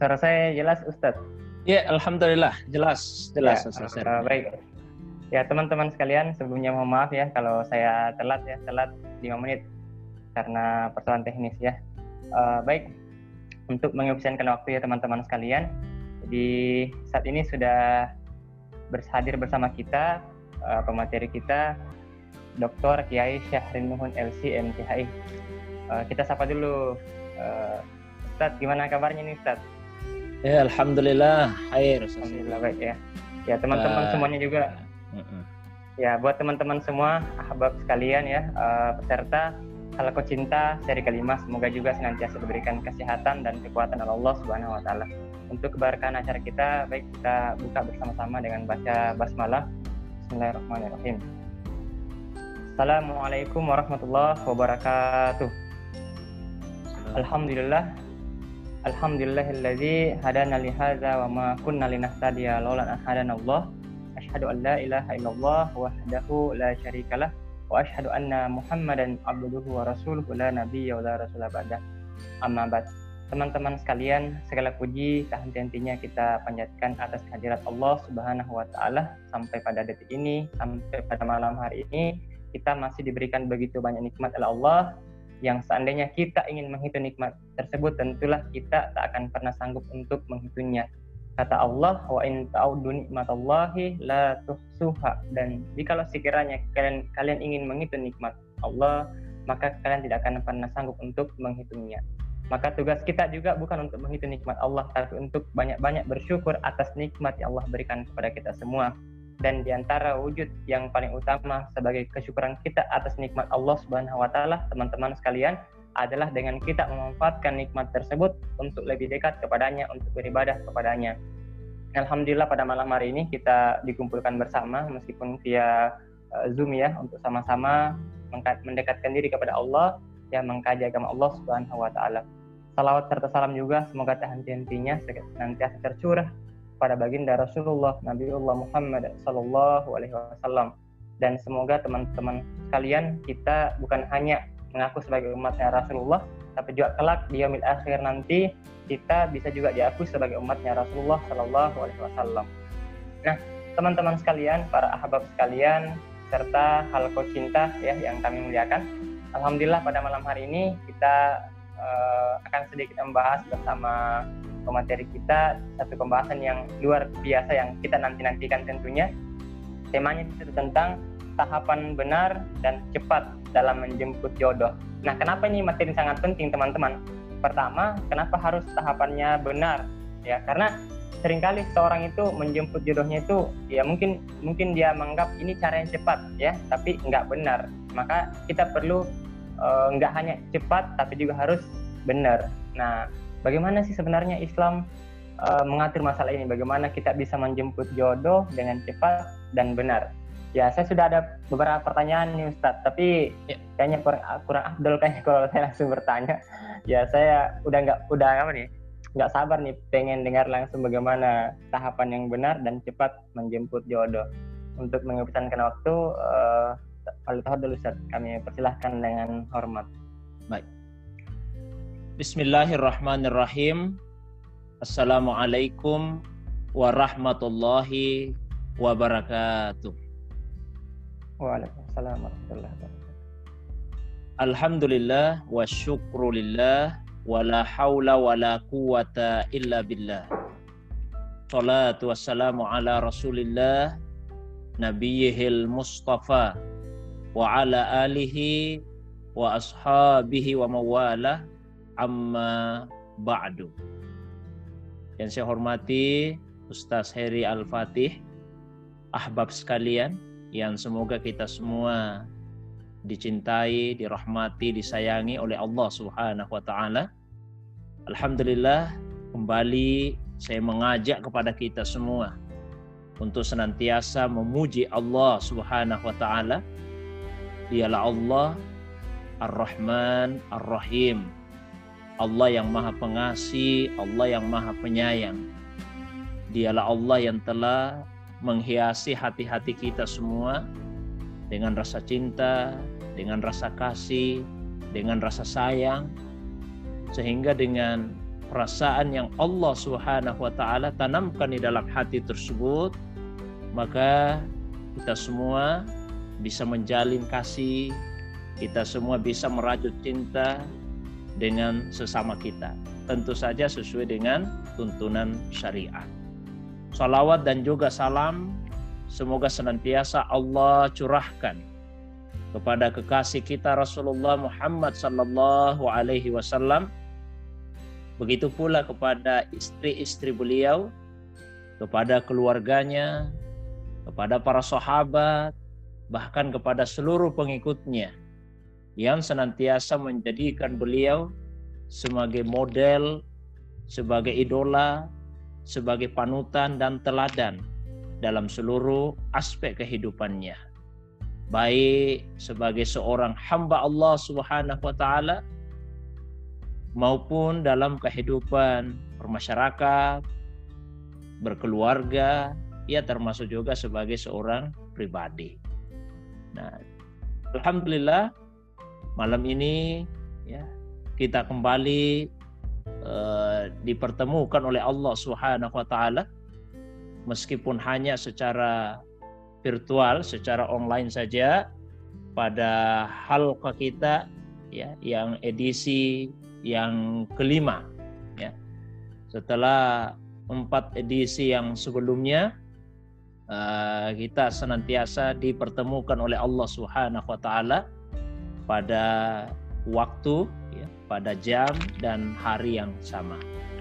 Suara saya jelas, Ustadz? Ya, alhamdulillah jelas Ya, Ustaz. baik. Ya, teman-teman sekalian, sebelumnya mohon maaf ya kalau saya telat 5 menit karena persoalan teknis ya. Baik, untuk mengefisienkan waktu ya teman-teman sekalian. Jadi saat ini sudah hadir bersama kita pemateri kita Dr. Kiai Syahrinuhun LC MTHI. Kita sapa dulu. Ustadz, gimana kabarnya nih Ustadz? Ya, alhamdulillah, khair. Alhamdulillah baik ya. Ya, teman-teman semuanya juga. Ya, buat teman-teman semua, ahbab sekalian ya, peserta Halaqah Cinta seri kelima, semoga juga senantiasa diberikan kesehatan dan kekuatan oleh Allah Subhanahu wa taala. Untuk keberkahan acara kita, baik kita buka bersama-sama dengan baca basmalah. Bismillahirrahmanirrahim. Assalamualaikum warahmatullahi wabarakatuh. Alhamdulillahilladzi hadana li hadza wa ma kunna linahtadiya laula an hadanallah. Asyhadu an la ilaha illallah wahdahu la syarikalah wa asyhadu anna Muhammadan abduhu wa rasuluhu la nabiyya wa la rasula ba'dah. Amma ba'd. Teman-teman sekalian, segala puji tak henti-hentinya kita panjatkan atas kehadirat Allah Subhanahu wa taala sampai pada detik ini, sampai pada malam hari ini kita masih diberikan begitu banyak nikmat oleh Allah yang seandainya kita ingin menghitung nikmat tersebut tentulah kita tak akan pernah sanggup untuk menghitungnya. Kata Allah, wa in ta'uddu nikmatallahi la tuhsuha, dan jikalau sekiranya kalian ingin menghitung nikmat Allah, maka kalian tidak akan pernah sanggup untuk menghitungnya. Maka tugas kita juga bukan untuk menghitung nikmat Allah, tapi untuk banyak-banyak bersyukur atas nikmat yang Allah berikan kepada kita semua. Dan di antara wujud yang paling utama sebagai kesyukuran kita atas nikmat Allah Subhanahu wa taala, teman-teman sekalian, adalah dengan kita memanfaatkan nikmat tersebut untuk lebih dekat kepadanya, untuk beribadah kepadanya. Alhamdulillah pada malam hari ini kita dikumpulkan bersama meskipun via Zoom ya, untuk sama-sama mendekatkan diri kepada Allah, yang mengkaji agama Allah Subhanahu wa taala. Salawat serta salam juga semoga tak henti-hentinya senantiasa tercurah pada baginda Rasulullah Nabiullah Muhammad sallallahu alaihi wasallam. Dan semoga teman-teman sekalian, kita bukan hanya mengaku sebagai umatnya Rasulullah, tapi juga kelak di yaumil akhir nanti kita bisa juga diakui sebagai umatnya Rasulullah sallallahu alaihi wasallam. Nah, teman-teman sekalian, para ahbab sekalian, serta Halaqah Cinta ya yang kami muliakan. Alhamdulillah pada malam hari ini kita akan sedikit membahas bersama pemateri kita satu pembahasan yang luar biasa yang kita nanti-nantikan tentunya. Temanya itu tentang tahapan benar dan cepat dalam menjemput jodoh. Nah, kenapa ini materi sangat penting teman-teman? Pertama, kenapa harus tahapannya benar? Ya, karena seringkali seorang itu menjemput jodohnya itu ya mungkin dia menganggap ini cara yang cepat ya, tapi nggak benar. Maka kita perlu nggak hanya cepat tapi juga harus benar. Nah, bagaimana sih sebenarnya Islam mengatur masalah ini? Bagaimana kita bisa menjemput jodoh dengan cepat dan benar? Ya, saya sudah ada beberapa pertanyaan nih Ustadz, tapi kayaknya kurang afdol kayaknya kalau saya langsung bertanya. Ya, saya nggak sabar nih pengen dengar langsung bagaimana tahapan yang benar dan cepat menjemput jodoh. Untuk menghabiskan waktu, Al-Tahadul Ustaz, kami persilahkan dengan hormat. Baik. Bismillahirrahmanirrahim. Assalamualaikum warahmatullahi wabarakatuh. Waalaikumsalam warahmatullahi wabarakatuh. Alhamdulillah wa syukrulillah wa la hawla wa la quwata illa billah. Salatu wassalamu ala rasulillah nabiyihil mustafa wa ala alihi wa ashabihi wa mawalah, amma ba'du. Yang saya hormati Ustaz Heri Al-Fatih, ahbab sekalian yang semoga kita semua dicintai, dirahmati, disayangi oleh Allah Subhanahu wa taala. Alhamdulillah, kembali saya mengajak kepada kita semua untuk senantiasa memuji Allah Subhanahu wa taala. Dialah Allah Ar-Rahman Ar-Rahim, Allah yang maha pengasih, Allah yang maha penyayang. Dialah Allah yang telah menghiasi hati-hati kita semua dengan rasa cinta, dengan rasa kasih, dengan rasa sayang, sehingga dengan perasaan yang Allah Subhanahu wa taala tanamkan di dalam hati tersebut, maka kita semua bisa menjalin kasih, kita semua bisa merajut cinta dengan sesama kita. Tentu saja sesuai dengan tuntunan syariat. Salawat dan juga salam semoga senantiasa Allah curahkan kepada kekasih kita Rasulullah Muhammad sallallahu alaihi wasallam. Begitu pula kepada istri-istri beliau, kepada keluarganya, kepada para sahabat, bahkan kepada seluruh pengikutnya yang senantiasa menjadikan beliau sebagai model, sebagai idola, sebagai panutan dan teladan dalam seluruh aspek kehidupannya. Baik sebagai seorang hamba Allah Subhanahu wa taala maupun dalam kehidupan bermasyarakat, berkeluarga, ia termasuk juga sebagai seorang pribadi. Nah, alhamdulillah malam ini ya kita kembali dipertemukan oleh Allah Subhanahu wa taala meskipun hanya secara virtual, secara online saja pada halqa kita ya yang edisi yang kelima ya. Setelah 4 edisi yang sebelumnya kita senantiasa dipertemukan oleh Allah Subhanahu wa taala pada waktu ya, pada jam dan hari yang sama.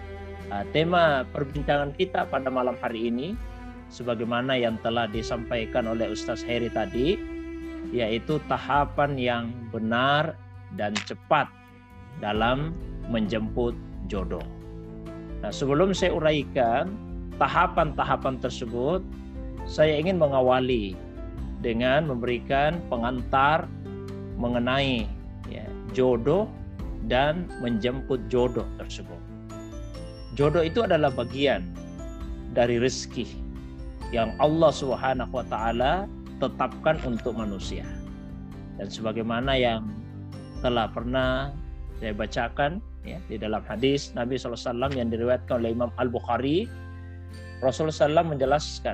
Tema perbincangan kita pada malam hari ini sebagaimana yang telah disampaikan oleh Ustaz Heri tadi, yaitu tahapan yang benar dan cepat dalam menjemput jodoh. Nah, sebelum saya uraikan tahapan-tahapan tersebut, saya ingin mengawali dengan memberikan pengantar mengenai ya, jodoh dan menjemput jodoh tersebut. Jodoh itu adalah bagian dari rezeki yang Allah Subhanahu wa taala tetapkan untuk manusia. Dan sebagaimana yang telah pernah saya bacakan ya, di dalam hadis Nabi SAW yang diriwayatkan oleh Imam Al-Bukhari, Rasulullah SAW menjelaskan,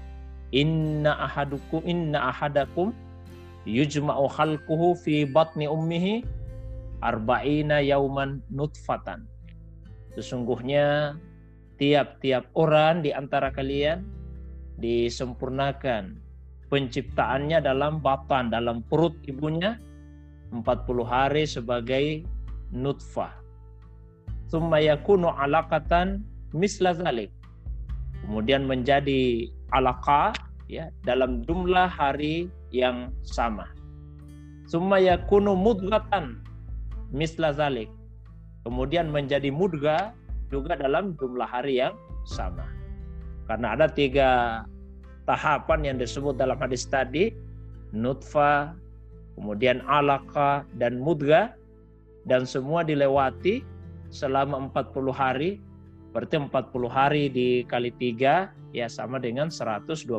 Inna ahadakum yujma'u khalquhu fi batni ummihi arba'ina yauman nutfatan. Sesungguhnya tiap-tiap orang di antara kalian disempurnakan penciptaannya dalam batan, dalam perut ibunya 40 hari sebagai nutfah. Tsumma yakunu alaqatan misla dzalik. Kemudian menjadi alaqah ya dalam jumlah hari yang sama. Tsumma yakunu mudghatan misla dzalik. Kemudian menjadi mudghah juga dalam jumlah hari yang sama. Karena ada 3 tahapan yang disebut dalam hadis tadi, nutfah, kemudian alaqah dan mudghah, dan semua dilewati selama 40 hari. Berarti 40 hari dikali 3 ya sama dengan 120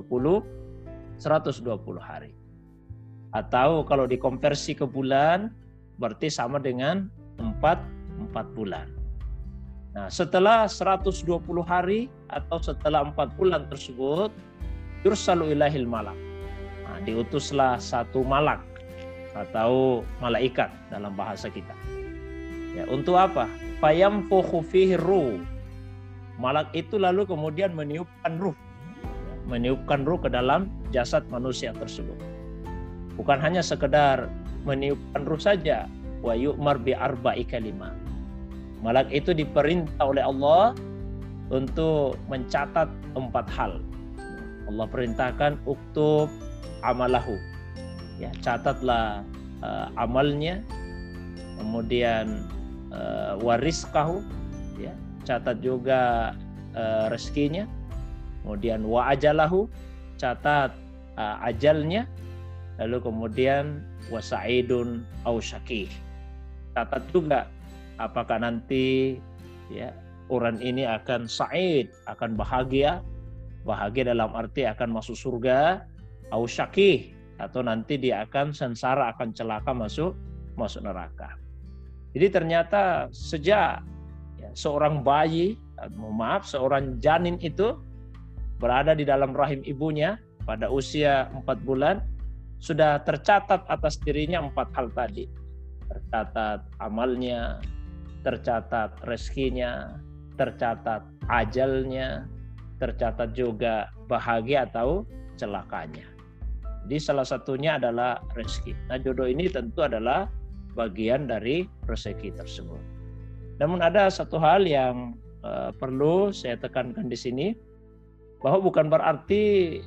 hari. Atau kalau dikonversi ke bulan berarti sama dengan 4 bulan. Nah, setelah 120 hari atau setelah 4 bulan tersebut, yursalu ilahil malak. Nah, diutuslah satu malak atau malaikat dalam bahasa kita. Ya, untuk apa? Fayamfukhu fihi ruh. Malak itu lalu kemudian meniupkan ruh. Meniupkan ruh ke dalam jasad manusia tersebut. Bukan hanya sekedar meniupkan ruh saja, wa yu'mar bi arba'i kalimat. Malak itu diperintah oleh Allah untuk mencatat 4 hal. Allah perintahkan uktub amalahu. Ya, catatlah amalnya. Kemudian warizqahu, ya, catat juga rezekinya. Kemudian wa ajalahu, catat ajalnya. Lalu kemudian wa sa'idun au syaqih. Catat juga apakah nanti ya orang ini akan sa'id, akan bahagia dalam arti akan masuk surga, au syaqih, atau nanti dia akan sengsara, akan celaka masuk neraka. Jadi ternyata sejak Ya, seorang bayi, seorang janin itu berada di dalam rahim ibunya pada usia 4 bulan, sudah tercatat atas dirinya 4 hal tadi. Tercatat amalnya, tercatat rezekinya, tercatat ajalnya, tercatat juga bahagia atau celakanya. Jadi salah satunya adalah rezeki. Nah, jodoh ini tentu adalah bagian dari rezeki tersebut. Namun ada satu hal yang perlu saya tekankan di sini, bahwa bukan berarti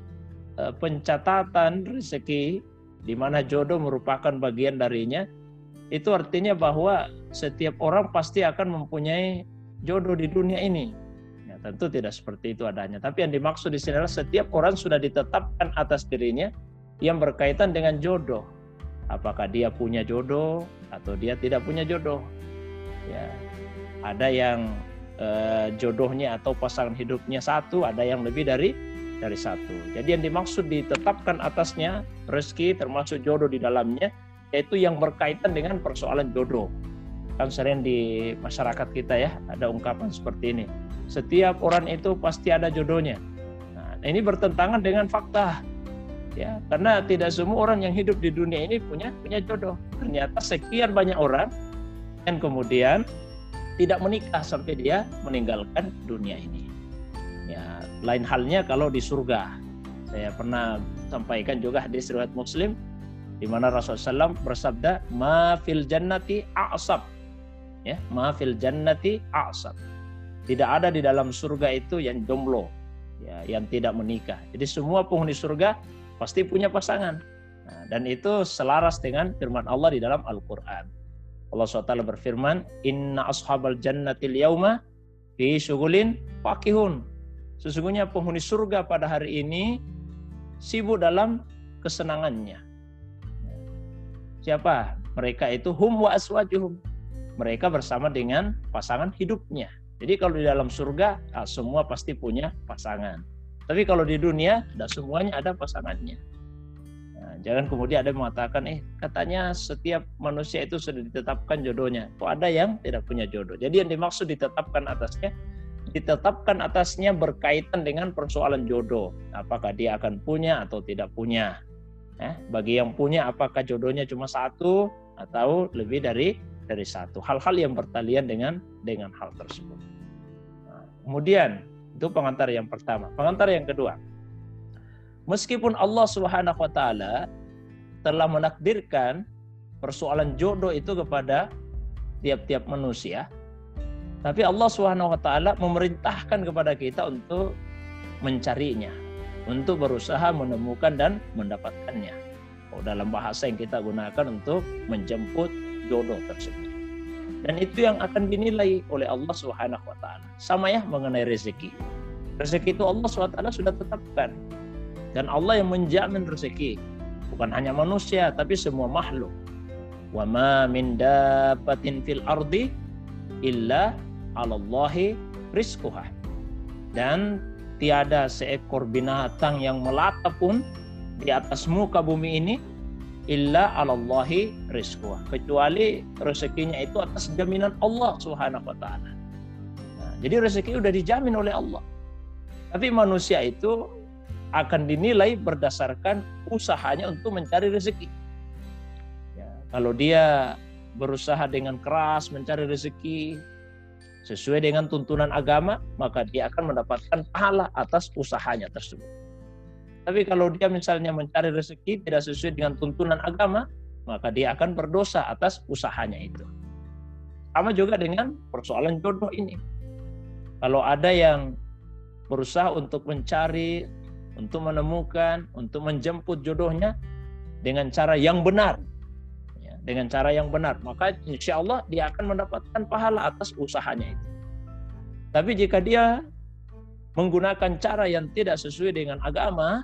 pencatatan rezeki di mana jodoh merupakan bagian darinya, itu artinya bahwa setiap orang pasti akan mempunyai jodoh di dunia ini. Ya, tentu tidak seperti itu adanya. Tapi yang dimaksud di sini adalah setiap orang sudah ditetapkan atas dirinya yang berkaitan dengan jodoh. Apakah dia punya jodoh atau dia tidak punya jodoh? Ya, ada yang jodohnya atau pasangan hidupnya satu, ada yang lebih dari satu. Jadi yang dimaksud ditetapkan atasnya rezeki termasuk jodoh di dalamnya, yaitu yang berkaitan dengan persoalan jodoh. Kan sering di masyarakat kita ya ada ungkapan seperti ini. Setiap orang itu pasti ada jodohnya. Nah, ini bertentangan dengan fakta. Ya, karena tidak semua orang yang hidup di dunia ini punya jodoh. Ternyata sekian banyak orang yang kemudian tidak menikah sampai dia meninggalkan dunia ini. Ya, lain halnya kalau di surga. Saya pernah sampaikan juga hadis riwayat Muslim di mana Rasulullah SAW bersabda, "Ma fil jannati a'sab." Ya, "Ma fil jannati a'sab." Tidak ada di dalam surga itu yang jomblo, ya, yang tidak menikah. Jadi semua penghuni surga pasti punya pasangan. Nah, dan itu selaras dengan firman Allah di dalam Al-Qur'an. Allah SWT berfirman, "Inna ashabal jannatil yauma fi syughulin fakihun." Sesungguhnya penghuni surga pada hari ini sibuk dalam kesenangannya. Siapa? Mereka itu hum wa aswajuhum. Mereka bersama dengan pasangan hidupnya. Jadi kalau di dalam surga, semua pasti punya pasangan. Tapi kalau di dunia, tidak semuanya ada pasangannya. Nah, jangan kemudian ada yang mengatakan, katanya setiap manusia itu sudah ditetapkan jodohnya. Kok ada yang tidak punya jodoh? Jadi yang dimaksud ditetapkan atasnya berkaitan dengan persoalan jodoh. Apakah dia akan punya atau tidak punya? Bagi yang punya, apakah jodohnya cuma satu atau lebih dari satu? Hal-hal yang bertalian dengan hal tersebut. Nah, kemudian itu pengantar yang pertama. Pengantar yang kedua, meskipun Allah Subhanahu wa taala telah menakdirkan persoalan jodoh itu kepada tiap-tiap manusia, tapi Allah Subhanahu wa taala memerintahkan kepada kita untuk mencarinya, untuk berusaha menemukan dan mendapatkannya. Dalam bahasa yang kita gunakan untuk menjemput jodoh tersebut. Dan itu yang akan dinilai oleh Allah Subhanahu wa taala. Sama ya mengenai rezeki. Rezeki itu Allah SWT sudah tetapkan. Dan Allah yang menjamin rezeki. Bukan hanya manusia, tapi semua makhluk. Wa ma min dabbatin fil ardi illa 'alallahi rizquha. Dan tiada seekor binatang yang melata pun di atas muka bumi ini illa 'alallahi rizquha, kecuali rezekinya itu atas jaminan Allah Subhanahu wa taala. Nah, jadi rezeki sudah dijamin oleh Allah. Tapi manusia itu akan dinilai berdasarkan usahanya untuk mencari rezeki. Ya, kalau dia berusaha dengan keras mencari rezeki sesuai dengan tuntunan agama, maka dia akan mendapatkan pahala atas usahanya tersebut. Tapi kalau dia misalnya mencari rezeki tidak sesuai dengan tuntunan agama, maka dia akan berdosa atas usahanya itu. Sama juga dengan persoalan jodoh ini. Kalau ada yang berusaha untuk mencari, untuk menemukan, untuk menjemput jodohnya dengan cara yang benar, dengan cara yang benar, maka insya Allah dia akan mendapatkan pahala atas usahanya itu. Tapi jika dia menggunakan cara yang tidak sesuai dengan agama,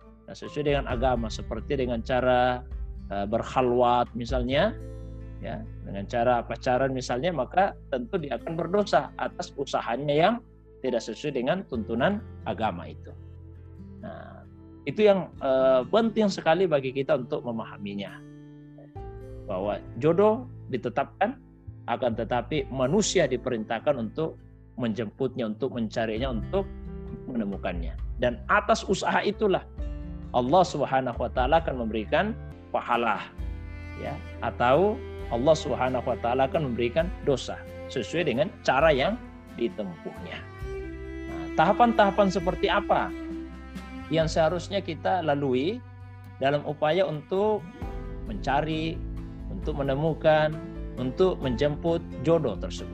seperti dengan cara berkhalwat misalnya, ya, dengan cara pacaran misalnya, maka tentu dia akan berdosa atas usahanya yang tidak sesuai dengan tuntunan agama itu. Nah, itu yang penting sekali bagi kita untuk memahaminya. Bahwa jodoh ditetapkan akan tetapi manusia diperintahkan untuk menjemputnya, untuk mencarinya, untuk menemukannya. Dan atas usaha itulah Allah Subhanahu wa taala akan memberikan pahala, ya, atau Allah Subhanahu wa taala akan memberikan dosa sesuai dengan cara yang ditempuhnya. Nah, tahapan-tahapan seperti apa yang seharusnya kita lalui dalam upaya untuk mencari, untuk menemukan, untuk menjemput jodoh tersebut?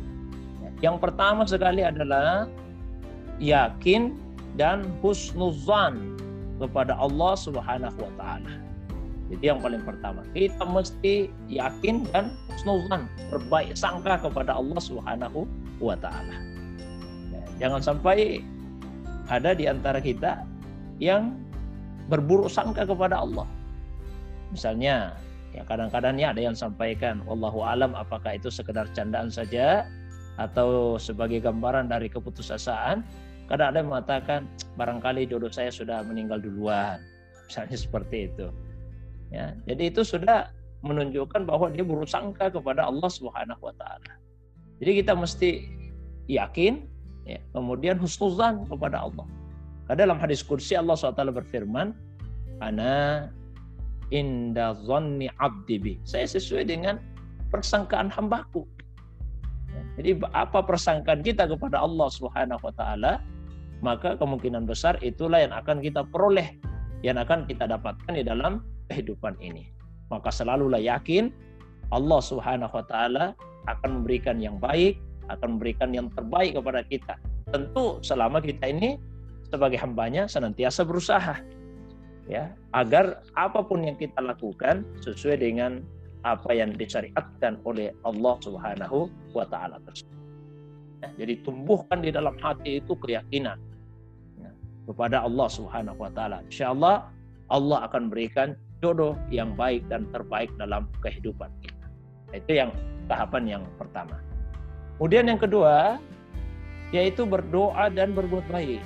Yang pertama sekali adalah yakin dan husnuzan kepada Allah Subhanahu wa taala. Jadi yang paling pertama, kita mesti yakin dan husnuzan, berbaik sangka kepada Allah Subhanahu wa taala. Jangan sampai ada di antara kita yang berburuk sangka kepada Allah. Misalnya, ya kadang-kadang ya ada yang sampaikan, wallahu alam, apakah itu sekedar candaan saja atau sebagai gambaran dari keputusasaan. Kadang ada yang mengatakan barangkali jodoh saya sudah meninggal duluan, misalnya seperti itu. Ya, jadi itu sudah menunjukkan bahwa dia bersangka kepada Allah Subhanahu wa taala. Jadi kita mesti yakin, ya, kemudian husnuzan kepada Allah. Karena dalam hadis qudsi Allah SWT berfirman, ana inda dhanni abdi bi. Saya sesuai dengan persangkaan hambaku. Jadi apa persangkaan kita kepada Allah Subhanahu wa taala, maka kemungkinan besar itulah yang akan kita peroleh, yang akan kita dapatkan di dalam kehidupan ini. Maka selalulah yakin Allah Subhanahu wa taala akan memberikan yang baik, akan memberikan yang terbaik kepada kita. Tentu selama kita ini sebagai hambanya senantiasa berusaha, ya, agar apapun yang kita lakukan sesuai dengan apa yang disyariatkan oleh Allah Subhanahu wa taala tersebut. Ya, jadi tumbuhkan di dalam hati itu keyakinan, ya, kepada Allah Subhanahu wa taala. Insyaallah Allah akan berikan jodoh yang baik dan terbaik dalam kehidupan kita. Itu yang tahapan yang pertama. Kemudian yang kedua yaitu berdoa dan berbuat baik.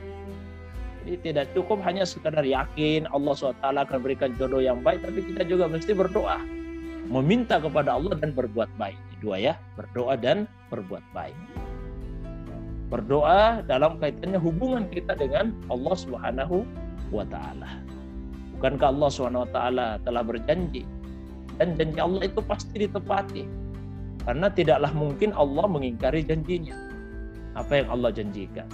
Jadi tidak cukup hanya sekadar yakin Allah SWT akan berikan jodoh yang baik, tapi kita juga mesti berdoa, meminta kepada Allah dan berbuat baik. Dua ya, berdoa dan berbuat baik. Berdoa dalam kaitannya hubungan kita dengan Allah Subhanahu wa taala. Bukankah Allah Subhanahu wa taala telah berjanji, dan janji Allah itu pasti ditepati. Karena tidaklah mungkin Allah mengingkari janjinya. Apa yang Allah janjikan?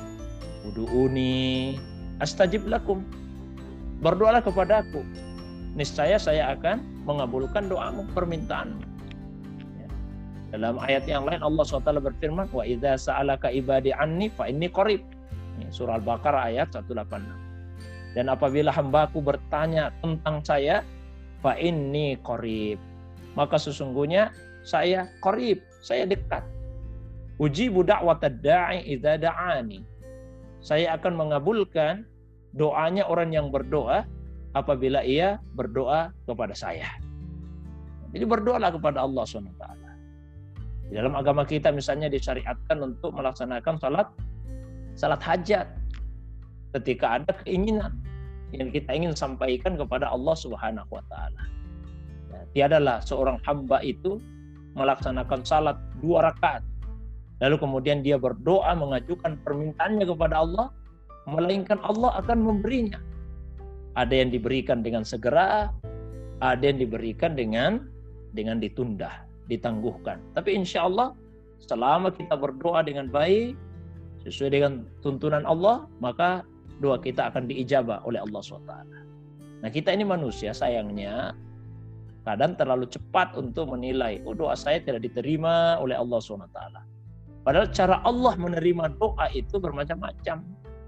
Ud'uni astajib lakum. Berdoalah kepadaku, niscaya saya akan mengabulkan doamu, permintaanmu. Ya. Dalam ayat yang lain Allah SWT berfirman, wa idza sa'alaka ibadi anni fa inni qarib. Surah Al-Baqarah ayat 186. Dan apabila hambaku bertanya tentang saya, fa inni qarib, maka sesungguhnya saya qarib, saya dekat. Ujibu da'watad da'i idza da'ani. Saya akan mengabulkan doanya orang yang berdoa apabila ia berdoa kepada saya. Jadi berdoalah kepada Allah SWT. Di dalam agama kita misalnya disyariatkan untuk melaksanakan salat hajat. Ketika ada keinginan yang kita ingin sampaikan kepada Allah Subhanahu wa taala. Tiadalah seorang hamba itu melaksanakan salat 2 rakaat lalu kemudian dia berdoa mengajukan permintaannya kepada Allah, melainkan Allah akan memberinya. Ada yang diberikan dengan segera, ada yang diberikan dengan ditunda, ditangguhkan. Tapi insya Allah selama kita berdoa dengan baik sesuai dengan tuntunan Allah, maka doa kita akan diijabah oleh Allah SWT. Nah kita ini manusia sayangnya kadang terlalu cepat untuk menilai, oh doa saya tidak diterima oleh Allah SWT. Padahal cara Allah menerima doa itu bermacam-macam.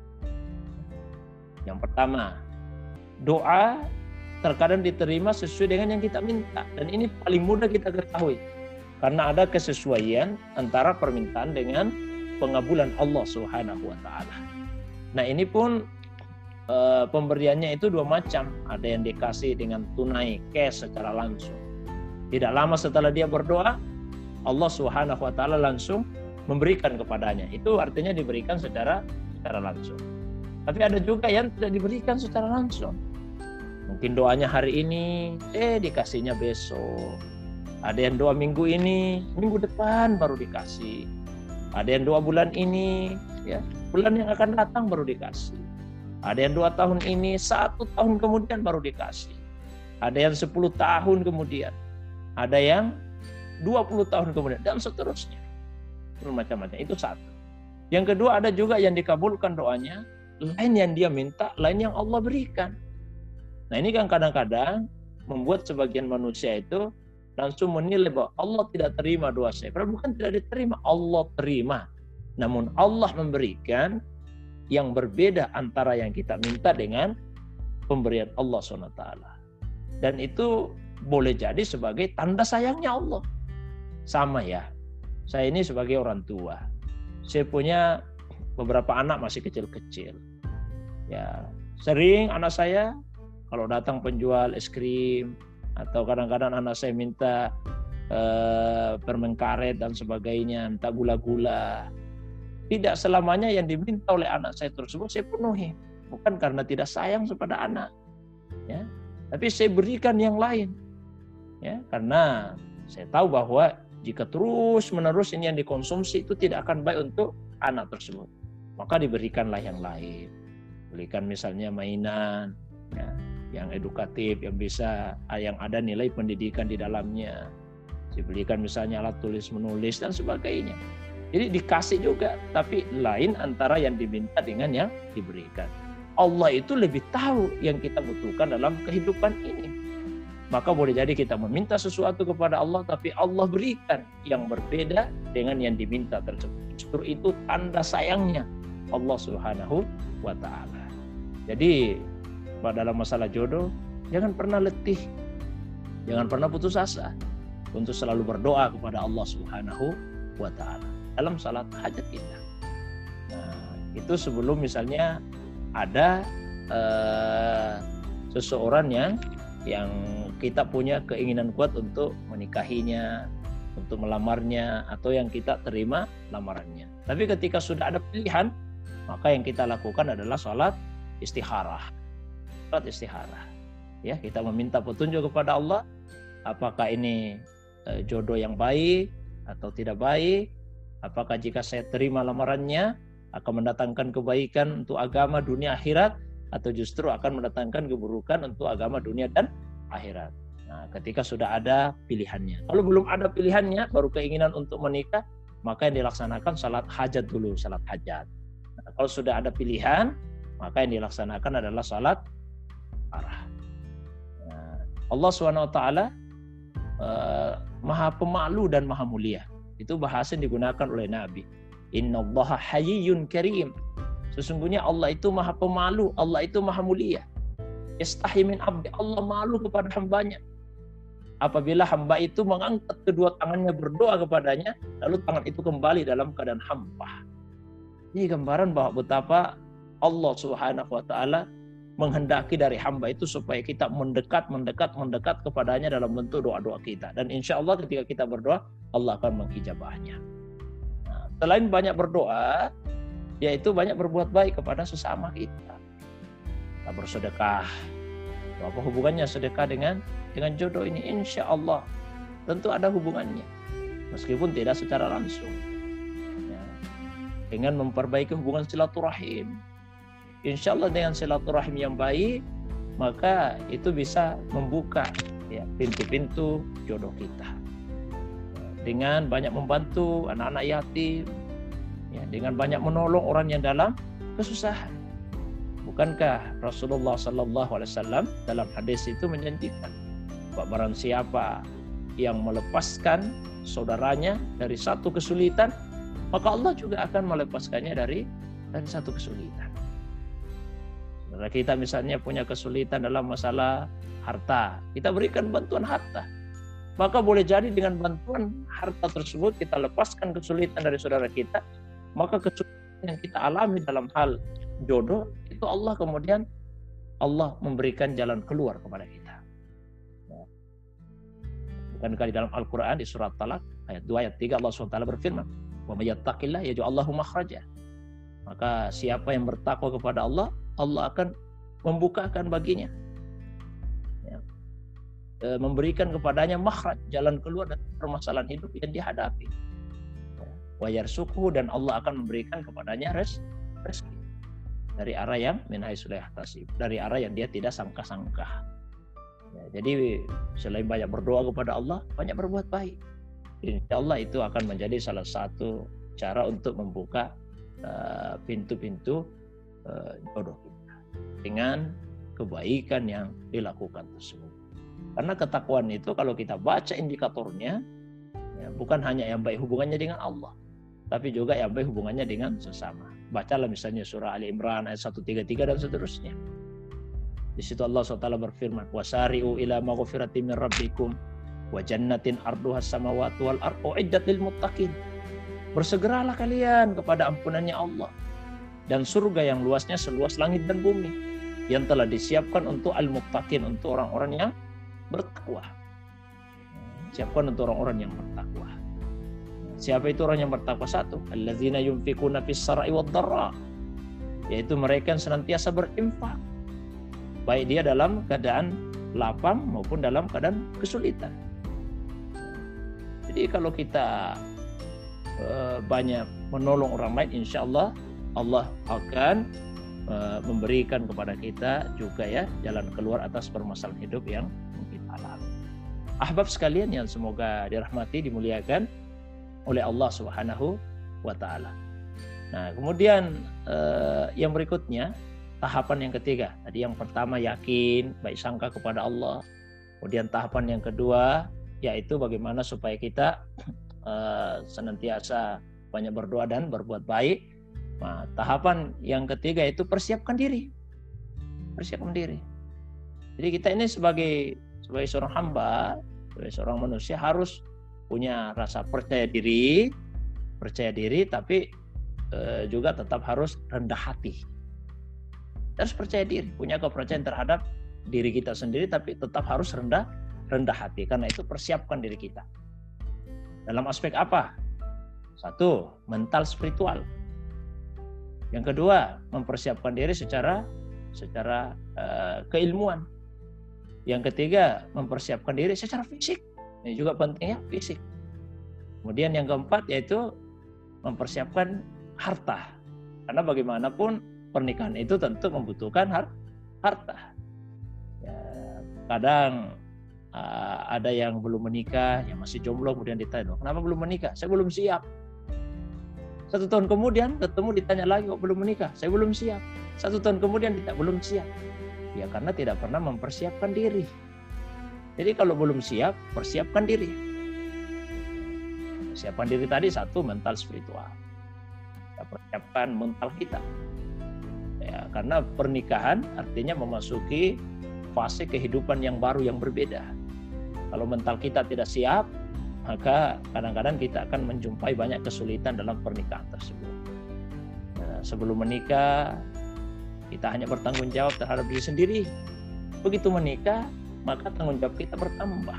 Yang pertama, doa terkadang diterima sesuai dengan yang kita minta. Dan ini paling mudah kita ketahui. Karena ada kesesuaian antara permintaan dengan pengabulan Allah Subhanahu wa taala. Nah ini pun pemberiannya itu 2 macam. Ada yang dikasih dengan tunai, cash secara langsung. Tidak lama setelah dia berdoa, Allah Subhanahu wa taala langsung memberikan kepadanya. Itu artinya diberikan secara langsung. Tapi ada juga yang tidak diberikan secara langsung. Mungkin doanya hari ini, dikasihnya besok. Ada yang doa minggu ini, minggu depan baru dikasih. Ada yang doa bulan ini, ya bulan yang akan datang baru dikasih. Ada yang 2 tahun ini, 1 tahun kemudian baru dikasih. Ada yang 10 tahun kemudian. Ada yang 20 tahun kemudian, dan seterusnya. Macam-macam. Itu satu. Yang kedua, ada juga yang dikabulkan doanya, lain yang dia minta, lain yang Allah berikan. Nah ini kan kadang-kadang membuat sebagian manusia itu langsung menilai bahwa Allah tidak terima doa saya. Padahal bukan tidak diterima, Allah terima. Namun Allah memberikan yang berbeda antara yang kita minta dengan pemberian Allah SWT. Dan itu boleh jadi sebagai tanda sayangnya Allah. Sama ya, saya ini sebagai orang tua, saya punya beberapa anak masih kecil-kecil. Ya, sering anak saya kalau datang penjual es krim, atau kadang-kadang anak saya minta permen karet dan sebagainya, minta gula-gula. Tidak selamanya yang diminta oleh anak saya tersebut saya penuhi. Bukan karena tidak sayang kepada anak, ya, tapi saya berikan yang lain, ya, karena saya tahu bahwa jika terus-menerus ini yang dikonsumsi itu tidak akan baik untuk anak tersebut. Maka diberikanlah yang lain. Berikan misalnya mainan, ya, yang edukatif, yang bisa, yang ada nilai pendidikan di dalamnya. Diberikan misalnya alat tulis menulis dan sebagainya. Jadi dikasih juga, tapi lain antara yang diminta dengan yang diberikan. Allah itu lebih tahu yang kita butuhkan dalam kehidupan ini. Maka boleh jadi kita meminta sesuatu kepada Allah, tapi Allah berikan yang berbeda dengan yang diminta tersebut. Justru itu tanda sayangnya Allah Subhanahu wa Ta'ala. Jadi dalam masalah jodoh, jangan pernah letih, jangan pernah putus asa untuk selalu berdoa kepada Allah Subhanahu wa Ta'ala dalam salat hajat kita. Nah, itu sebelum misalnya ada seseorang yang kita punya keinginan kuat untuk menikahinya, untuk melamarnya, atau yang kita terima lamarannya. Tapi ketika sudah ada pilihan, maka yang kita lakukan adalah sholat istikharah. Sholat istikharah. Ya, kita meminta petunjuk kepada Allah, apakah ini jodoh yang baik atau tidak baik, apakah jika saya terima lamarannya akan mendatangkan kebaikan untuk agama dunia akhirat, atau justru akan mendatangkan keburukan untuk agama dunia dan akhirat. Nah, ketika sudah ada pilihannya. Kalau belum ada pilihannya, baru keinginan untuk menikah, maka yang dilaksanakan salat hajat dulu, salat hajat. Nah, kalau sudah ada pilihan, maka yang dilaksanakan adalah salat arah. Nah, Allah SWT maha pemalu dan maha mulia. Itu bahasa yang digunakan oleh Nabi. Innallaha hayyun karim. Sesungguhnya Allah itu maha pemalu, Allah itu maha mulia. Yastahi min abdi, Allah malu kepada hambanya. Apabila hamba itu mengangkat kedua tangannya berdoa kepadanya, lalu tangan itu kembali dalam keadaan hampa. Ini gambaran bahwa betapa Allah Subhanahu wa Ta'ala menghendaki dari hamba itu supaya kita mendekat kepadanya dalam bentuk doa-doa kita. Dan insya Allah ketika kita berdoa, Allah akan mengijabahnya. Nah, selain banyak berdoa, yaitu banyak berbuat baik kepada sesama kita. Kita bersedekah. Apa hubungannya sedekah dengan jodoh ini? Insya Allah tentu ada hubungannya, meskipun tidak secara langsung. Ya. Dengan memperbaiki hubungan silaturahim, insya Allah dengan silaturahim yang baik, maka itu bisa membuka ya, pintu-pintu jodoh kita. Dengan banyak membantu anak-anak yatim, ya, dengan banyak menolong orang yang dalam kesusahan. Bukankah Rasulullah SAW dalam hadis itu menjanjikan bahwa barang siapa yang melepaskan saudaranya dari satu kesulitan, maka Allah juga akan melepaskannya dari satu kesulitan. Saudara kita misalnya punya kesulitan dalam masalah harta, kita berikan bantuan harta. Maka boleh jadi dengan bantuan harta tersebut kita lepaskan kesulitan dari saudara kita, maka kesulitan yang kita alami dalam hal jodoh itu Allah kemudian memberikan jalan keluar kepada kita. Bukankah di dalam Al-Quran di surat Talaq ayat 2 ayat 3 Allah SWT berfirman, "Wa may yattaqillah yaj'al lahu makhraja." Maka siapa yang bertakwa kepada Allah, Allah akan membukakan baginya. Ya. memberikan kepadanya makhraj, jalan keluar dari permasalahan hidup yang dihadapi. Wa yarzuqhu, dan Allah akan memberikan kepadanya rezeki dari arah yang min haitsu la yahtasib, dari arah yang dia tidak sangka-sangka. Ya, jadi selain banyak berdoa kepada Allah, banyak berbuat baik. Insya Allah itu akan menjadi salah satu cara untuk membuka pintu-pintu jodoh kita dengan kebaikan yang dilakukan tersebut. Karena ketakwaan itu kalau kita baca indikatornya, ya, bukan hanya yang baik hubungannya dengan Allah, tapi juga yang baik hubungannya dengan sesama. Bacalah misalnya surah Ali Imran ayat 133 dan seterusnya. Di situ Allah SWT berfirman, wasari'u ila maghfiratin min rabbikum wa jannatin arduhas samawati wal ardu uiddat lil muttaqin. Bersegeralah kalian kepada ampunannya Allah dan surga yang luasnya seluas langit dan bumi yang telah disiapkan untuk al-muttaqin, untuk orang-orang yang bertakwa. Siapkan untuk orang-orang yang bertakwa. Siapa itu orang yang bertakwa? Satu, alladzina yunfikuna fis sarai wad dharra, yaitu mereka yang senantiasa berinfak, baik dia dalam keadaan lapang maupun dalam keadaan kesulitan. Jadi kalau kita banyak menolong orang lain, insya Allah Allah akan memberikan kepada kita juga ya jalan keluar atas permasalahan hidup yang kita alami. Ahbab sekalian yang semoga dirahmati, dimuliakan oleh Allah Subhanahu wa taala. Nah, kemudian yang berikutnya, tahapan yang ketiga. Tadi yang pertama yakin, baik sangka kepada Allah. Kemudian tahapan yang kedua yaitu bagaimana supaya kita senantiasa banyak berdoa dan berbuat baik. Nah, tahapan yang ketiga itu persiapkan diri. Persiapkan diri. Jadi kita ini sebagai seorang hamba, sebagai seorang manusia harus punya rasa percaya diri tapi juga tetap harus rendah hati. Harus percaya diri, punya kepercayaan terhadap diri kita sendiri, tapi tetap harus rendah hati. Karena itu persiapkan diri kita. Dalam aspek apa? Satu, mental spiritual. Yang kedua, mempersiapkan diri secara keilmuan. Yang ketiga, mempersiapkan diri secara fisik. Ini juga penting ya, fisik. Kemudian yang keempat yaitu mempersiapkan harta. Karena bagaimanapun pernikahan itu tentu membutuhkan harta. Ya, kadang ada yang belum menikah, yang masih jomblo, kemudian ditanya, kenapa belum menikah? Saya belum siap. 1 tahun kemudian ketemu ditanya lagi, kok belum menikah? Saya belum siap. 1 tahun kemudian tidak belum siap. Ya karena tidak pernah mempersiapkan diri. Jadi kalau belum siap, persiapkan diri. Persiapkan diri tadi satu, mental spiritual. Kita persiapkan mental kita. Ya, karena pernikahan artinya memasuki fase kehidupan yang baru, yang berbeda. Kalau mental kita tidak siap, maka kadang-kadang kita akan menjumpai banyak kesulitan dalam pernikahan tersebut. Nah, sebelum menikah, kita hanya bertanggung jawab terhadap diri sendiri. Begitu menikah, maka tanggung jawab kita bertambah.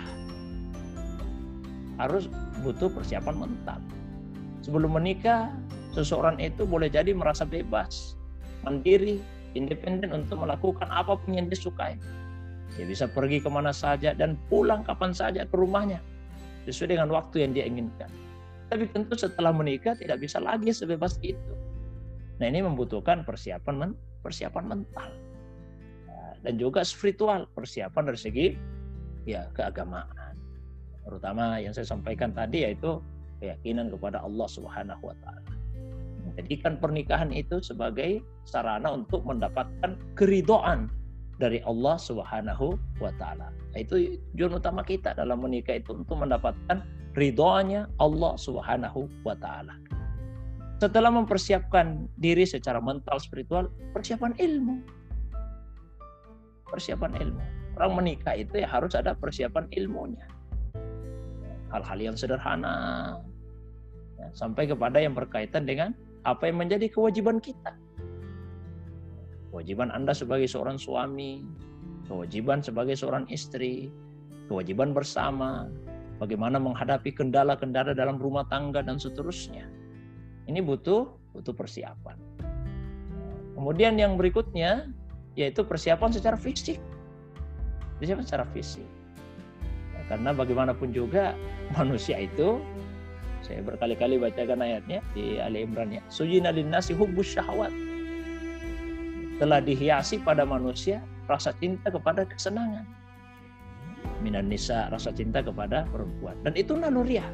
Harus butuh persiapan mental. Sebelum menikah, seseorang itu boleh jadi merasa bebas, mandiri, independen untuk melakukan apapun yang dia sukai. Dia bisa pergi kemana saja dan pulang kapan saja ke rumahnya sesuai dengan waktu yang dia inginkan. Tapi tentu setelah menikah tidak bisa lagi sebebas itu. Nah, ini membutuhkan persiapan mental dan juga spiritual, persiapan dari segi ya keagamaan. Terutama yang saya sampaikan tadi yaitu keyakinan kepada Allah Subhanahu wa taala. Menjadikan pernikahan itu sebagai sarana untuk mendapatkan keridhaan dari Allah Subhanahu wa taala. Itu tujuan utama kita dalam menikah, itu untuk mendapatkan ridhonya Allah Subhanahu wa taala. Setelah mempersiapkan diri secara mental spiritual, persiapan ilmu. Persiapan ilmu. Orang menikah itu ya harus ada persiapan ilmunya. Hal-hal yang sederhana ya, sampai kepada yang berkaitan dengan apa yang menjadi kewajiban kita. Kewajiban Anda sebagai seorang suami, kewajiban sebagai seorang istri, kewajiban bersama, bagaimana menghadapi kendala-kendala dalam rumah tangga dan seterusnya. Ini butuh persiapan. Kemudian yang berikutnya yaitu persiapan secara fisik. Persiapan secara fisik. Karena bagaimanapun juga manusia itu, saya berkali-kali bacakan ayatnya di Ali Imran ya, Sujina linnasi hubbus syahwat. Telah dihiasi pada manusia rasa cinta kepada kesenangan. Minan nisa, rasa cinta kepada perempuan. Dan itu naluriah.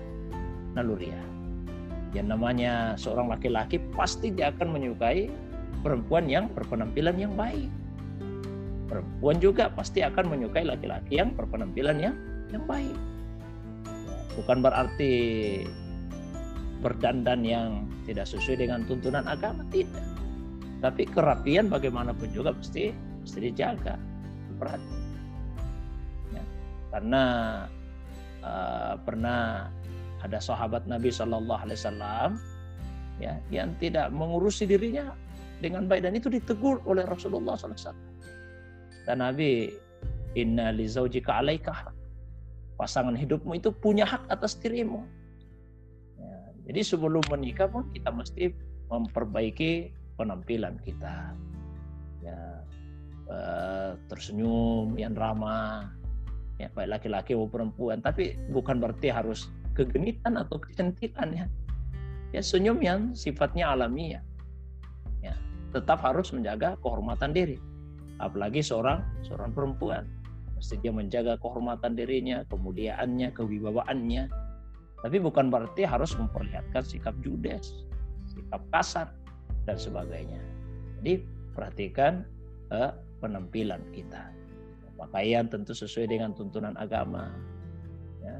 Yang namanya seorang laki-laki pasti dia akan menyukai perempuan yang berpenampilan yang baik. Perempuan juga pasti akan menyukai laki-laki yang berpenampilan yang baik. Bukan berarti berdandan yang tidak sesuai dengan tuntunan agama, tidak. Tapi kerapian bagaimanapun juga mesti dijaga, perhatian. Ya. Karena pernah ada sahabat Nabi Shallallahu Alaihi Wasallam ya, yang tidak mengurusi dirinya dengan baik, dan itu ditegur oleh Rasulullah SAW. Dan Nabi, inna li zaujika alaika haq. Pasangan hidupmu itu punya hak atas dirimu. Ya, jadi sebelum menikah pun kita mesti memperbaiki penampilan kita. Ya, tersenyum yang ramah, ya, baik laki-laki maupun perempuan. Tapi bukan berarti harus kegenitan atau kecantikan ya. Ya, senyum yang sifatnya alamiah. Ya, tetap harus menjaga kehormatan diri. Apalagi seorang perempuan. Mesti dia menjaga kehormatan dirinya, kemuliaannya, kewibawaannya. Tapi bukan berarti harus memperlihatkan sikap judes, sikap kasar, dan sebagainya. Jadi perhatikan penampilan kita. Pakaian tentu sesuai dengan tuntunan agama. Ya.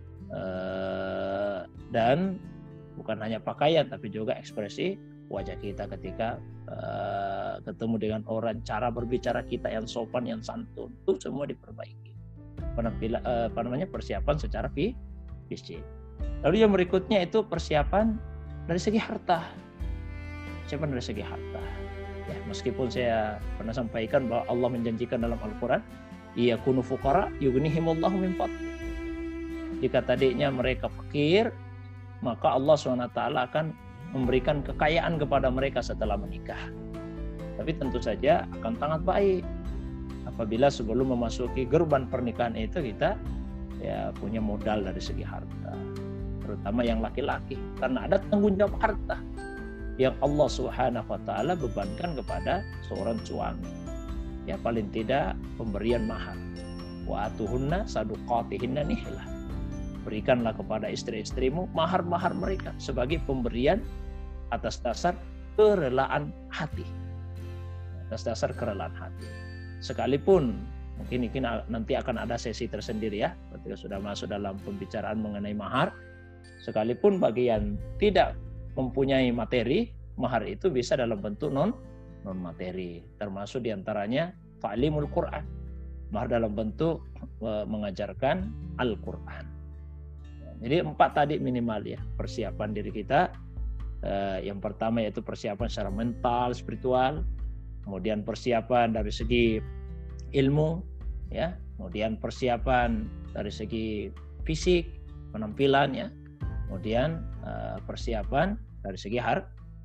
Dan bukan hanya pakaian, tapi juga ekspresi wajah kita ketika ketemu dengan orang, cara berbicara kita yang sopan, yang santun, itu semua diperbaiki. Penampilan, persiapan secara fisik. Lalu yang berikutnya itu persiapan dari segi harta. Persiapan dari segi harta. Ya, meskipun saya pernah sampaikan bahwa Allah menjanjikan dalam Al-Quran, iyakunu fuqara yughnihimullahu min fadli. Jika tadinya mereka fakir, maka Allah SWT akan memberikan kekayaan kepada mereka setelah menikah. Tapi tentu saja akan sangat baik apabila sebelum memasuki gerbang pernikahan itu kita ya punya modal dari segi harta, terutama yang laki-laki, karena ada tanggung jawab harta yang Allah Subhanahu wa taala bebankan kepada seorang suami. Ya, paling tidak pemberian mahar. Wa atuhunna saduqatihinna nihlah. Berikanlah kepada istri-istrimu mahar-mahar mereka sebagai pemberian atas dasar kerelaan hati. Atas dasar kerelaan hati. Sekalipun mungkin nanti akan ada sesi tersendiri ya, ketika sudah masuk dalam pembicaraan mengenai mahar. Sekalipun bagi yang tidak mempunyai materi, mahar itu bisa dalam bentuk non materi, termasuk diantaranya ta'limul Quran. Mahar dalam bentuk mengajarkan Al-Quran. Jadi 4 tadi minimal ya, persiapan diri kita. Yang pertama yaitu persiapan secara mental, spiritual. Kemudian persiapan dari segi ilmu, ya. Kemudian persiapan dari segi fisik, penampilannya. Kemudian persiapan dari segi harta.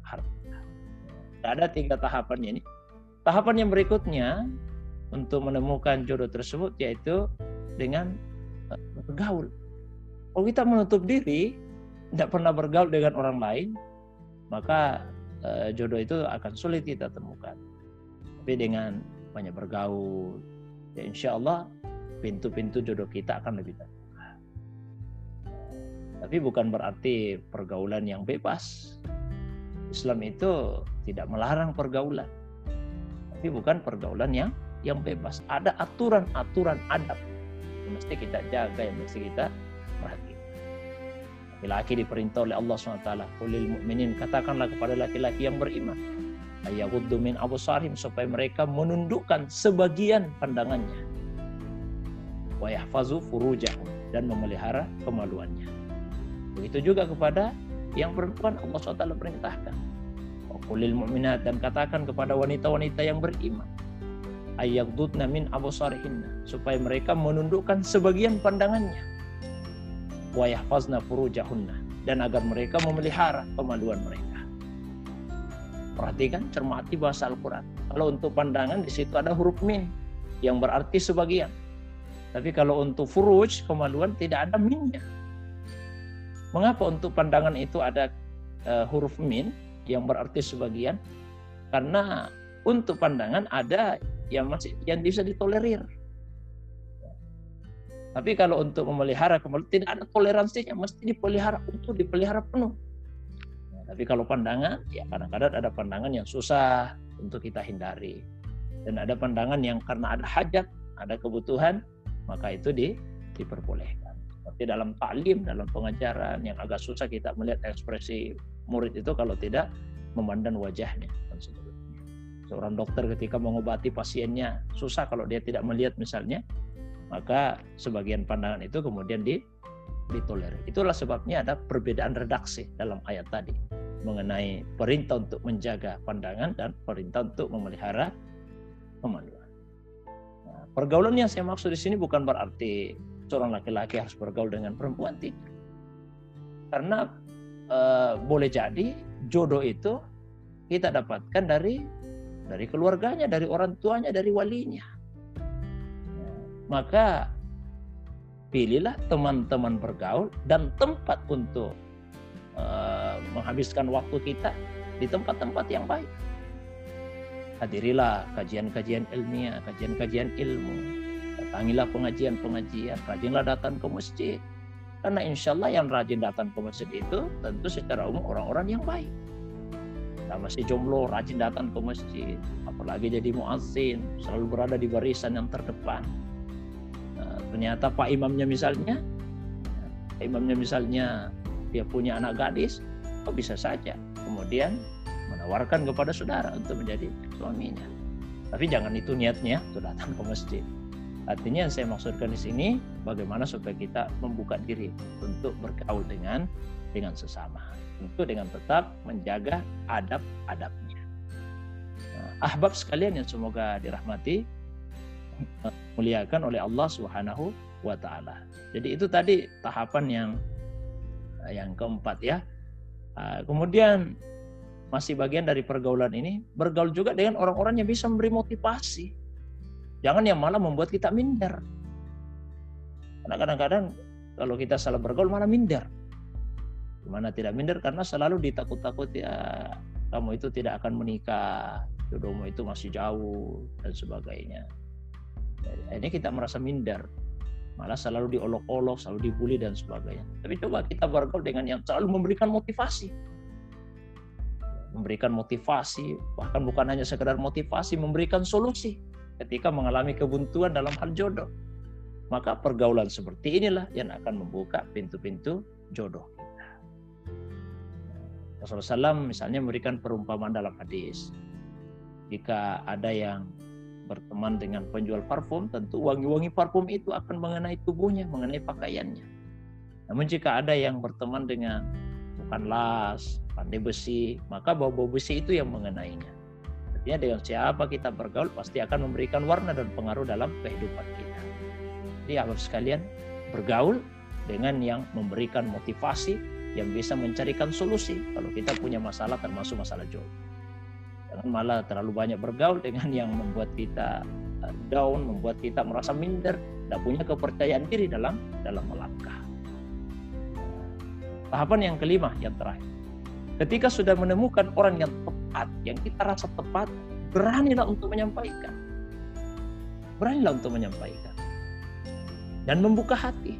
Ada 3 tahapannya ini. Tahapan yang berikutnya untuk menemukan jodoh tersebut yaitu dengan bergaul. Kalau kita menutup diri, tidak pernah bergaul dengan orang lain, maka jodoh itu akan sulit kita temukan. Tapi dengan banyak bergaul, ya insya Allah pintu-pintu jodoh kita akan lebih terbuka. Tapi bukan berarti pergaulan yang bebas. Islam itu tidak melarang pergaulan, tapi bukan pergaulan yang bebas. Ada aturan-aturan adab yang mesti kita jaga, yang mesti kita perhatikan. Laki-laki diperintah oleh Allah SWT, qulil mu'minin, katakanlah kepada laki-laki yang beriman, ayaghuddu min absarihim, supaya mereka menundukkan sebagian pandangannya, wa yahfazu furujahum, dan memelihara kemaluannya. Begitu juga kepada yang perempuan, Allah SWT perintahkan, wa qulil mu'minat, dan katakan kepada wanita-wanita yang beriman, ayaghudna min absarihinna, supaya mereka menundukkan sebagian pandangannya, wa yahfazna furujahunna, dan agar mereka memelihara kemaluan mereka. Perhatikan, cermati bahasa Al-Quran. Kalau untuk pandangan di situ ada huruf min yang berarti sebagian. Tapi kalau untuk furuj, kemaluan, tidak ada minnya. Mengapa untuk pandangan itu ada huruf min yang berarti sebagian? Karena untuk pandangan ada yang masih yang bisa ditolerir. Tapi kalau untuk memelihara kemaluan tidak ada toleransinya, mesti dipelihara penuh. Tapi kalau pandangan, ya kadang-kadang ada pandangan yang susah untuk kita hindari. Dan ada pandangan yang karena ada hajat, ada kebutuhan, maka itu diperbolehkan. Seperti dalam ta'lim, dalam pengajaran yang agak susah kita melihat ekspresi murid itu kalau tidak memandang wajahnya. Seorang dokter ketika mengobati pasiennya susah kalau dia tidak melihat misalnya, maka sebagian pandangan itu kemudian ditolerir. Itulah sebabnya ada perbedaan redaksi dalam ayat tadi mengenai perintah untuk menjaga pandangan dan perintah untuk memelihara kemaluan. Nah, pergaulan yang saya maksud di sini bukan berarti seorang laki-laki harus bergaul dengan perempuan, tidak. Karena boleh jadi jodoh itu kita dapatkan dari keluarganya, dari orang tuanya, dari walinya. Maka pilihlah teman-teman bergaul dan tempat untuk menghabiskan waktu kita di tempat-tempat yang baik. Hadirilah kajian-kajian ilmiah, kajian-kajian ilmu. Datangilah pengajian-pengajian, rajinlah datang ke masjid. Karena insya Allah yang rajin datang ke masjid itu tentu secara umum orang-orang yang baik. Nah, masih jomblo, rajin datang ke masjid. Apalagi jadi muazzin, selalu berada di barisan yang terdepan. Ternyata Pak Imamnya misalnya dia punya anak gadis, bisa saja kemudian menawarkan kepada saudara untuk menjadi suaminya. Tapi jangan itu niatnya untuk datang ke masjid. Artinya yang saya maksudkan di sini bagaimana supaya kita membuka diri untuk bergaul dengan sesama, tentu dengan tetap menjaga adab-adabnya. Nah, ahbab sekalian yang semoga dirahmati, muliakan oleh Allah Subhanahu wa taala. Jadi itu tadi tahapan yang keempat ya. Kemudian masih bagian dari pergaulan ini, bergaul juga dengan orang-orang yang bisa memberi motivasi. Jangan yang malah membuat kita minder. Karena kadang-kadang kalau kita salah bergaul malah minder. Gimana tidak minder? Karena selalu ditakut-takuti, ya, kamu itu tidak akan menikah, jodohmu itu masih jauh dan sebagainya. Ini kita merasa minder, malah selalu diolok-olok, selalu dibully dan sebagainya. Tapi coba kita bergaul dengan yang selalu memberikan motivasi, bahkan bukan hanya sekedar motivasi, memberikan solusi ketika mengalami kebuntuan dalam hal jodoh. Maka pergaulan seperti inilah yang akan membuka pintu-pintu jodoh kita. Rasulullah SAW misalnya memberikan perumpamaan dalam hadis, jika ada yang berteman dengan penjual parfum, tentu wangi-wangi parfum itu akan mengenai tubuhnya, mengenai pakaiannya. Namun jika ada yang berteman dengan bukan las, pandai besi, maka bau-bau besi itu yang mengenainya. Artinya dengan siapa kita bergaul pasti akan memberikan warna dan pengaruh dalam kehidupan kita. Jadi ahbab sekalian, bergaul dengan yang memberikan motivasi, yang bisa mencarikan solusi kalau kita punya masalah, termasuk masalah jodoh. Jangan malah terlalu banyak bergaul dengan yang membuat kita down, membuat kita merasa minder, tidak punya kepercayaan diri dalam melangkah. Tahapan yang kelima, yang terakhir. Ketika sudah menemukan orang yang tepat, yang kita rasa tepat, beranilah untuk menyampaikan. Beranilah untuk menyampaikan. Dan membuka hati.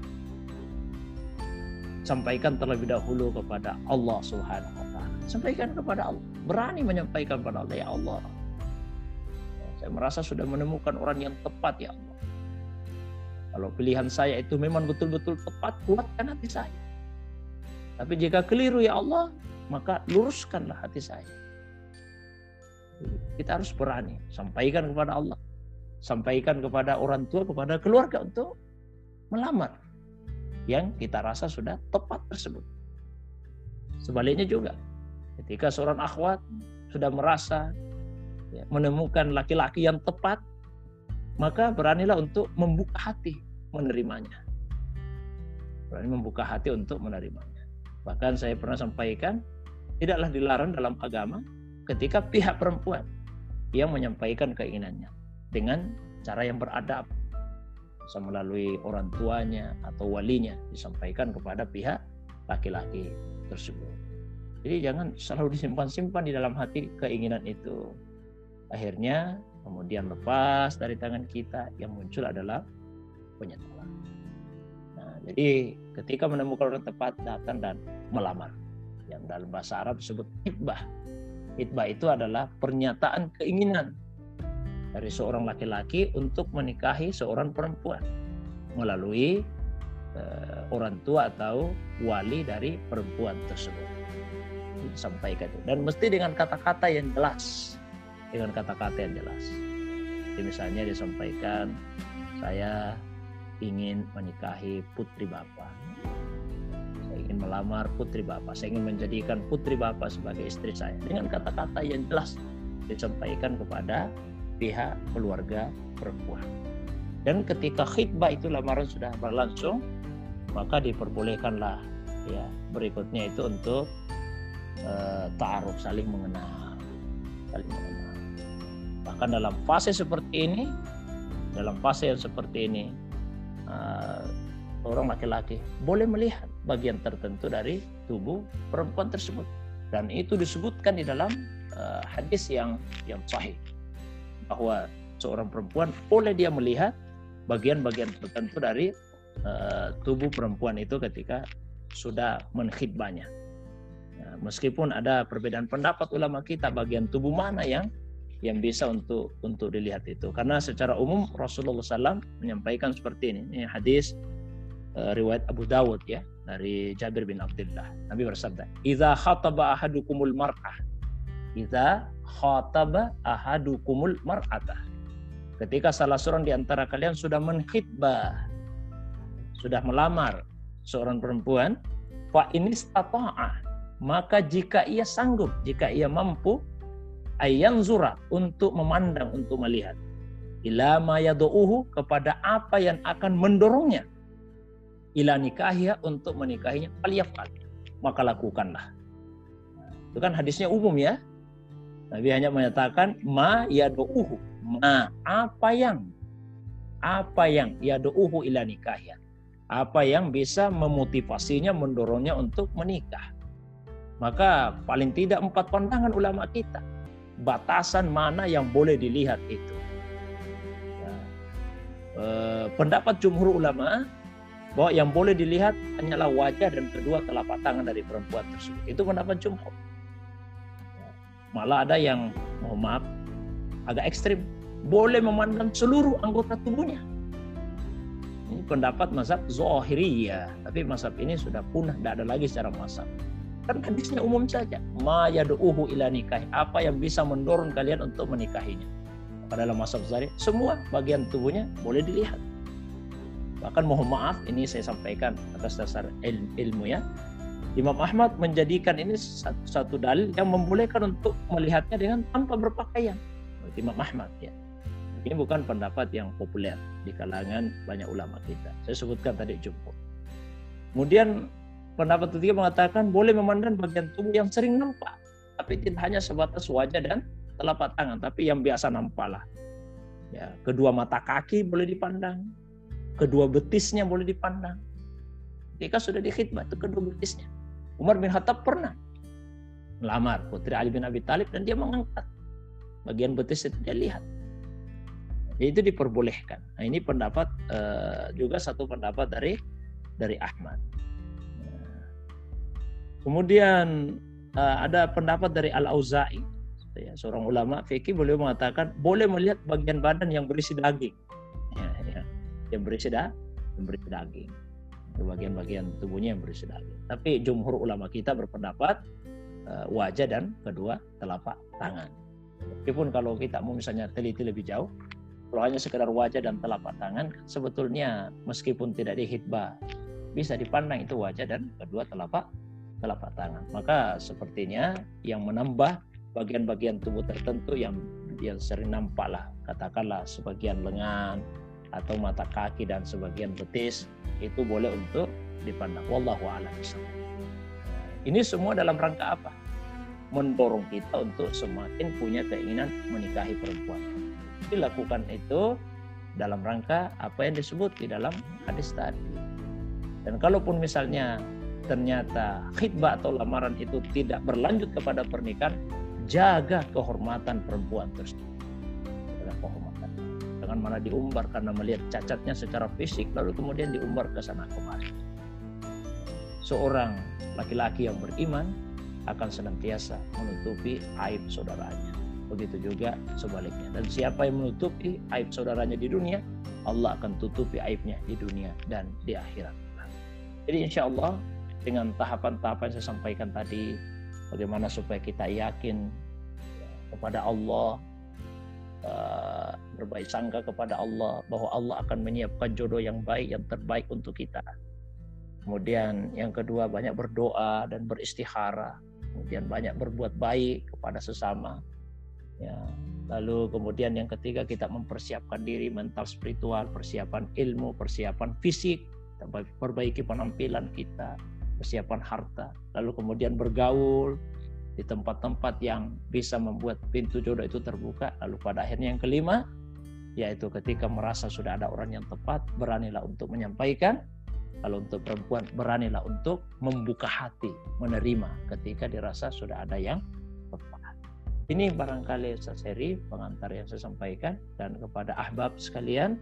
Sampaikan terlebih dahulu kepada Allah Subhanahu wa taala. Sampaikan kepada Allah. Berani menyampaikan kepada Allah, ya Allah, saya merasa sudah menemukan orang yang tepat, ya Allah. Kalau pilihan saya itu memang betul-betul tepat, kuatkan hati saya. Tapi jika keliru, ya Allah, maka luruskanlah hati saya. Kita harus berani sampaikan kepada Allah, sampaikan kepada orang tua, kepada keluarga untuk melamar yang kita rasa sudah tepat tersebut. Sebaliknya juga, ketika seorang akhwat sudah merasa menemukan laki-laki yang tepat, maka beranilah untuk membuka hati menerimanya. Berani membuka hati untuk menerimanya. Bahkan saya pernah sampaikan, tidaklah dilarang dalam agama ketika pihak perempuan yang menyampaikan keinginannya dengan cara yang beradab, bisa melalui orang tuanya atau walinya disampaikan kepada pihak laki-laki tersebut. Jadi jangan selalu disimpan-simpan di dalam hati keinginan itu. Akhirnya kemudian lepas dari tangan kita, yang muncul adalah penyesalan. Nah, jadi ketika menemukan orang tepat, datang dan melamar. Yang dalam bahasa Arab disebut hitbah. Hitbah itu adalah pernyataan keinginan dari seorang laki-laki untuk menikahi seorang perempuan melalui orang tua atau wali dari perempuan tersebut. Disampaikan itu, dan mesti dengan kata-kata yang jelas, dengan kata-kata yang jelas. Jadi misalnya disampaikan, saya ingin menikahi putri bapak, saya ingin melamar putri bapak, saya ingin menjadikan putri bapak sebagai istri saya, dengan kata-kata yang jelas disampaikan kepada pihak keluarga perempuan. Dan ketika khitbah itu lamaran sudah berlangsung, maka diperbolehkanlah ya berikutnya itu untuk ta'aruf, saling mengenal. Bahkan dalam fase seperti ini, orang laki-laki boleh melihat bagian tertentu dari tubuh perempuan tersebut, dan itu disebutkan di dalam hadis yang sahih, bahwa seorang perempuan boleh dia melihat bagian-bagian tertentu dari tubuh perempuan itu ketika sudah menkhitbahnya. Ya, meskipun ada perbedaan pendapat ulama kita bagian tubuh mana yang bisa untuk dilihat itu, karena secara umum Rasulullah SAW menyampaikan seperti ini. Ini hadis riwayat Abu Dawud ya, dari Jabir bin Abdullah. Nabi bersabda, "Idza khataba ahadukumul mar'ah." Idza khataba ahadukumul mar'atah. Ketika salah seorang di antara kalian sudah menkhitbah, sudah melamar seorang perempuan, fa inistata'a, maka jika ia sanggup, jika ia mampu, ayanzura, untuk memandang, untuk melihat, ila ma yadu'uhu, kepada apa yang akan mendorongnya, ila nikahia, untuk menikahinya, faliyafal, maka lakukanlah. Itu kan hadisnya umum ya. Nabi hanya menyatakan ma yadu'uhu, ma, apa yang yadu'uhu ila nikahia, apa yang bisa memotivasinya, mendorongnya untuk menikah. Maka paling tidak 4 pandangan ulama kita, batasan mana yang boleh dilihat itu. Ya. Pendapat jumhur ulama bahwa yang boleh dilihat hanyalah wajah dan kedua telapak tangan dari perempuan tersebut. Itu pendapat jumhur. Ya. Malah ada yang, mohon maaf, agak ekstrim, boleh memandang seluruh anggota tubuhnya. Ini pendapat mazhab Zahiriyah, tapi mazhab ini sudah punah, tidak ada lagi secara mazhab. Kan hadisnya umum saja, ma yadu'uhu ila nikah, apa yang bisa mendorong kalian untuk menikahinya. Maka dalam mazhab Zahiri, semua bagian tubuhnya boleh dilihat. Bahkan mohon maaf, ini saya sampaikan atas dasar ilmu ya, Imam Ahmad menjadikan ini satu dalil yang membolehkan untuk melihatnya dengan tanpa berpakaian. Imam Ahmad ya. Ini bukan pendapat yang populer di kalangan banyak ulama kita. Saya sebutkan tadi jumhur. Kemudian pendapat ketiga mengatakan boleh memandang bagian tubuh yang sering nampak, tapi tidak hanya sebatas wajah dan telapak tangan, tapi yang biasa nampak lah. Ya, kedua mata kaki boleh dipandang, kedua betisnya boleh dipandang. Ketika sudah dikhitbah itu kedua betisnya. Umar bin Khattab pernah melamar putri Ali bin Abi Thalib dan dia mengangkat bagian betis itu, dia lihat. Jadi itu diperbolehkan. Nah, ini pendapat juga satu pendapat dari Ahmad. Kemudian ada pendapat dari Al-Auza'i, ya, seorang ulama fikih, beliau mengatakan boleh melihat bagian badan yang berisi daging, yang berisi daging, bagian-bagian tubuhnya yang berisi daging. Tapi jumhur ulama kita berpendapat wajah dan kedua telapak tangan. Meskipun kalau kita mau misalnya teliti lebih jauh, kalau hanya sekedar wajah dan telapak tangan, sebetulnya meskipun tidak dihitbah bisa dipandang itu wajah dan kedua telapak tangan. Maka sepertinya yang menambah bagian-bagian tubuh tertentu yang sering nampak lah, katakanlah sebagian lengan atau mata kaki dan sebagian betis, itu boleh untuk dipandang. Wallahu a'lam bishawab. Ini semua dalam rangka apa? Mendorong kita untuk semakin punya keinginan menikahi perempuan. Dilakukan itu dalam rangka apa yang disebut di dalam hadis tadi. Dan kalaupun misalnya ternyata khitbah atau lamaran itu tidak berlanjut kepada pernikahan, jaga kehormatan perempuan tersebut. Jaga kehormatan. Jangan malah diumbar karena melihat cacatnya secara fisik lalu kemudian diumbar ke sana kemari. Seorang laki-laki yang beriman akan senantiasa menutupi aib saudaranya. Begitu juga sebaliknya. Dan siapa yang menutupi aib saudaranya di dunia, Allah akan tutupi aibnya di dunia dan di akhirat. Jadi insya Allah dengan tahapan-tahapan yang saya sampaikan tadi, bagaimana supaya kita yakin kepada Allah, berbaik sangka kepada Allah, bahwa Allah akan menyiapkan jodoh yang baik, yang terbaik untuk kita. Kemudian yang kedua, banyak berdoa dan beristikharah. Kemudian banyak berbuat baik kepada sesama. Ya. Lalu kemudian yang ketiga, kita mempersiapkan diri mental, spiritual, persiapan ilmu, persiapan fisik, perbaiki penampilan kita, persiapan harta. Lalu kemudian bergaul di tempat-tempat yang bisa membuat pintu jodoh itu terbuka. Lalu pada akhirnya yang kelima, yaitu ketika merasa sudah ada orang yang tepat, beranilah untuk menyampaikan. Kalau untuk perempuan, beranilah untuk membuka hati, menerima ketika dirasa sudah ada yang tepat. Ini barangkali Ustaz Heri pengantar yang saya sampaikan. Dan kepada ahbab sekalian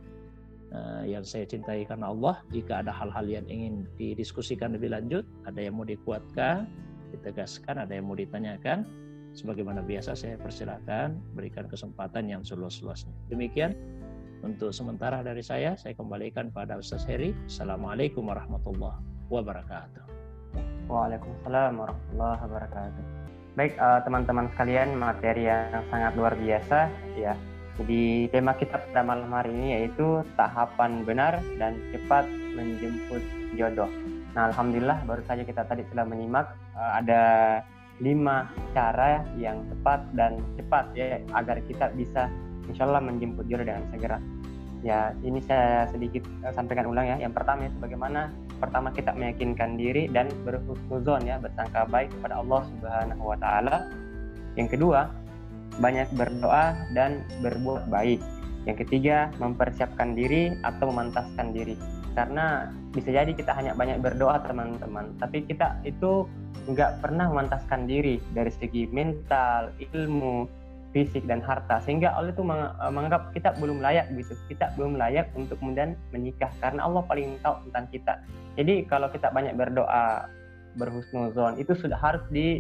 yang saya cintai karena Allah, jika ada hal-hal yang ingin didiskusikan lebih lanjut, ada yang mau dikuatkan, ditegaskan, ada yang mau ditanyakan, sebagaimana biasa saya persilakan, berikan kesempatan yang seluas-luasnya. Demikian untuk sementara dari saya kembalikan pada Ustaz Heri. Assalamualaikum warahmatullahi wabarakatuh. Waalaikumsalam warahmatullahi wabarakatuh. Baik teman-teman sekalian, materi yang sangat luar biasa ya. Jadi tema kita pada malam hari ini yaitu tahapan benar dan cepat menjemput jodoh. Nah, alhamdulillah baru saja kita tadi telah menyimak ada 5 cara yang tepat dan cepat ya agar kita bisa insyaallah menjemput jodoh dengan segera. Ya, ini saya sedikit sampaikan ulang ya. Yang pertama itu bagaimana pertama kita meyakinkan diri dan berhusnuzon ya, bersangka baik kepada Allah Subhanahu wa taala. Yang kedua, banyak berdoa dan berbuat baik. Yang ketiga, mempersiapkan diri atau memantaskan diri. Karena bisa jadi kita hanya banyak berdoa teman-teman, tapi kita itu nggak pernah memantaskan diri dari segi mental, ilmu, fisik dan harta, sehingga Allah itu menganggap kita belum layak gitu. Kita belum layak untuk kemudian menikah karena Allah paling tahu tentang kita. Jadi kalau kita banyak berdoa, berhusnuzon, itu sudah harus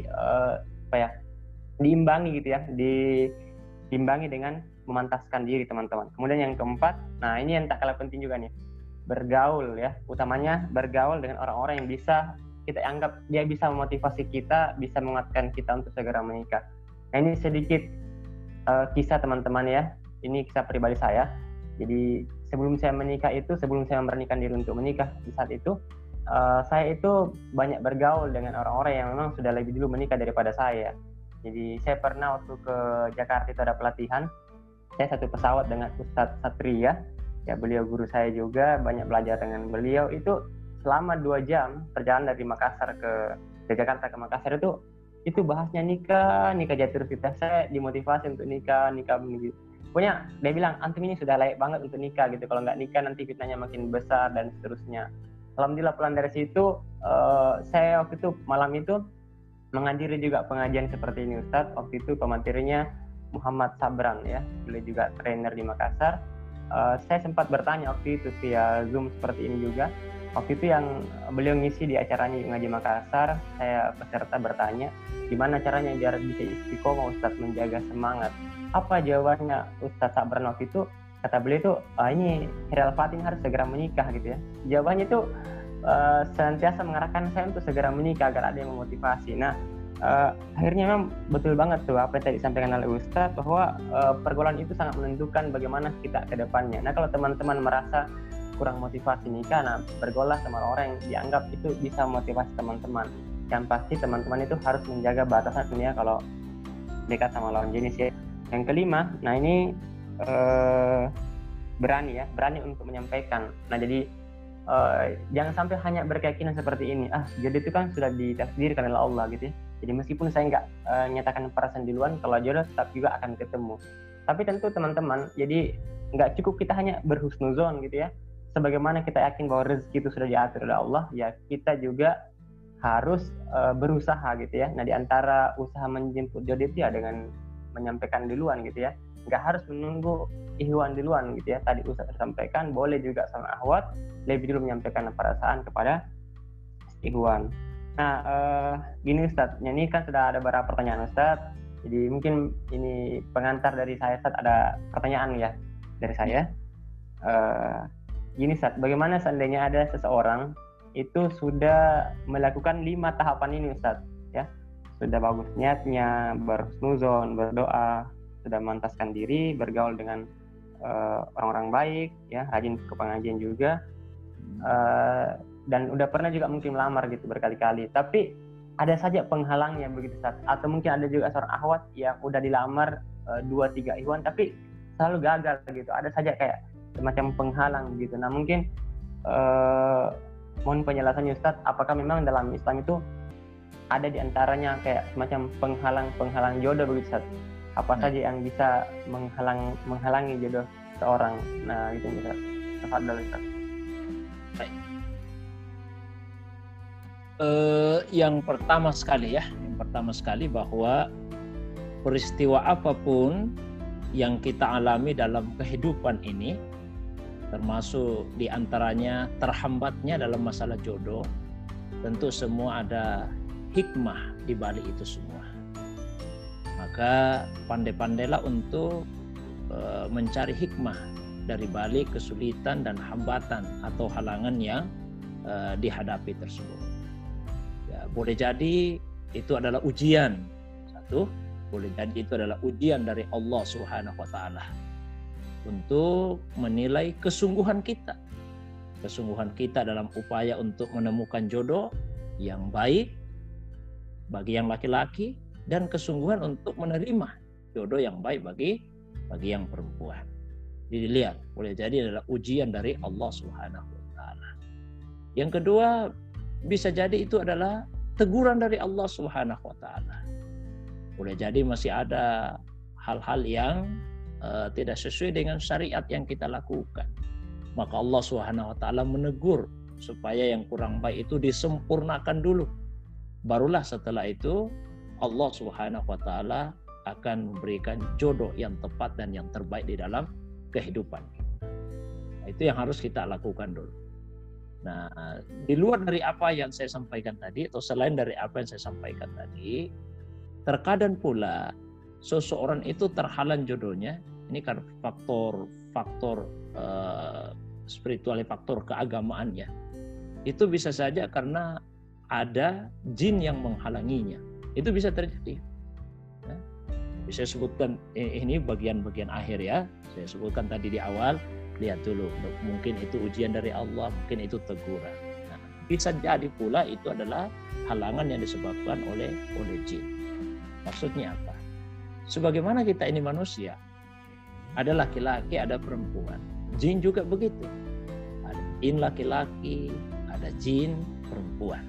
diimbangi gitu ya, diimbangi dengan memantaskan diri teman-teman. Kemudian yang keempat, nah ini yang tak kalah penting juga nih, bergaul ya, utamanya bergaul dengan orang-orang yang bisa kita anggap dia bisa memotivasi kita, bisa menguatkan kita untuk segera menikah. Nah ini sedikit kisah teman-teman ya, ini kisah pribadi saya. Jadi sebelum saya menikah itu, sebelum saya memberanikan diri untuk menikah di saat itu, saya itu banyak bergaul dengan orang-orang yang memang sudah lebih dulu menikah daripada saya. Jadi saya pernah waktu ke Jakarta itu ada pelatihan, saya satu pesawat dengan Ustadz Satria, ya beliau guru saya juga, banyak belajar dengan beliau. Itu selama 2 jam perjalanan dari Makassar ke Jakarta ke Makassar itu bahasnya nikah jatuh kita. Saya dimotivasi untuk nikah begitu. Pokoknya dia bilang antum ini sudah layak banget untuk nikah gitu. Kalau nggak nikah nanti fitnahnya makin besar dan seterusnya. Alhamdulillah pulang dari situ saya waktu itu malam itu menghadiri juga pengajian seperti ini Ustadz. Waktu itu pematerinya Muhammad Sabran ya, beliau juga trainer di Makassar. Saya sempat bertanya waktu itu via Zoom seperti ini juga. Waktu itu yang beliau ngisi di acaranya Ngaji Makassar, saya peserta bertanya, gimana caranya biar bisa istiqomah Ustadz menjaga semangat? Apa jawabannya Ustadz Sabran waktu itu? Kata beliau itu, ini Hiral Fatin harus segera menikah gitu ya. Jawabannya itu senantiasa mengarahkan saya untuk segera menikah agar ada yang memotivasi. Nah, akhirnya memang betul banget tuh apa yang tadi disampaikan oleh Ustadz bahwa pergaulan itu sangat menentukan bagaimana kita ke depannya. Nah, kalau teman-teman merasa kurang motivasi nikah, nah bergaulah sama orang yang dianggap itu bisa motivasi teman-teman. Yang pasti teman-teman itu harus menjaga batasan ya kalau dekat sama lawan jenis ya. Yang kelima, nah ini berani untuk menyampaikan. Nah jadi jangan sampai hanya berkeyakinan seperti ini, jodoh itu kan sudah ditakdirkan oleh Allah gitu ya. Jadi meskipun saya nggak nyatakan perasaan duluan, kalau jodoh tetap juga akan ketemu. Tapi tentu teman-teman, jadi nggak cukup kita hanya berhusnuzon gitu ya. Sebagaimana kita yakin bahwa rezeki itu sudah diatur oleh Allah, ya kita juga harus berusaha gitu ya. Nah, di antara usaha menjemput jodoh itu ya dengan menyampaikan duluan gitu ya. Nggak harus menunggu ihwan duluan gitu ya. Tadi Ustaz sampaikan, boleh juga sama akhwat lebih dulu menyampaikan perasaan kepada ihwan. Nah, gini Ustaz, ini kan sudah ada beberapa pertanyaan Ustaz. Jadi mungkin ini pengantar dari saya Ustaz, ada pertanyaan ya dari saya. Gini Ustaz, bagaimana seandainya ada seseorang itu sudah melakukan 5 tahapan ini Ustaz ya. Sudah bagus niatnya, berhusnuzon, berdoa, sudah memantaskan diri, bergaul dengan orang-orang baik ya, rajin ke pengajian juga, dan udah pernah juga mungkin melamar gitu berkali-kali, tapi ada saja penghalangnya begitu Ustaz. Atau mungkin ada juga seorang akhwat yang udah dilamar 2-3 ikhwan tapi selalu gagal gitu, ada saja kayak semacam penghalang gitu. Nah, mungkin mohon penjelasannya Ustaz, apakah memang dalam Islam itu ada di antaranya kayak semacam penghalang jodoh begitu Ustaz? Apa saja yang bisa menghalangi jodoh seorang? Nah, gitu Ustaz. Tafadhol Ustaz. Baik. Yang pertama sekali bahwa peristiwa apapun yang kita alami dalam kehidupan ini, termasuk diantaranya terhambatnya dalam masalah jodoh, tentu semua ada hikmah di balik itu semua. Maka pandai-pandailah untuk mencari hikmah dari balik kesulitan dan hambatan atau halangan yang dihadapi tersebut. Ya, boleh jadi itu adalah ujian. Satu, boleh jadi itu adalah ujian dari Allah Subhanahu wa taala untuk menilai kesungguhan kita dalam upaya untuk menemukan jodoh yang baik bagi yang laki-laki dan kesungguhan untuk menerima jodoh yang baik bagi yang perempuan. Jadi lihat, boleh jadi adalah ujian dari Allah Subhanahu wa taala. Yang kedua, bisa jadi itu adalah teguran dari Allah Subhanahu wa taala. Boleh jadi masih ada hal-hal yang tidak sesuai dengan syariat yang kita lakukan. Maka Allah Subhanahu wa taala menegur supaya yang kurang baik itu disempurnakan dulu. Barulah setelah itu Allah Subhanahu wa taala akan memberikan jodoh yang tepat dan yang terbaik di dalam kehidupan. Nah, itu yang harus kita lakukan dulu. Nah, di luar dari apa yang saya sampaikan tadi atau selain dari apa yang saya sampaikan tadi, terkadang pula seseorang itu terhalang jodohnya ini karena faktor spiritual, faktor keagamaannya. Itu bisa saja karena ada jin yang menghalanginya. Itu bisa terjadi. Ya. Bisa sebutkan ini bagian-bagian akhir ya. Saya sebutkan tadi di awal. Lihat dulu, mungkin itu ujian dari Allah, mungkin itu teguran. Nah, bisa jadi pula itu adalah halangan yang disebabkan oleh jin. Maksudnya apa? Sebagaimana kita ini manusia, ada laki-laki, ada perempuan. Jin juga begitu. Ada jin laki-laki, ada jin perempuan.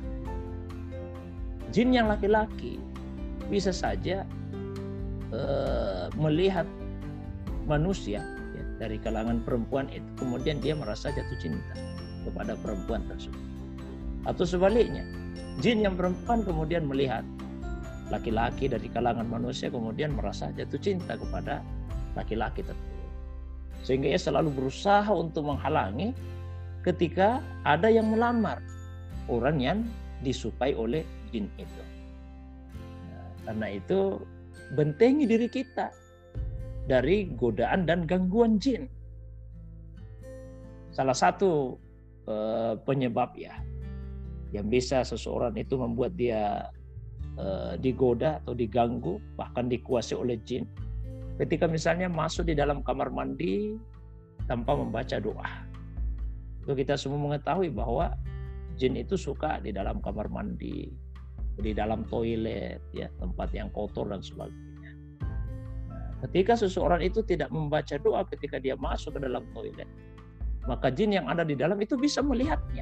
Jin yang laki-laki bisa saja melihat manusia ya, dari kalangan perempuan itu, kemudian dia merasa jatuh cinta kepada perempuan tersebut. Atau sebaliknya, jin yang perempuan kemudian melihat laki-laki dari kalangan manusia, kemudian merasa jatuh cinta kepada laki-laki tersebut. Sehingga ia selalu berusaha untuk menghalangi ketika ada yang melamar orang yang disukai oleh jin itu. Nah, karena itu bentengi diri kita dari godaan dan gangguan jin. Salah satu penyebab ya yang bisa seseorang itu membuat dia digoda atau diganggu, bahkan dikuasai oleh jin, ketika misalnya masuk di dalam kamar mandi tanpa membaca doa. Itu kita semua mengetahui bahwa jin itu suka di dalam kamar mandi, di dalam toilet, ya, tempat yang kotor dan sebagainya. Nah, ketika seseorang itu tidak membaca doa ketika dia masuk ke dalam toilet, maka jin yang ada di dalam itu bisa melihatnya.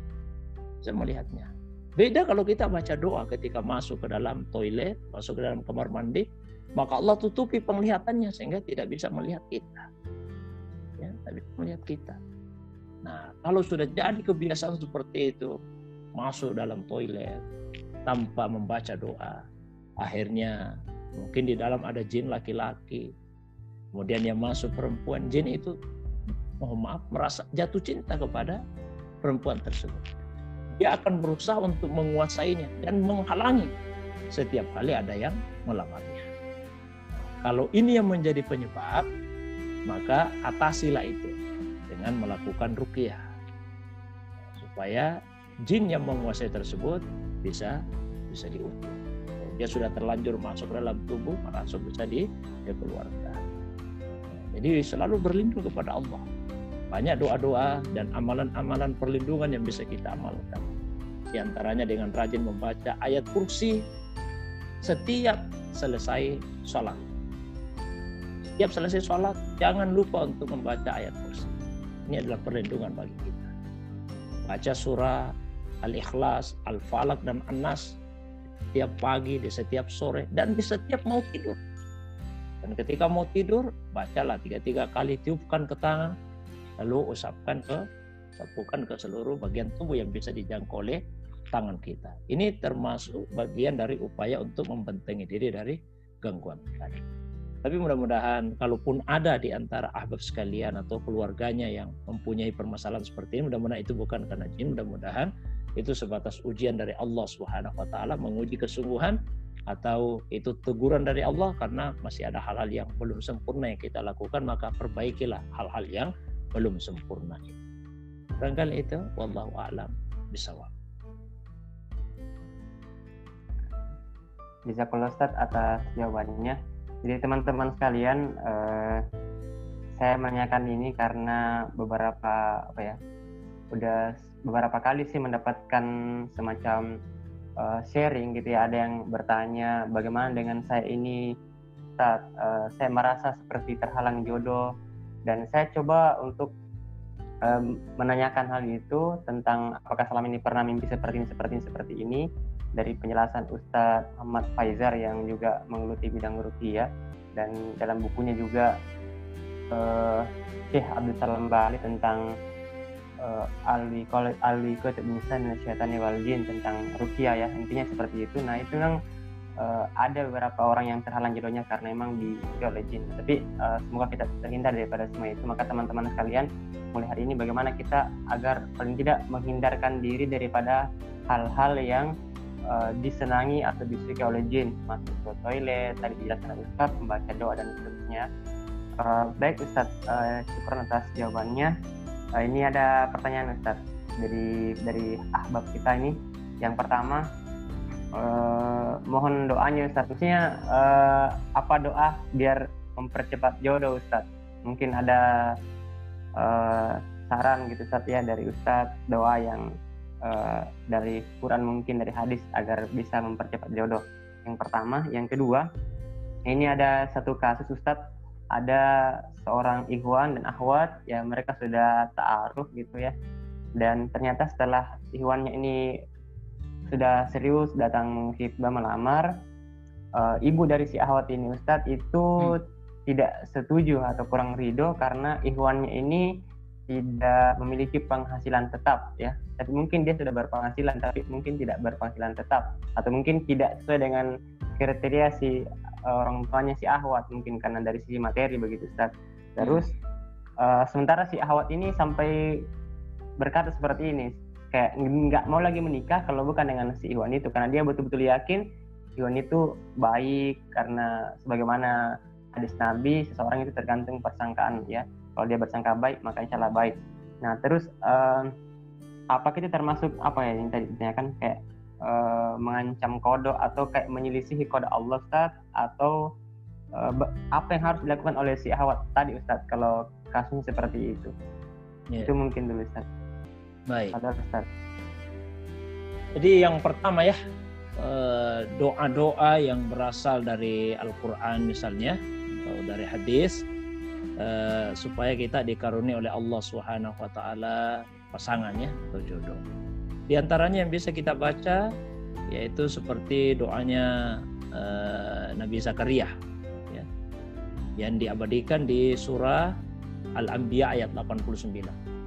Beda kalau kita baca doa ketika masuk ke dalam toilet, masuk ke dalam kamar mandi, maka Allah tutupi penglihatannya sehingga tidak bisa melihat kita. tak bisa melihat kita. Nah, kalau sudah jadi kebiasaan seperti itu, masuk dalam toilet tanpa membaca doa, akhirnya mungkin di dalam ada jin laki-laki, kemudian yang masuk perempuan, jin itu mohon maaf merasa jatuh cinta kepada perempuan tersebut. Dia akan berusaha untuk menguasainya dan menghalangi setiap kali ada yang melamarnya. Kalau ini yang menjadi penyebab, maka atasilah itu dengan melakukan ruqyah supaya jin yang menguasai tersebut bisa diusir. Kalau dia sudah terlanjur masuk dalam tubuh, langsung bisa dikeluarkan. Jadi selalu berlindung kepada Allah. Banyak doa-doa dan amalan-amalan perlindungan yang bisa kita amalkan. Di antaranya dengan rajin membaca ayat kursi setiap selesai sholat. Setiap selesai sholat, jangan lupa untuk membaca ayat kursi. Ini adalah perlindungan bagi kita. Baca surah Al-Ikhlas, Al-Falaq, dan An-Nas setiap pagi, di setiap sore, dan di setiap mau tidur. Dan ketika mau tidur, bacalah 3 kali, tiupkan ke tangan, lalu sapukan ke seluruh bagian tubuh yang bisa dijangkau oleh tangan kita. Ini termasuk bagian dari upaya untuk membentengi diri dari gangguan tadi. Tapi mudah-mudahan kalaupun ada di antara ahbab sekalian atau keluarganya yang mempunyai permasalahan seperti ini, mudah-mudahan itu bukan karena jin, mudah-mudahan itu sebatas ujian dari Allah Subhanahu wa taala, menguji kesungguhan, atau itu teguran dari Allah karena masih ada hal-hal yang belum sempurna yang kita lakukan, maka perbaikilah hal-hal yang belum sempurna. Barangkali itu, wallahu a'lam bishawab. Jazakallah Ustaz atas jawabannya. Jadi teman-teman sekalian, saya menanyakan ini karena udah beberapa kali sih mendapatkan semacam sharing gitu ya. Ada yang bertanya bagaimana dengan saya ini, Ustaz, saya merasa seperti terhalang jodoh, dan saya coba untuk menanyakan hal itu tentang apakah selama ini pernah mimpi seperti ini. Dari penjelasan Ustadz Muhammad Faizar yang juga menggeluti bidang ruqyah, dan dalam bukunya juga Syekh Abdul Salam Bali tentang Al-Wiqayah min Syaitani wal Jin tentang ruqyah ya, intinya seperti itu. Nah itu memang ada beberapa orang yang terhalang jodohnya karena memang diusir oleh jin. Tapi semoga kita terhindar daripada semua itu. Maka teman-teman sekalian, mulai hari ini bagaimana kita agar paling tidak menghindarkan diri daripada hal-hal yang disenangi atau disukai oleh jin, masuk ke toilet, tadi dijelaskan oleh Ustaz, membaca doa dan seterusnya. Baik Ustaz, syukur atas jawabannya. Ini ada pertanyaan Ustaz dari ahbab kita ini. Yang pertama, mohon doanya Ustaz. Maksudnya apa doa biar mempercepat jodoh Ustaz? Mungkin ada saran gitu Ustaz ya dari Ustaz, doa yang dari Quran mungkin dari hadis agar bisa mempercepat jodoh. Yang pertama, yang kedua, ini ada satu kasus Ustadz, ada seorang ikhwan dan akhwat ya, mereka sudah ta'aruf gitu ya, dan ternyata setelah ikhwannya ini sudah serius datang menghibah melamar, ibu dari si akhwat ini Ustadz itu tidak setuju atau kurang ridho karena ikhwannya ini tidak memiliki penghasilan tetap ya. Tapi mungkin dia sudah berpenghasilan tapi mungkin tidak berpenghasilan tetap, atau mungkin tidak sesuai dengan kriteria si orang tuanya si akhwat, mungkin karena dari sisi materi begitu Ustaz. Terus sementara si akhwat ini sampai berkata seperti ini, kayak nggak mau lagi menikah kalau bukan dengan si ikhwan itu, karena dia betul-betul yakin ikhwan itu baik, karena sebagaimana hadis Nabi, seseorang itu tergantung persangkaan ya. Kalau dia bersangka baik, maka insya Allah baik. Nah, terus apakah itu termasuk apa ya yang tadi ditanyakan, kayak mengancam kodok atau kayak menyelisihi kode Allah Ustaz, atau apa yang harus dilakukan oleh si akhwat tadi Ustaz kalau kasusnya seperti itu? Yeah. Itu mungkin dulu Ustaz. Baik. Ada Ustaz. Jadi yang pertama ya, doa-doa yang berasal dari Al-Quran misalnya atau dari hadis, supaya kita dikaruniai oleh Allah Subhanahu wa taala pasangannya atau jodoh. Di antaranya yang bisa kita baca yaitu seperti doanya Nabi Zakaria ya, yang diabadikan di surah Al-Anbiya ayat 89.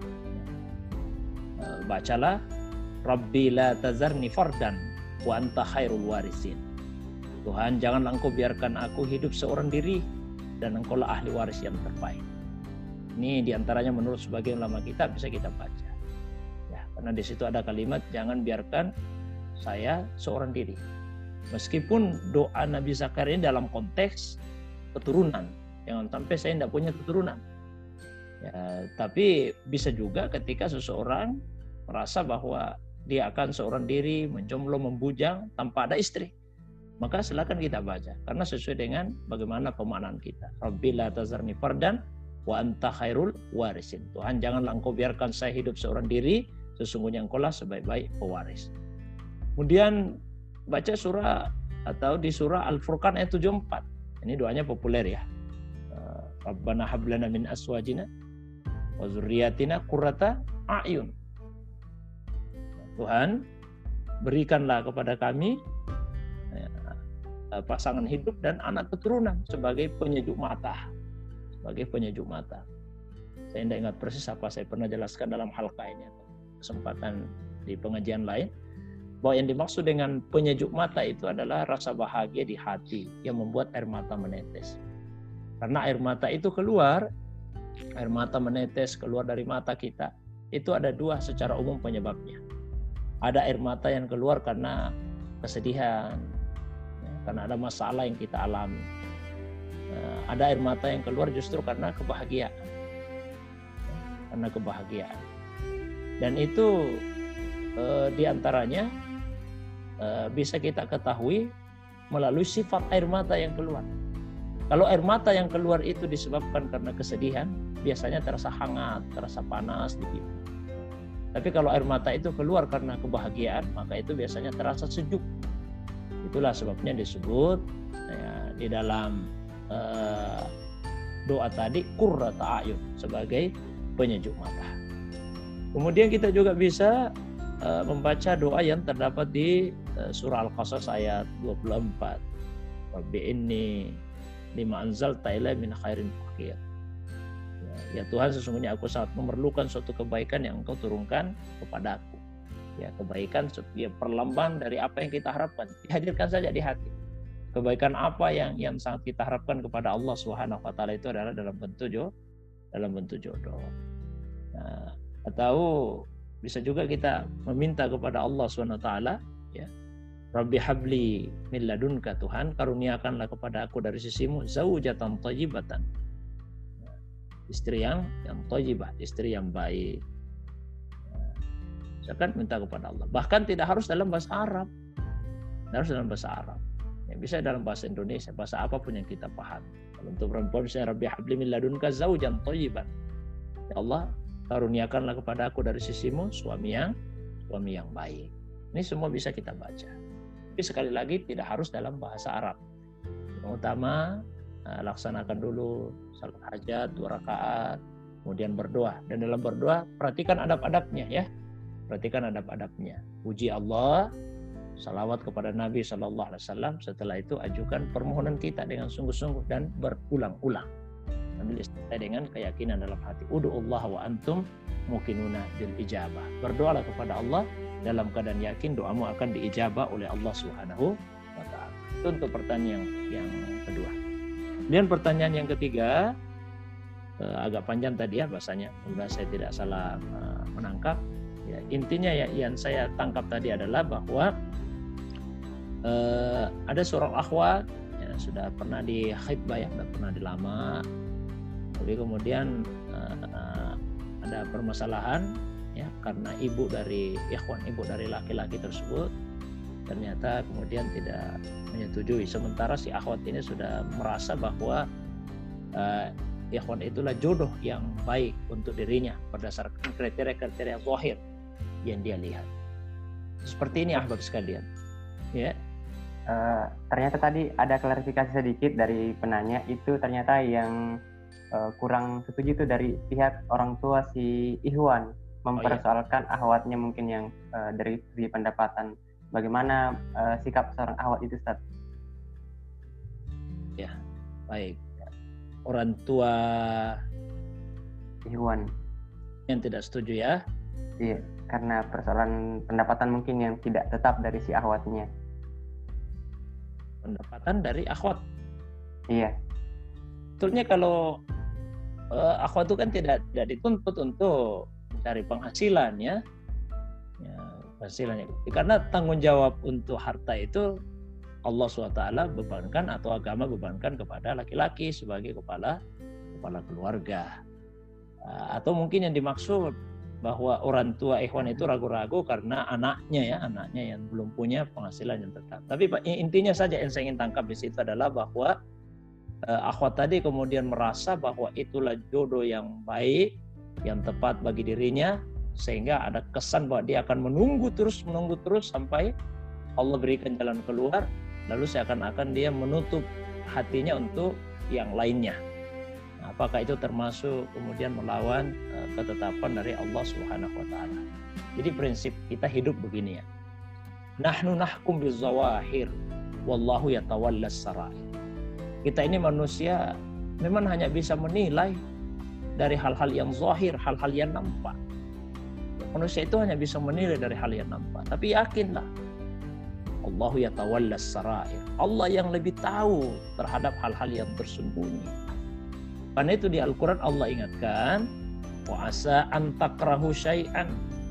Bacalah, Rabbi la tazarni fardan wa anta khairul warisin. Tuhan, janganlah engkau biarkan aku hidup seorang diri dan engkaulah ahli waris yang terbaik. Ini diantaranya menurut sebagian ulama kita bisa kita baca. Ya, karena di situ ada kalimat jangan biarkan saya seorang diri. Meskipun doa Nabi Zakaria ini dalam konteks keturunan, jangan sampai saya tidak punya keturunan. Ya, tapi bisa juga ketika seseorang merasa bahwa dia akan seorang diri, menjomblo, membujang tanpa ada istri, maka silakan kita baca karena sesuai dengan bagaimana pemaknaan kita. Rabbi la tazarni fardan wa anta khairul warisin. Tuhan, janganlah engkau biarkan saya hidup seorang diri, sesungguhnya engkaulah sebaik-baik pewaris. Kemudian baca surah atau di surah Al-Furqan ayat 74. Ini doanya populer ya. Rabbana hab lana min azwajina wa dzurriyyatina qurrata a'yun. Tuhan, berikanlah kepada kami pasangan hidup dan anak keturunan sebagai penyejuk mata. Sebagai penyejuk mata. Saya tidak ingat persis apa saya pernah jelaskan dalam halqa ini atau kesempatan di pengajian lain, bahwa yang dimaksud dengan penyejuk mata itu adalah rasa bahagia di hati yang membuat air mata menetes. Karena air mata itu keluar, air mata menetes keluar dari mata kita, itu ada dua secara umum penyebabnya. Ada air mata yang keluar karena kesedihan, karena ada masalah yang kita alami. Ada air mata yang keluar justru karena kebahagiaan. Karena kebahagiaan. Dan itu diantaranya bisa kita ketahui melalui sifat air mata yang keluar. Kalau air mata yang keluar itu disebabkan karena kesedihan, biasanya terasa hangat, terasa panas di pipi. Tapi kalau air mata itu keluar karena kebahagiaan, maka itu biasanya terasa sejuk. Itulah sebabnya disebut ya, di dalam doa tadi qurrata a'yun, sebagai penyejuk mata. Kemudian kita juga bisa membaca doa yang terdapat di surah Al-Qasas ayat 24. Rabbi inni lima anzalta ilaiya min khairin faqir. Ya Tuhan, sesungguhnya aku sangat memerlukan suatu kebaikan yang Engkau turunkan kepadaku. Ya, kebaikan ya, perlambang dari apa yang kita harapkan. Dihadirkan saja di hati. Kebaikan apa yang sangat kita harapkan kepada Allah Subhanahu wa taala itu adalah dalam bentuk jodoh. Nah, atau bisa juga kita meminta kepada Allah Subhanahu wa taala, ya. Rabbi habli min ladunka, Tuhan, karuniakanlah kepada aku dari sisimu zaujatan thayyibatan. Istri yang thayyibah, istri yang baik. Misalkan minta kepada Allah. Bahkan tidak harus dalam bahasa Arab. Tidak harus dalam bahasa Arab. Ya, bisa dalam bahasa Indonesia, bahasa apapun yang kita paham. Kalau untuk perempuan bisa Rabbi habli min ladunka zaujan thayyiban. Ya Allah, karuniakanlah kepada aku dari sisimu suami yang baik. Ini semua bisa kita baca. Tapi sekali lagi tidak harus dalam bahasa Arab. Yang utama laksanakan dulu salat hajat 2 rakaat, kemudian berdoa. Dan dalam berdoa perhatikan adab-adabnya ya. Perhatikan adab-adabnya. Puji Allah, salawat kepada Nabi SAW. Setelah itu ajukan permohonan kita dengan sungguh-sungguh dan berulang-ulang. Sambil istiqomah dengan keyakinan dalam hati. Ud'ullaha wa antum muqinuna bil ijabah. Berdoalah kepada Allah dalam keadaan yakin doamu akan diijabah oleh Allah Subhanahu wa taala. Itu untuk pertanyaan yang kedua. Kemudian pertanyaan yang ketiga, agak panjang tadi ya bahasanya. Semoga saya tidak salah menangkap. Ya, intinya ya yang saya tangkap tadi adalah bahwa ada seorang akhwat ya, sudah pernah di khitbah ya, sudah pernah dilama, tapi kemudian ada permasalahan ya karena ibu dari laki-laki tersebut ternyata kemudian tidak menyetujui. Sementara si akhwat ini sudah merasa bahwa ikhwan itulah jodoh yang baik untuk dirinya berdasarkan kriteria-kriteria zahir yang dia lihat. Seperti ini ahbab sekalian. Ya. Ternyata tadi ada klarifikasi sedikit dari penanya, itu ternyata yang kurang setuju itu dari pihak orang tua si Ikhwan mempersoalkan akhwatnya mungkin yang dari segi pendapatan. Bagaimana sikap seorang akhwat itu, Ustaz? Ya, baik. Orang tua Ikhwan. Yang tidak setuju ya? Iya, karena persoalan pendapatan mungkin yang tidak tetap dari si akhwatnya. Pendapatan dari akhwat. Iya. Sebetulnya kalau akhwat itu kan tidak dituntut untuk mencari penghasilan ya. Penghasilannya. Karena tanggung jawab untuk harta itu Allah SWT bebankan atau agama bebankan kepada laki-laki sebagai kepala keluarga. Atau mungkin yang dimaksud bahwa orang tua ikhwan itu ragu-ragu karena anaknya yang belum punya penghasilan yang tetap. Tapi intinya saja yang saya ingin tangkap di situ adalah bahwa akhwat tadi kemudian merasa bahwa itulah jodoh yang baik, yang tepat bagi dirinya, sehingga ada kesan bahwa dia akan menunggu terus sampai Allah berikan jalan keluar, lalu seakan-akan dia menutup hatinya untuk yang lainnya. Nah, apakah itu termasuk kemudian melawan ketetapan dari Allah Subhanahu wa taala? Jadi prinsip kita hidup begini ya. Nahnu nahkum bizawahir wallahu yatawallas sarair. Kita ini manusia memang hanya bisa menilai dari hal-hal yang zahir, hal-hal yang nampak. Manusia itu hanya bisa menilai dari hal yang nampak. Tapi yakinlah, Allahu yatawallas sarair. Allah yang lebih tahu terhadap hal-hal yang tersembunyi. Karena itu di Al-Quran Allah ingatkan, wa asa an takrahu syai'an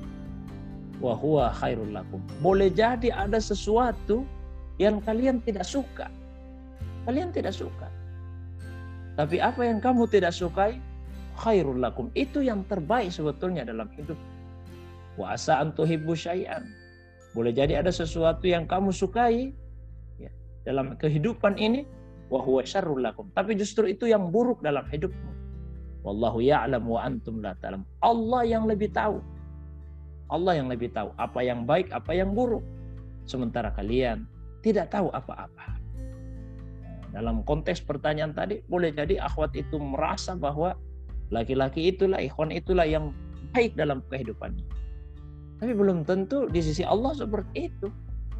wa huwa khairul lakum. Boleh jadi ada sesuatu yang kalian tidak suka. Kalian tidak suka. Tapi apa yang kamu tidak sukai, khairul lakum. Itu yang terbaik sebetulnya dalam hidup. Wa asa an tuhibbu syai'an. Boleh jadi ada sesuatu yang kamu sukai ya, dalam kehidupan ini, wa huwa syarrul lakum. Tapi justru itu yang buruk dalam hidupmu. Wallahu ya'lam wa antum la ta'lam. Allah yang lebih tahu. Allah yang lebih tahu apa yang baik, apa yang buruk. Sementara kalian tidak tahu apa-apa. Dalam konteks pertanyaan tadi, boleh jadi akhwat itu merasa bahwa laki-laki itulah, ikhwan itulah yang baik dalam kehidupannya. Tapi belum tentu di sisi Allah seperti itu.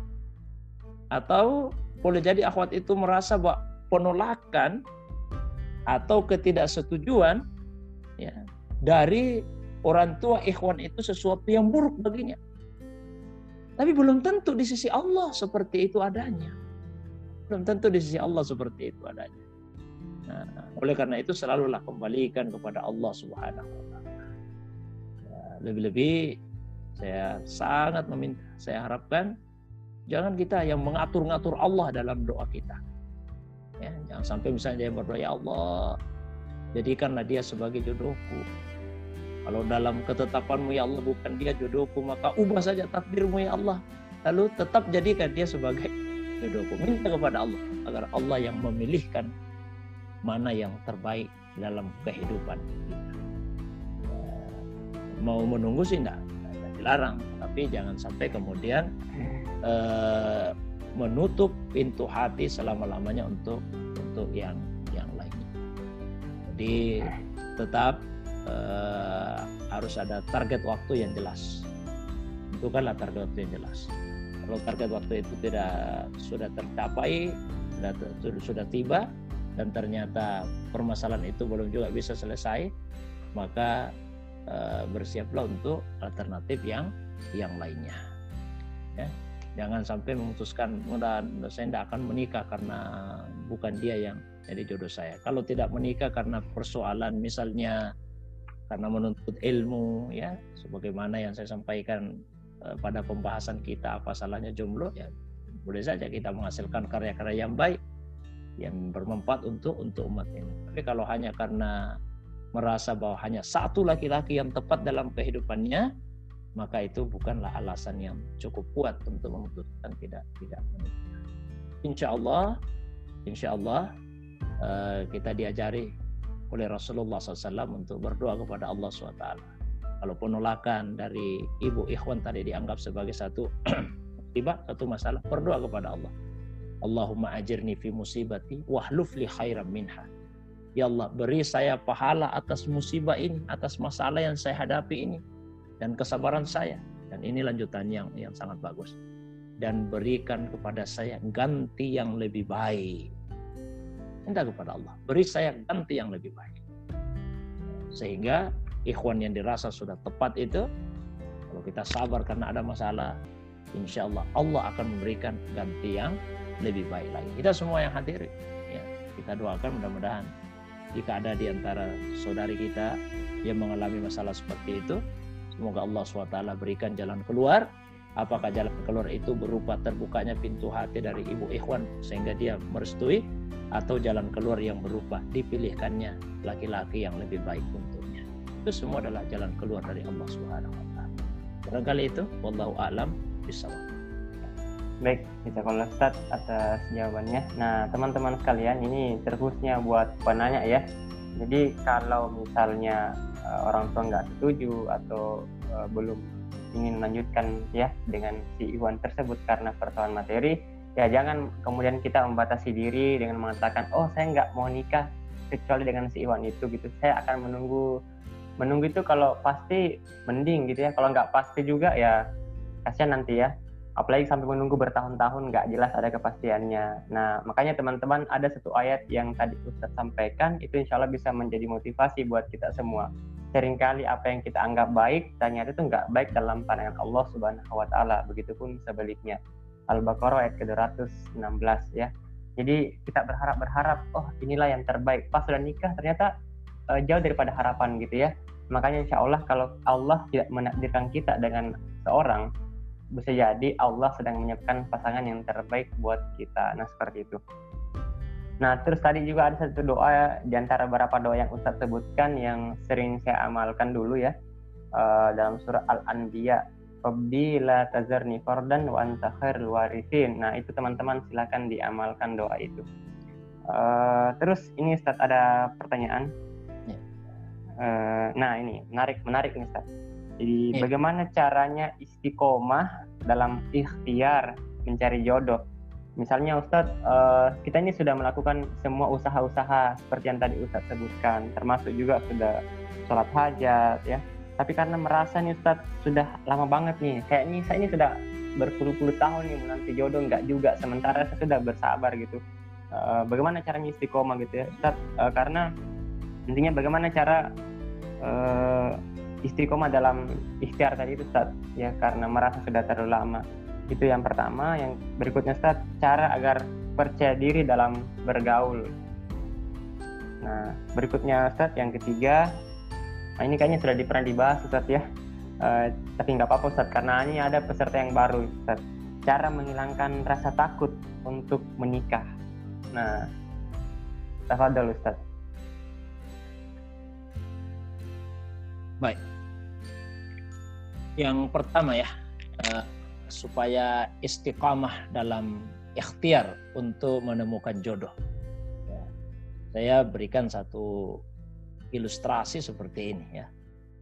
Atau boleh jadi akhwat itu merasa bahwa penolakan atau ketidaksetujuan ya, dari orang tua ikhwan itu sesuatu yang buruk baginya. Tapi belum tentu di sisi Allah seperti itu adanya. Belum tentu di sisi Allah seperti itu adanya. Nah, oleh karena itu selalulah kembalikan kepada Allah Subhanahu wa taala. Ya, lebih-lebih saya sangat meminta, saya harapkan jangan kita yang mengatur-ngatur Allah dalam doa kita. Ya, jangan sampai misalnya dia berdoa, ya Allah, jadikanlah dia sebagai jodohku. Kalau dalam ketetapanmu ya Allah bukan dia jodohku, maka ubah saja takdirmu ya Allah. Lalu tetap jadikan dia sebagai jodohku. Minta kepada Allah agar Allah yang memilihkan mana yang terbaik dalam kehidupan kita. Mau menunggu sih enggak dilarang, tapi jangan sampai kemudian menutup pintu hati selama-lamanya untuk yang lainnya. Jadi tetap harus ada target waktu yang jelas. Tentukanlah target waktu yang jelas. Kalau target waktu itu sudah tercapai, sudah tiba, dan ternyata permasalahan itu belum juga bisa selesai, maka bersiaplah untuk alternatif yang lainnya. Ya. Jangan sampai memutuskan, saya tidak akan menikah karena bukan dia yang jadi jodoh saya. Kalau tidak menikah karena persoalan misalnya karena menuntut ilmu, ya, sebagaimana yang saya sampaikan pada pembahasan kita, apa salahnya jomblo, ya boleh saja kita menghasilkan karya-karya yang baik, yang bermanfaat untuk umat ini. Tapi kalau hanya karena merasa bahwa hanya satu laki-laki yang tepat dalam kehidupannya, maka itu bukanlah alasan yang cukup kuat untuk memutuskan tidak menikah. Insya Allah kita diajari oleh Rasulullah SAW untuk berdoa kepada Allah SWT. Kalau penolakan dari ibu ikhwan tadi dianggap sebagai satu musibah, satu masalah, berdoa kepada Allah. Allahumma ajirni fi musibati wahluf li khairam minha. Ya Allah, beri saya pahala atas musibah ini, atas masalah yang saya hadapi ini, dan kesabaran saya. Dan ini lanjutan yang sangat bagus. Dan berikan kepada saya ganti yang lebih baik. Minta kepada Allah, beri saya ganti yang lebih baik. Sehingga ikhwan yang dirasa sudah tepat itu, kalau kita sabar karena ada masalah, insya Allah Allah akan memberikan ganti yang lebih baik lagi. Kita semua yang hadir, ya, kita doakan mudah-mudahan jika ada di antara saudari kita yang mengalami masalah seperti itu, semoga Allah SWT berikan jalan keluar. Apakah jalan keluar itu berupa terbukanya pintu hati dari ibu ikhwan sehingga dia merestui, atau jalan keluar yang berupa dipilihkannya laki-laki yang lebih baik untuknya. Itu semua adalah jalan keluar dari Allah SWT. Barangkali itu, wallahu a'lam bishawab. Baik, jazakallah Ustaz atas jawabannya. Nah, teman-teman sekalian, ini terkhususnya buat penanya ya. Jadi kalau misalnya orang tua nggak setuju atau belum ingin melanjutkan ya dengan si ikhwan tersebut karena persoalan materi, ya jangan kemudian kita membatasi diri dengan mengatakan, oh saya nggak mau nikah kecuali dengan si ikhwan itu gitu. Saya akan menunggu itu kalau pasti mending gitu ya. Kalau nggak pasti juga ya kasihan nanti ya. Apalagi sampai menunggu bertahun-tahun nggak jelas ada kepastiannya. Nah, makanya teman-teman ada satu ayat yang tadi Ustaz sampaikan, itu insya Allah bisa menjadi motivasi buat kita semua. Seringkali apa yang kita anggap baik, ternyata itu nggak baik dalam pandangan Allah Subhanahu wa Ta'ala. Begitupun sebaliknya. Al-Baqarah ayat ke-216 ya. Jadi kita berharap, oh inilah yang terbaik. Pas sudah nikah ternyata jauh daripada harapan gitu ya. Makanya insya Allah kalau Allah tidak menakdirkan kita dengan seorang, bisa jadi Allah sedang menyiapkan pasangan yang terbaik buat kita. Nah, seperti itu. Nah, terus tadi juga ada satu doa di antara beberapa doa yang Ustaz sebutkan yang sering saya amalkan dulu ya. Dalam surah Al-Anbiya, Rabbi la tazarni fardan wa anta khairul warithin. Nah, itu teman-teman silakan diamalkan doa itu. Terus ini Ustaz ada pertanyaan. Nah, ini menarik nih Ustaz. Jadi bagaimana caranya istiqomah dalam ikhtiar mencari jodoh? Misalnya Ustadz, kita ini sudah melakukan semua usaha-usaha seperti yang tadi Ustadz sebutkan, termasuk juga sudah sholat hajat ya. Tapi karena merasa nih Ustadz sudah lama banget nih, kayaknya saya ini sudah berpuluh-puluh tahun nih menanti jodoh, nggak juga. Sementara saya sudah bersabar gitu. Bagaimana caranya istiqomah gitu ya Ustadz? Karena intinya bagaimana cara istiqomah dalam ikhtiar tadi itu Ustaz ya, karena merasa sudah terlalu lama. Itu yang pertama. Yang berikutnya Ustaz, cara agar percaya diri dalam bergaul. Nah, berikutnya Ustaz yang ketiga, nah ini kayaknya sudah pernah dibahas Ustaz ya, tapi nggak apa-apa Ustaz karena ini ada peserta yang baru Ustaz. Cara menghilangkan rasa takut untuk menikah. Nah, tafadhol Ustaz. Baik. Yang pertama ya, supaya istiqamah dalam ikhtiar untuk menemukan jodoh. Ya, saya berikan satu ilustrasi seperti ini ya.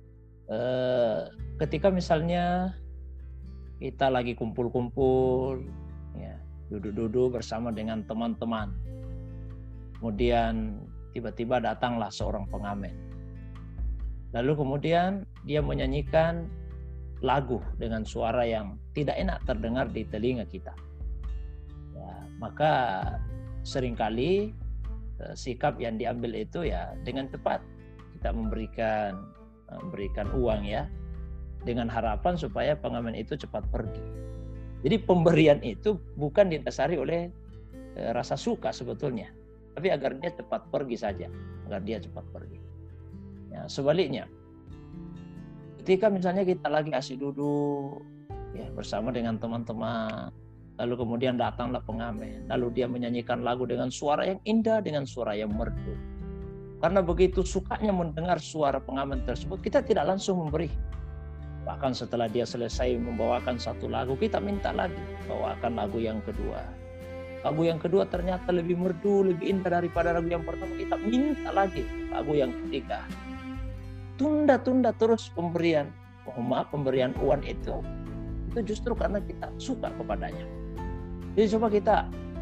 Ketika misalnya kita lagi kumpul-kumpul, ya, duduk-duduk bersama dengan teman-teman, kemudian tiba-tiba datanglah seorang pengamen. Lalu kemudian dia menyanyikan lagu dengan suara yang tidak enak terdengar di telinga kita. Ya, maka seringkali sikap yang diambil itu ya dengan cepat kita memberikan uang ya, dengan harapan supaya pengamen itu cepat pergi. Jadi pemberian itu bukan didasari oleh rasa suka sebetulnya, tapi agar dia cepat pergi saja, agar dia cepat pergi. Ya, sebaliknya, ketika misalnya kita lagi asik duduk ya bersama dengan teman-teman, lalu kemudian datanglah pengamen, lalu dia menyanyikan lagu dengan suara yang indah, dengan suara yang merdu. Karena begitu sukanya mendengar suara pengamen tersebut, kita tidak langsung memberi. Bahkan setelah dia selesai membawakan satu lagu, kita minta lagi, bawakan lagu yang kedua. Lagu yang kedua ternyata lebih merdu, lebih indah daripada lagu yang pertama, kita minta lagi lagu yang ketiga. Tunda-tunda terus pemberian uang itu justru karena kita suka kepadanya. Jadi coba kita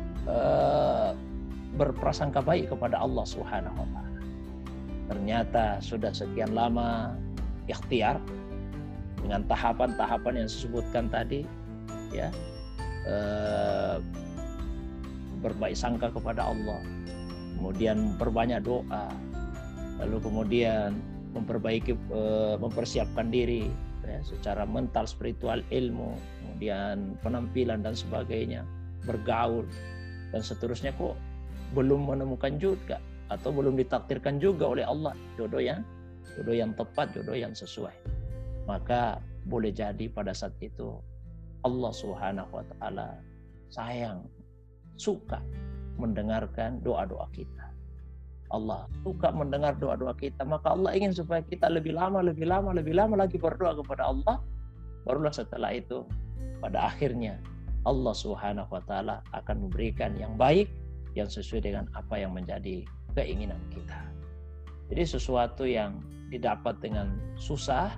berprasangka baik kepada Allah Subhanahu wa Ta'ala. Ternyata sudah sekian lama ikhtiar dengan tahapan-tahapan yang disebutkan tadi ya, berbaik sangka kepada Allah, kemudian berbanyak doa, lalu kemudian mempersiapkan diri ya, secara mental, spiritual, ilmu, kemudian penampilan dan sebagainya, bergaul dan seterusnya, kok belum menemukan juga atau belum ditakdirkan juga oleh Allah jodoh yang tepat, jodoh yang sesuai. Maka boleh jadi pada saat itu Allah Subhanahu wa taala sayang, suka mendengarkan doa-doa kita. Allah suka mendengar doa-doa kita, maka Allah ingin supaya kita lebih lama lagi berdoa kepada Allah. Barulah setelah itu pada akhirnya Allah Subhanahu wa taala akan memberikan yang baik yang sesuai dengan apa yang menjadi keinginan kita. Jadi sesuatu yang didapat dengan susah,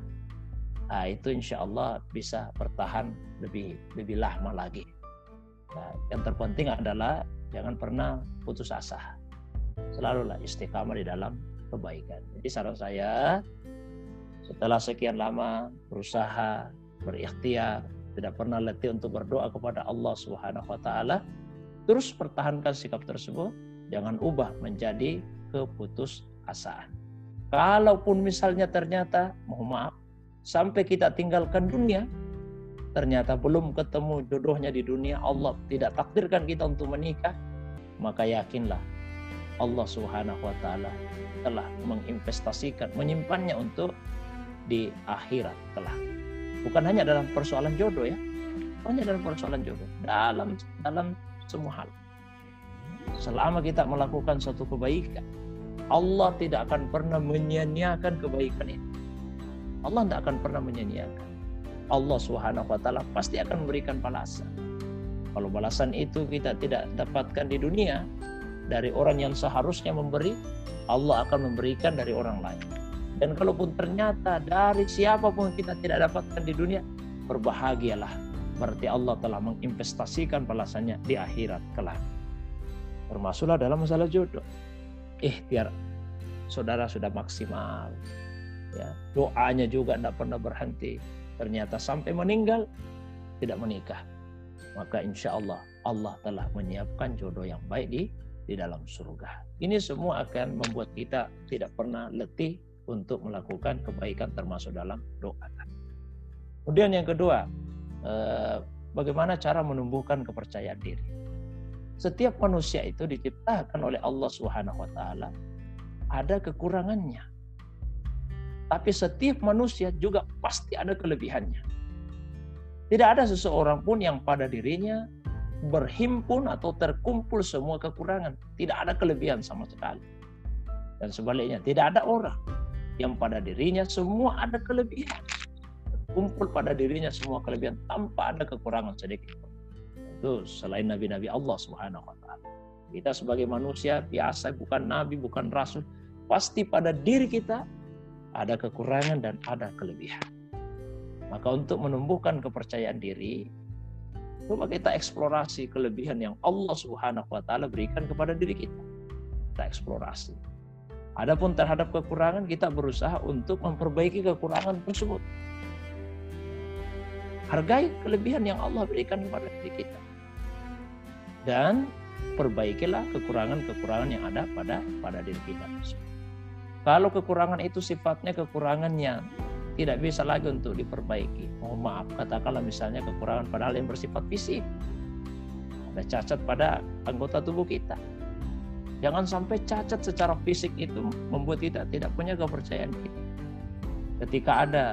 itu insya Allah bisa bertahan lebih lama lagi. Nah, yang terpenting adalah jangan pernah putus asa. Selalulah istiqamah di dalam kebaikan. Jadi saran saya, setelah sekian lama berusaha, berikhtiar, tidak pernah letih untuk berdoa kepada Allah Subhanahu wa taala, terus pertahankan sikap tersebut, jangan ubah menjadi keputusasaan. Kalaupun misalnya ternyata, mohon maaf, sampai kita tinggalkan dunia, ternyata belum ketemu jodohnya di dunia, Allah tidak takdirkan kita untuk menikah, maka yakinlah Allah Subhanahu wa taala telah menginvestasikan, menyimpannya untuk di akhirat kelak. Bukan hanya dalam persoalan jodoh ya, hanya dalam persoalan jodoh, dalam semua hal. Selama kita melakukan suatu kebaikan, Allah tidak akan pernah menyia-nyiakan kebaikan itu. Allah tidak akan pernah menyia-nyiakan. Allah Subhanahu wa taala pasti akan memberikan balasan. Kalau balasan itu kita tidak dapatkan di dunia dari orang yang seharusnya memberi, Allah akan memberikan dari orang lain. Dan kalaupun ternyata dari siapapun kita tidak dapatkan di dunia, berbahagialah. Berarti Allah telah menginvestasikan balasannya di akhirat kelak. Termasuklah dalam masalah jodoh. Ikhtiar saudara sudah maksimal. Ya, doanya juga tidak pernah berhenti. Ternyata sampai meninggal tidak menikah. Maka insya Allah Allah telah menyiapkan jodoh yang baik di dalam surga. Ini semua akan membuat kita tidak pernah letih untuk melakukan kebaikan termasuk dalam doa. Kemudian yang kedua, bagaimana cara menumbuhkan kepercayaan diri. Setiap manusia itu diciptakan oleh Allah Subhanahu wa taala ada kekurangannya. Tapi setiap manusia juga pasti ada kelebihannya. Tidak ada seseorang pun yang pada dirinya berhimpun atau terkumpul semua kekurangan. Tidak ada kelebihan sama sekali. Dan sebaliknya, tidak ada orang yang pada dirinya semua ada kelebihan. Terkumpul pada dirinya semua kelebihan tanpa ada kekurangan sedikit pun. Itu selain nabi-nabi Allah Subhanahu wa taala. Kita sebagai manusia biasa, bukan nabi, bukan rasul, pasti pada diri kita ada kekurangan dan ada kelebihan. Maka untuk menumbuhkan kepercayaan diri, coba kita eksplorasi kelebihan yang Allah Subhanahu wa taala berikan kepada diri kita. Kita eksplorasi. Adapun terhadap kekurangan, kita berusaha untuk memperbaiki kekurangan tersebut. Hargai kelebihan yang Allah berikan kepada diri kita. Dan perbaikilah kekurangan-kekurangan yang ada pada diri kita. Kalau kekurangan itu sifatnya kekurangan yang tidak bisa lagi untuk diperbaiki, mohon maaf, katakanlah misalnya kekurangan padahal yang bersifat fisik, ada cacat pada anggota tubuh kita. Jangan sampai cacat secara fisik itu membuat kita tidak punya kepercayaan kita. Ketika ada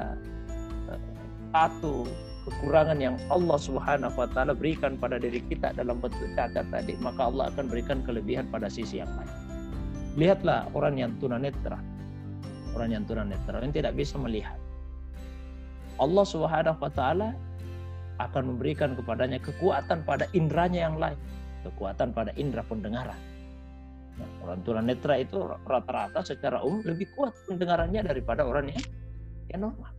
satu kekurangan yang Allah Subhanahu wa taala berikan pada diri kita dalam bentuk cacat tadi, maka Allah akan berikan kelebihan pada sisi yang lain. Lihatlah orang yang tunanetra. Orang yang tunanetra yang tidak bisa melihat. Allah Subhanahu wa taala akan memberikan kepadanya kekuatan pada indranya yang lain, kekuatan pada indera pendengaran. Nah, orang tunanetra itu rata-rata secara umum lebih kuat pendengarannya daripada orang yang normal.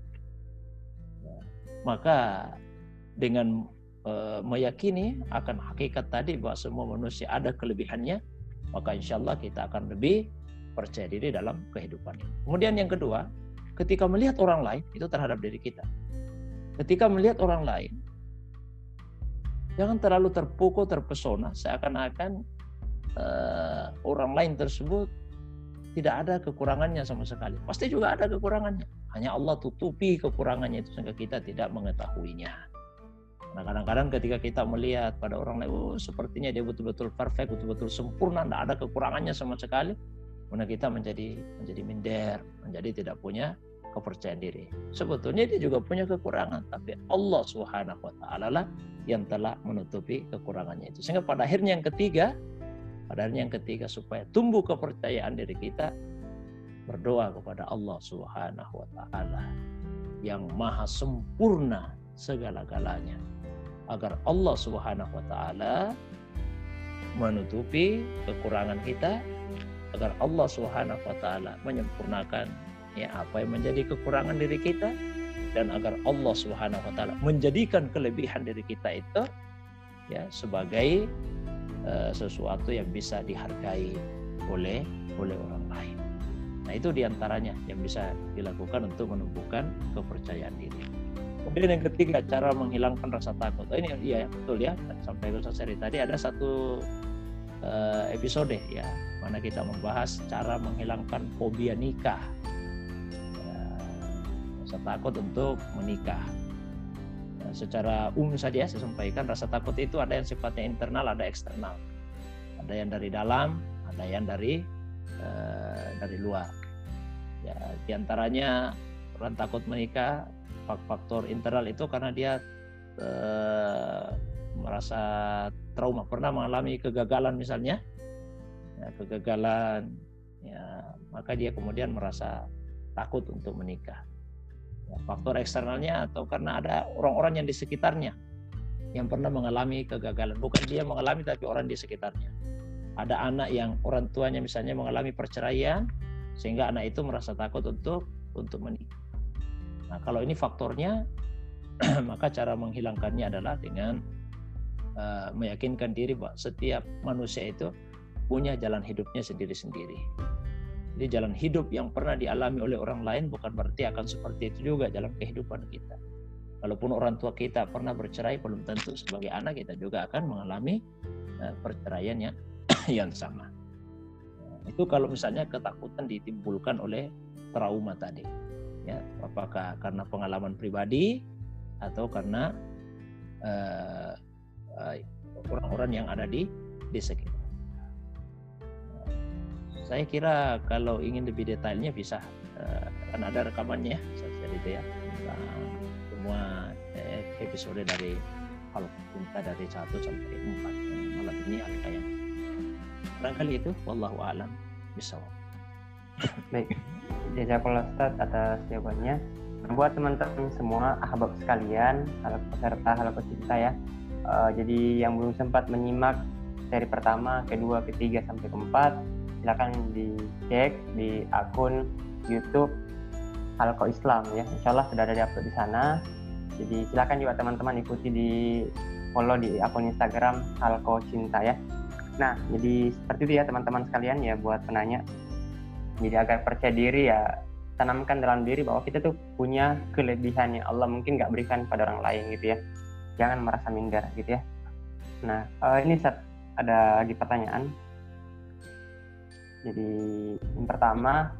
Maka dengan meyakini akan hakikat tadi bahwa semua manusia ada kelebihannya, maka insya Allah kita akan lebih percaya diri dalam kehidupan ini. Kemudian yang kedua, ketika melihat orang lain, itu terhadap diri kita. Ketika melihat orang lain, jangan terlalu terpukul, terpesona, seakan-akan orang lain tersebut tidak ada kekurangannya sama sekali. Pasti juga ada kekurangannya. Hanya Allah tutupi kekurangannya itu sehingga kita tidak mengetahuinya. Nah, kadang-kadang ketika kita melihat pada orang lain, oh, sepertinya dia betul-betul perfect, betul-betul sempurna, tidak ada kekurangannya sama sekali, kemudian kita menjadi minder, menjadi tidak punya kepercayaan diri. Sebetulnya dia juga punya kekurangan, tapi Allah Subhanahu wa taala lah yang telah menutupi kekurangannya itu. Sehingga pada akhirnya yang ketiga supaya tumbuh kepercayaan diri kita, berdoa kepada Allah Subhanahu wa taala yang maha sempurna segala-galanya, agar Allah Subhanahu wa taala menutupi kekurangan kita, agar Allah Subhanahu wa taala menyempurnakan apa yang menjadi kekurangan diri kita, dan agar Allah Subhanahu wa taala menjadikan kelebihan diri kita itu sebagai sesuatu yang bisa dihargai oleh orang lain. Nah, itu diantaranya yang bisa dilakukan untuk menumbuhkan kepercayaan diri. Kemudian yang ketiga, cara menghilangkan rasa takut. Ini iya betul ya, sampai Ustaz Seri tadi ada satu episode ya, mana kita membahas cara menghilangkan fobia nikah, rasa takut untuk menikah. Secara umum saja saya sampaikan, rasa takut itu ada yang sifatnya internal, ada eksternal. Ada yang dari dalam, ada yang dari luar. Ya, diantaranya orang takut menikah, faktor internal itu karena dia merasa trauma, pernah mengalami kegagalan misalnya, maka dia kemudian merasa takut untuk menikah. Faktor eksternalnya atau karena ada orang-orang yang di sekitarnya yang pernah mengalami kegagalan, bukan dia mengalami tapi orang di sekitarnya. Ada anak yang orang tuanya misalnya mengalami perceraian sehingga anak itu merasa takut untuk menikah. Nah, kalau ini faktornya maka cara menghilangkannya adalah dengan meyakinkan diri bahwa setiap manusia itu punya jalan hidupnya sendiri-sendiri. Jadi jalan hidup yang pernah dialami oleh orang lain bukan berarti akan seperti itu juga dalam kehidupan kita. Kalaupun orang tua kita pernah bercerai, belum tentu sebagai anak kita juga akan mengalami perceraian yang sama. Itu kalau misalnya ketakutan ditimbulkan oleh trauma tadi. Ya, apakah karena pengalaman pribadi atau karena orang-orang yang ada di sekitar. Saya kira kalau ingin lebih detailnya bisa, kan ada rekamannya jadi itu ya, tentang semua episode dari Halaqah Cinta dari 1 sampai 4. Malam ini ada yang barangkali itu, wallahu a'lam bishawab. Baik, jazakallah Ustaz atas jawabannya. Buat teman-teman semua, ahbab sekalian, peserta Halaqah Cinta ya, jadi yang belum sempat menyimak seri pertama, kedua, ketiga sampai keempat, silakan dicek di akun YouTube Halaqah Islam ya. Insyaallah sudah ada di-upload di sana. Jadi silakan juga teman-teman ikuti di follow di akun Instagram Halaqah Cinta ya. Nah, jadi seperti itu ya teman-teman sekalian ya, buat penanya. Jadi agar percaya diri ya, tanamkan dalam diri bahwa kita tuh punya kelebihan yang Allah mungkin nggak berikan pada orang lain gitu ya. Jangan merasa minder gitu ya. Nah, ini ada lagi pertanyaan. Jadi yang pertama,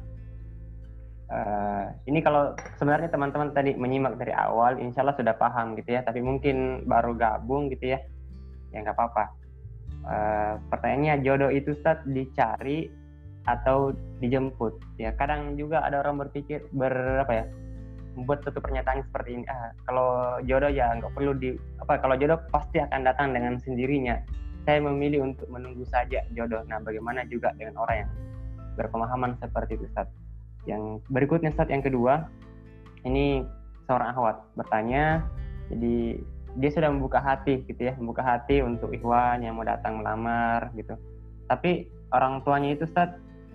ini kalau sebenarnya teman-teman tadi menyimak dari awal, insya Allah sudah paham gitu ya, tapi mungkin baru gabung gitu ya, ya nggak apa-apa. Pertanyaannya, jodoh itu Ustaz dicari atau dijemput? Ya kadang juga ada orang berpikir membuat suatu pernyataan seperti ini, kalau jodoh ya nggak perlu kalau jodoh pasti akan datang dengan sendirinya. Saya memilih untuk menunggu saja jodoh. Nah, bagaimana juga dengan orang yang berpemahaman seperti itu, Ustaz? Yang berikutnya, Ustaz, yang kedua, ini seorang akhwat bertanya, jadi dia sudah membuka hati gitu ya, membuka hati untuk ikhwan yang mau datang melamar gitu. Tapi orang tuanya itu, Ustaz,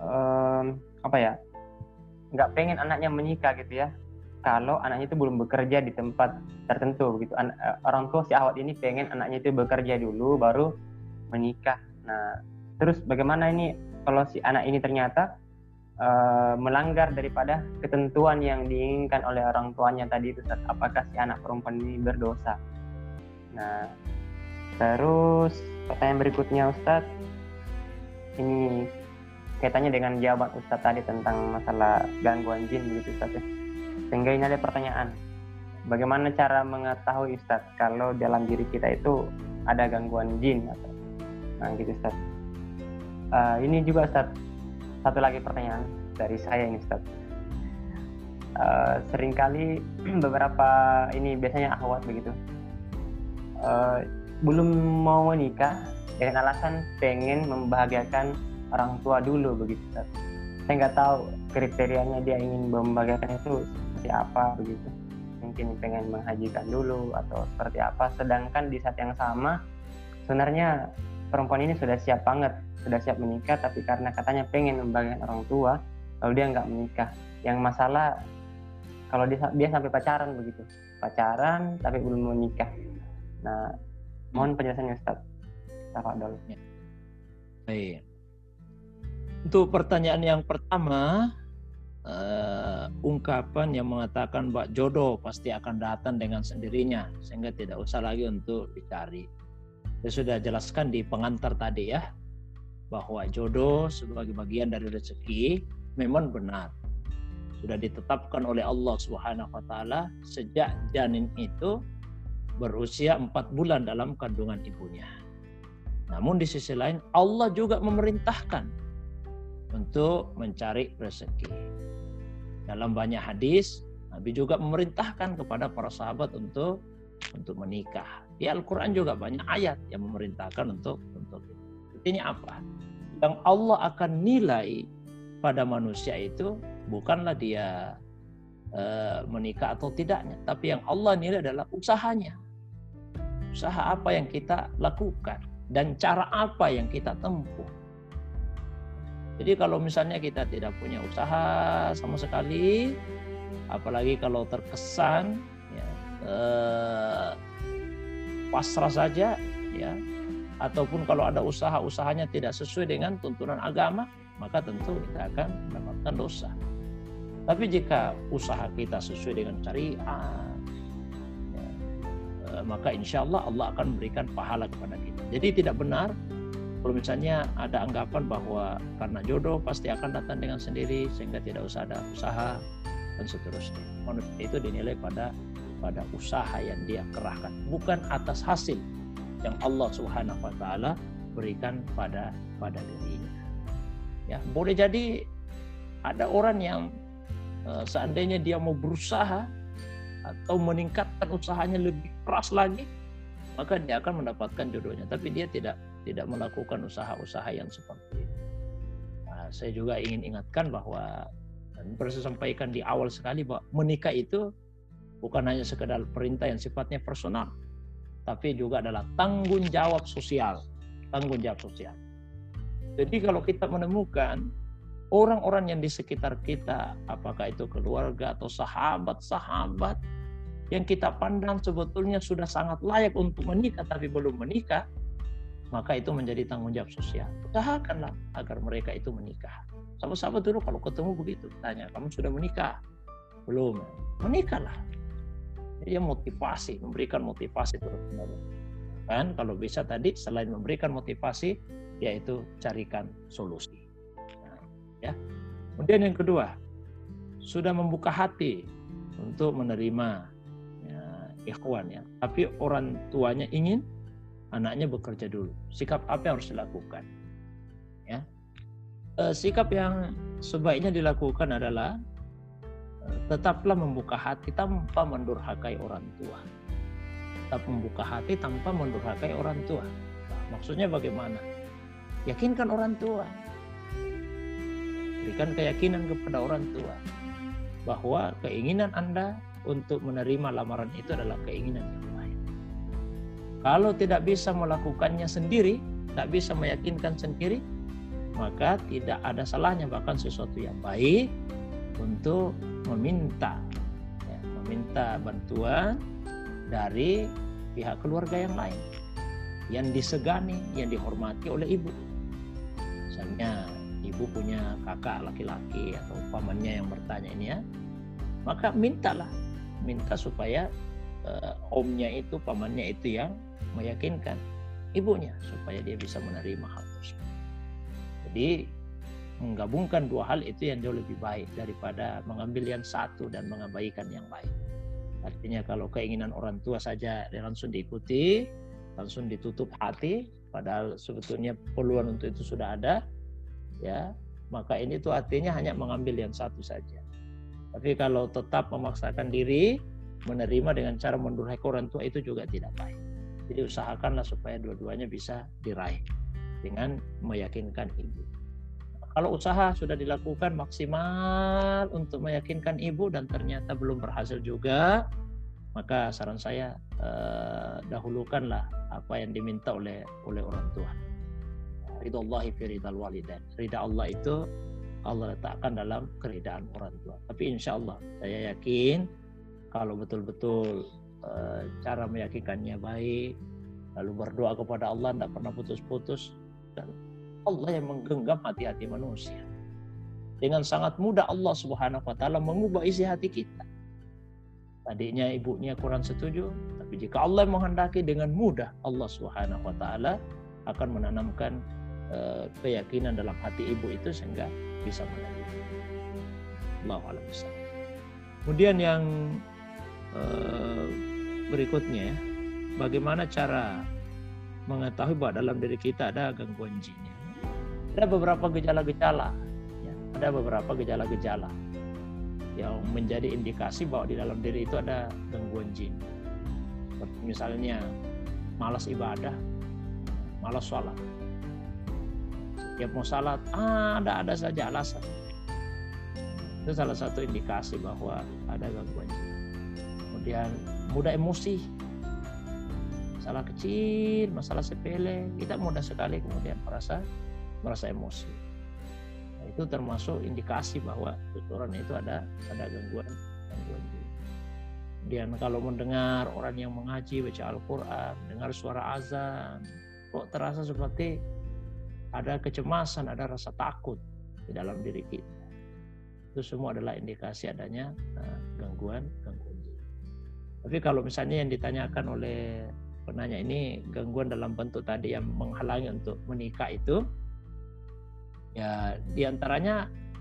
nggak pengen anaknya menikah gitu ya, kalau anaknya itu belum bekerja di tempat tertentu begitu. Orang tua si akhwat ini pengen anaknya itu bekerja dulu baru menikah. Nah, terus bagaimana ini kalau si anak ini ternyata melanggar daripada ketentuan yang diinginkan oleh orang tuanya tadi itu, Ustaz? Apakah si anak perempuan ini berdosa? Nah, terus pertanyaan berikutnya, Ustaz, ini kaitannya dengan jawaban Ustadz tadi tentang masalah gangguan jin begitu Ustadz ya. Sehingga ini ada pertanyaan, bagaimana cara mengetahui Ustadz kalau dalam diri kita itu ada gangguan jin? Nah gitu Ustadz. Ini juga Ustadz, satu lagi pertanyaan dari saya ini Ustadz. Seringkali beberapa ini biasanya akhwat begitu, belum mau menikah dengan alasan pengen membahagiakan orang tua dulu begitu Ustaz. Saya nggak tahu kriterianya dia ingin membahagiakan itu seperti apa begitu. Mungkin pengen menghajikan dulu atau seperti apa. Sedangkan di saat yang sama sebenarnya perempuan ini sudah siap banget, sudah siap menikah, tapi karena katanya pengen membahagiakan orang tua, lalu dia nggak menikah. Yang masalah kalau dia sampai pacaran begitu, pacaran tapi belum menikah. Nah, mohon penjelasannya Ustaz. Tafadhol. Baik. Untuk pertanyaan yang pertama, ungkapan yang mengatakan bahwa jodoh pasti akan datang dengan sendirinya, sehingga tidak usah lagi untuk dicari. Saya sudah jelaskan di pengantar tadi ya, bahwa jodoh sebagai bagian dari rezeki memang benar. Sudah ditetapkan oleh Allah Subhanahu wa taala sejak janin itu berusia 4 bulan dalam kandungan ibunya. Namun di sisi lain Allah juga memerintahkan untuk mencari rezeki. Dalam banyak hadis Nabi juga memerintahkan kepada para sahabat untuk menikah. Di Al-Quran juga banyak ayat yang memerintahkan untuk artinya apa? Yang Allah akan nilai pada manusia itu bukanlah dia menikah atau tidaknya, tapi yang Allah nilai adalah usahanya. Usaha apa yang kita lakukan dan cara apa yang kita tempuh. Jadi kalau misalnya kita tidak punya usaha sama sekali, apalagi kalau terkesan ya, pasrah saja, ya, ataupun kalau ada usahanya tidak sesuai dengan tuntunan agama, maka tentu kita akan mendapatkan dosa. Tapi jika usaha kita sesuai dengan syariat, ya, maka insya Allah Allah akan memberikan pahala kepada kita. Jadi tidak benar kalau misalnya ada anggapan bahwa karena jodoh pasti akan datang dengan sendiri sehingga tidak usah ada usaha dan seterusnya. Manusia itu dinilai pada usaha yang dia kerahkan, bukan atas hasil yang Allah Subhanahu wa taala berikan pada dirinya. Ya, boleh jadi ada orang yang seandainya dia mau berusaha atau meningkatkan usahanya lebih keras lagi, maka dia akan mendapatkan jodohnya. Tapi dia tidak melakukan usaha-usaha yang seperti itu. Nah, saya juga ingin ingatkan bahwa, dan pernah saya sampaikan di awal sekali, bahwa menikah itu bukan hanya sekedar perintah yang sifatnya personal, tapi juga adalah tanggung jawab sosial. Tanggung jawab sosial. Jadi kalau kita menemukan orang-orang yang di sekitar kita, apakah itu keluarga atau sahabat-sahabat yang kita pandang sebetulnya sudah sangat layak untuk menikah tapi belum menikah, maka itu menjadi tanggung jawab sosial. Usahakanlah agar mereka itu menikah. Sahabat-sahabat dulu kalau ketemu begitu, tanya, kamu sudah menikah? Belum. Menikahlah. Dia motivasi, memberikan motivasi terus-menerus. Kan kalau bisa tadi selain memberikan motivasi, yaitu carikan solusi. Nah, ya. Kemudian yang kedua, sudah membuka hati untuk menerima ya, ikhwan ya. Tapi orang tuanya ingin anaknya bekerja dulu. Sikap apa yang harus dilakukan? Ya. Sikap yang sebaiknya dilakukan adalah tetaplah membuka hati tanpa mendurhakai orang tua. Tetap membuka hati tanpa mendurhakai orang tua. Nah, maksudnya bagaimana? Yakinkan orang tua. Berikan keyakinan kepada orang tua bahwa keinginan Anda untuk menerima lamaran itu adalah keinginan yang baik. Kalau tidak bisa melakukannya sendiri, tidak bisa meyakinkan sendiri, maka tidak ada salahnya, bahkan sesuatu yang baik untuk meminta bantuan dari pihak keluarga yang lain yang disegani, yang dihormati oleh ibu. Misalnya ibu punya kakak laki-laki atau pamannya yang bertanya ini ya, maka minta supaya omnya itu, pamannya itu yang meyakinkan ibunya supaya dia bisa menerima hal tersebut. Jadi menggabungkan dua hal itu yang jauh lebih baik daripada mengambil yang satu dan mengabaikan yang lain. Artinya kalau keinginan orang tua saja langsung diikuti, langsung ditutup hati, padahal sebetulnya peluang untuk itu sudah ada, ya, maka ini tuh artinya hanya mengambil yang satu saja. Tapi kalau tetap memaksakan diri menerima dengan cara mendurhaka orang tua, itu juga tidak baik. Jadi usahakanlah supaya dua-duanya bisa diraih dengan meyakinkan ibu. Kalau usaha sudah dilakukan maksimal untuk meyakinkan ibu dan ternyata belum berhasil juga, maka saran saya dahulukanlah apa yang diminta oleh orang tua. Ridallahi fi ridal walidain. Ridha Allah itu Allah letakkan dalam keridaan orang tua. Tapi insya Allah saya yakin kalau betul-betul cara meyakinkannya baik, lalu berdoa kepada Allah tidak pernah putus-putus, dan Allah yang menggenggam hati-hati manusia. Dengan sangat mudah Allah Subhanahu wa taala mengubah isi hati kita. Tadinya ibunya kurang setuju, tapi jika Allah menghendaki, dengan mudah Allah Subhanahu wa taala akan menanamkan keyakinan dalam hati ibu itu sehingga bisa menerima. Allahu a'lam bishawab. Kemudian yang berikutnya, bagaimana cara mengetahui bahwa dalam diri kita ada gangguan jin? Ada beberapa gejala-gejala, ya, ada beberapa gejala-gejala yang menjadi indikasi bahwa di dalam diri itu ada gangguan jin. Seperti misalnya malas ibadah, malas sholat. Setiap mau sholat, ada saja alasan. Itu salah satu indikasi bahwa ada gangguan jin. Kemudian mudah emosi, masalah kecil, masalah sepele, kita mudah sekali kemudian merasa emosi. Nah, itu termasuk indikasi bahwa seseorang itu ada gangguan jin. Kemudian kalau mendengar orang yang mengaji, baca Al-Quran, dengar suara azan, kok terasa seperti ada kecemasan, ada rasa takut di dalam diri kita. Itu semua adalah indikasi adanya gangguan jin. Tapi kalau misalnya yang ditanyakan oleh penanya ini gangguan dalam bentuk tadi yang menghalangi untuk menikah itu, ya diantaranya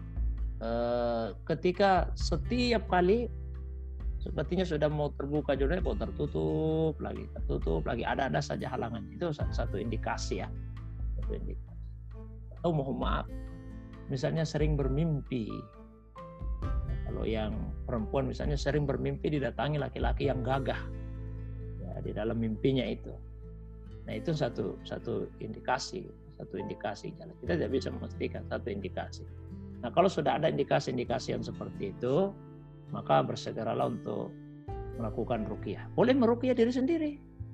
ketika setiap kali sepertinya sudah mau terbuka jodohnya kok tertutup lagi, ada saja halangan. Itu satu indikasi ya, satu indikasi. Atau mohon maaf, misalnya sering bermimpi. Kalau yang perempuan misalnya sering bermimpi didatangi laki-laki yang gagah, ya, di dalam mimpinya itu. Nah itu satu indikasi. Kita tidak bisa memastikan, satu indikasi. Nah kalau sudah ada indikasi-indikasi yang seperti itu, maka bersegeralah untuk melakukan ruqyah. Boleh meruqyah diri sendiri.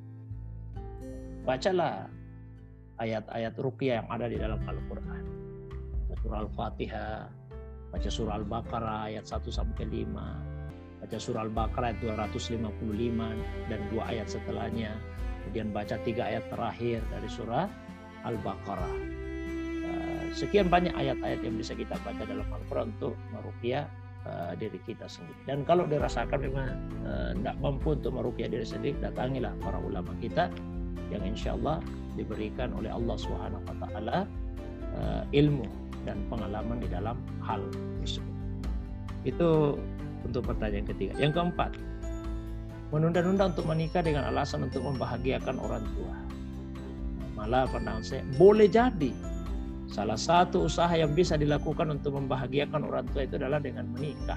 Bacalah ayat-ayat ruqyah yang ada di dalam Al-Quran. Baca surah Al-Fatihah, baca surah Al-Baqarah ayat 1-5, baca surah Al-Baqarah ayat 255 dan 2 ayat setelahnya. Kemudian baca 3 ayat terakhir dari surah Al-Baqarah. Sekian banyak ayat-ayat yang bisa kita baca dalam Al-Quran untuk meruqyah diri kita sendiri. Dan kalau dirasakan memang tidak mampu untuk meruqyah diri sendiri, datangilah para ulama kita yang insya Allah diberikan oleh Allah Subhanahu wa taala ilmu dan pengalaman di dalam hal tersebut. Itu untuk pertanyaan ketiga. Yang keempat, menunda-nunda untuk menikah dengan alasan untuk membahagiakan orang tua. Malah pandangan saya, boleh jadi salah satu usaha yang bisa dilakukan untuk membahagiakan orang tua itu adalah dengan menikah.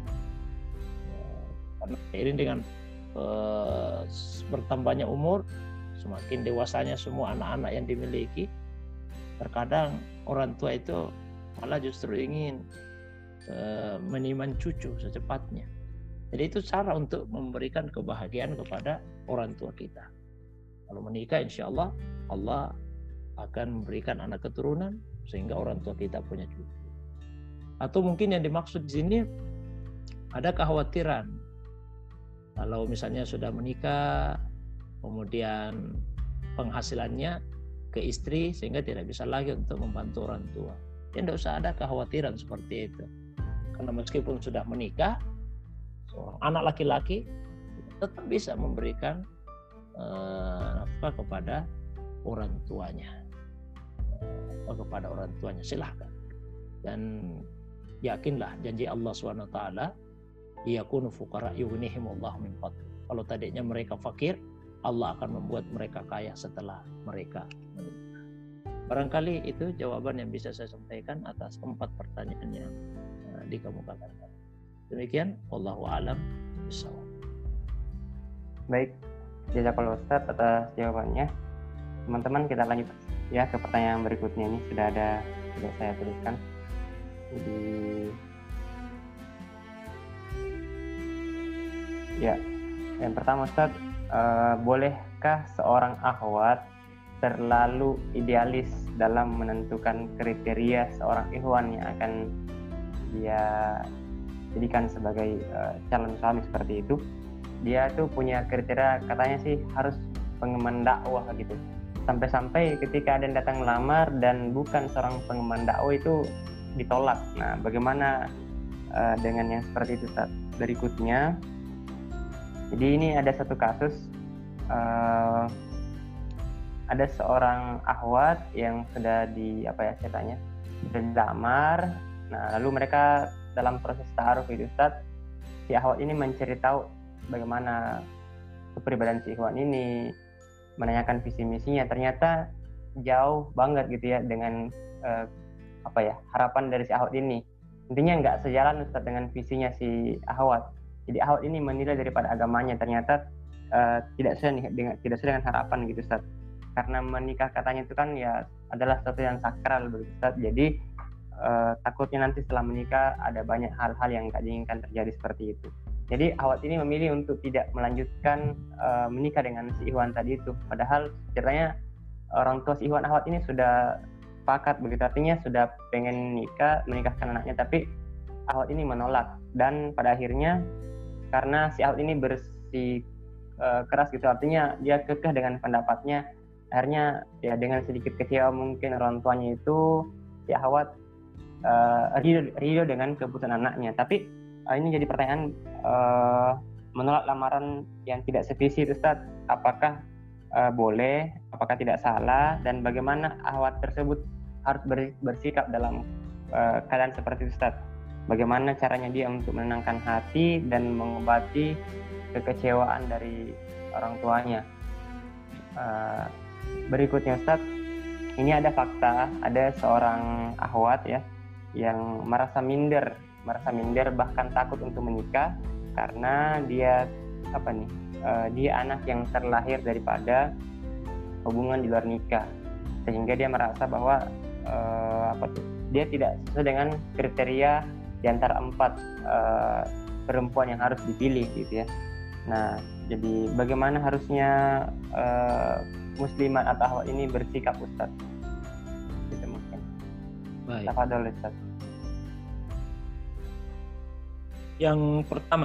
Karena seiring dengan bertambahnya umur, semakin dewasanya semua anak-anak yang dimiliki, terkadang orang tua itu malah justru ingin meniman cucu secepatnya. Jadi itu cara untuk memberikan kebahagiaan kepada orang tua kita. Kalau menikah insya Allah, Allah akan memberikan anak keturunan sehingga orang tua kita punya cucu. Atau mungkin yang dimaksud di sini ada kekhawatiran. Kalau misalnya sudah menikah, kemudian penghasilannya ke istri sehingga tidak bisa lagi untuk membantu orang tua. Ya tidak usah ada kekhawatiran seperti itu. Karena meskipun sudah menikah, seorang anak laki-laki tetap bisa memberikan nafkah kepada orang tuanya. Silahkan. Dan yakinlah janji Allah SWT, liyakunu fuqara yughnihimullahu min fadli. Kalau tadinya mereka fakir, Allah akan membuat mereka kaya setelah mereka menikah. Barangkali itu jawaban yang bisa saya sampaikan atas 4 pertanyaan yang dikemukakan. Demikian, wallahu a'lam bishawab. Baik, jazakallahu Ustaz atas jawabannya. Teman-teman, kita lanjut ya ke pertanyaan berikutnya. Ini sudah saya tuliskan. Jadi ya, yang pertama Ustaz, bolehkah seorang akhwat terlalu idealis dalam menentukan kriteria seorang ikhwan yang akan dia jadikan sebagai calon suami seperti itu? Dia tuh punya kriteria, katanya sih harus pengemban dakwah gitu. Sampai-sampai ketika ada yang datang melamar dan bukan seorang pengemban dakwah itu ditolak. Nah, bagaimana dengan yang seperti itu Ustaz? Berikutnya, jadi ini ada satu kasus, ada seorang akhwat yang sudah sudah dilamar. Nah, lalu mereka dalam proses ta'aruf itu Ustaz, si akhwat ini mencari tahu bagaimana kepribadian si ikhwan ini, menanyakan visi misinya. Ternyata jauh banget gitu ya dengan harapan dari si akhwat ini. Intinya nggak sejalan Ustaz dengan visinya si akhwat. Jadi akhwat ini menilai daripada agamanya ternyata tidak sesuai dengan harapan gitu Ustaz. Karena menikah katanya itu kan ya adalah sesuatu yang sakral begitu Ustaz. Jadi takutnya nanti setelah menikah ada banyak hal-hal yang nggak diinginkan terjadi seperti itu. Jadi akhwat ini memilih untuk tidak melanjutkan menikah dengan si ikhwan tadi itu. Padahal ceritanya orang tua si ikhwan akhwat ini sudah sepakat begitu, artinya sudah pengen menikahkan anaknya, tapi akhwat ini menolak. Dan pada akhirnya karena si akhwat ini keras gitu, artinya dia kekeh dengan pendapatnya, akhirnya ya dengan sedikit kecewa mungkin orang tuanya itu, si akhwat ridho dengan keputusan anaknya. Tapi ini jadi pertanyaan, menolak lamaran yang tidak sevisi itu Ustaz, apakah boleh, apakah tidak salah, dan bagaimana akhwat tersebut harus bersikap dalam keadaan seperti itu Ustaz? Bagaimana caranya dia untuk menenangkan hati dan mengobati kekecewaan dari orang tuanya? Berikutnya Ustaz, ini ada fakta, ada seorang akhwat ya yang merasa minder bahkan takut untuk menikah karena dia dia anak yang terlahir daripada hubungan di luar nikah, sehingga dia merasa bahwa dia tidak sesuai dengan kriteria di antara 4 perempuan yang harus dipilih gitu ya. Nah, jadi bagaimana harusnya muslimat atau akhwat ini bersikap Ustaz? Gitu mungkin. Baik. Tafadhol Ustaz. Yang pertama,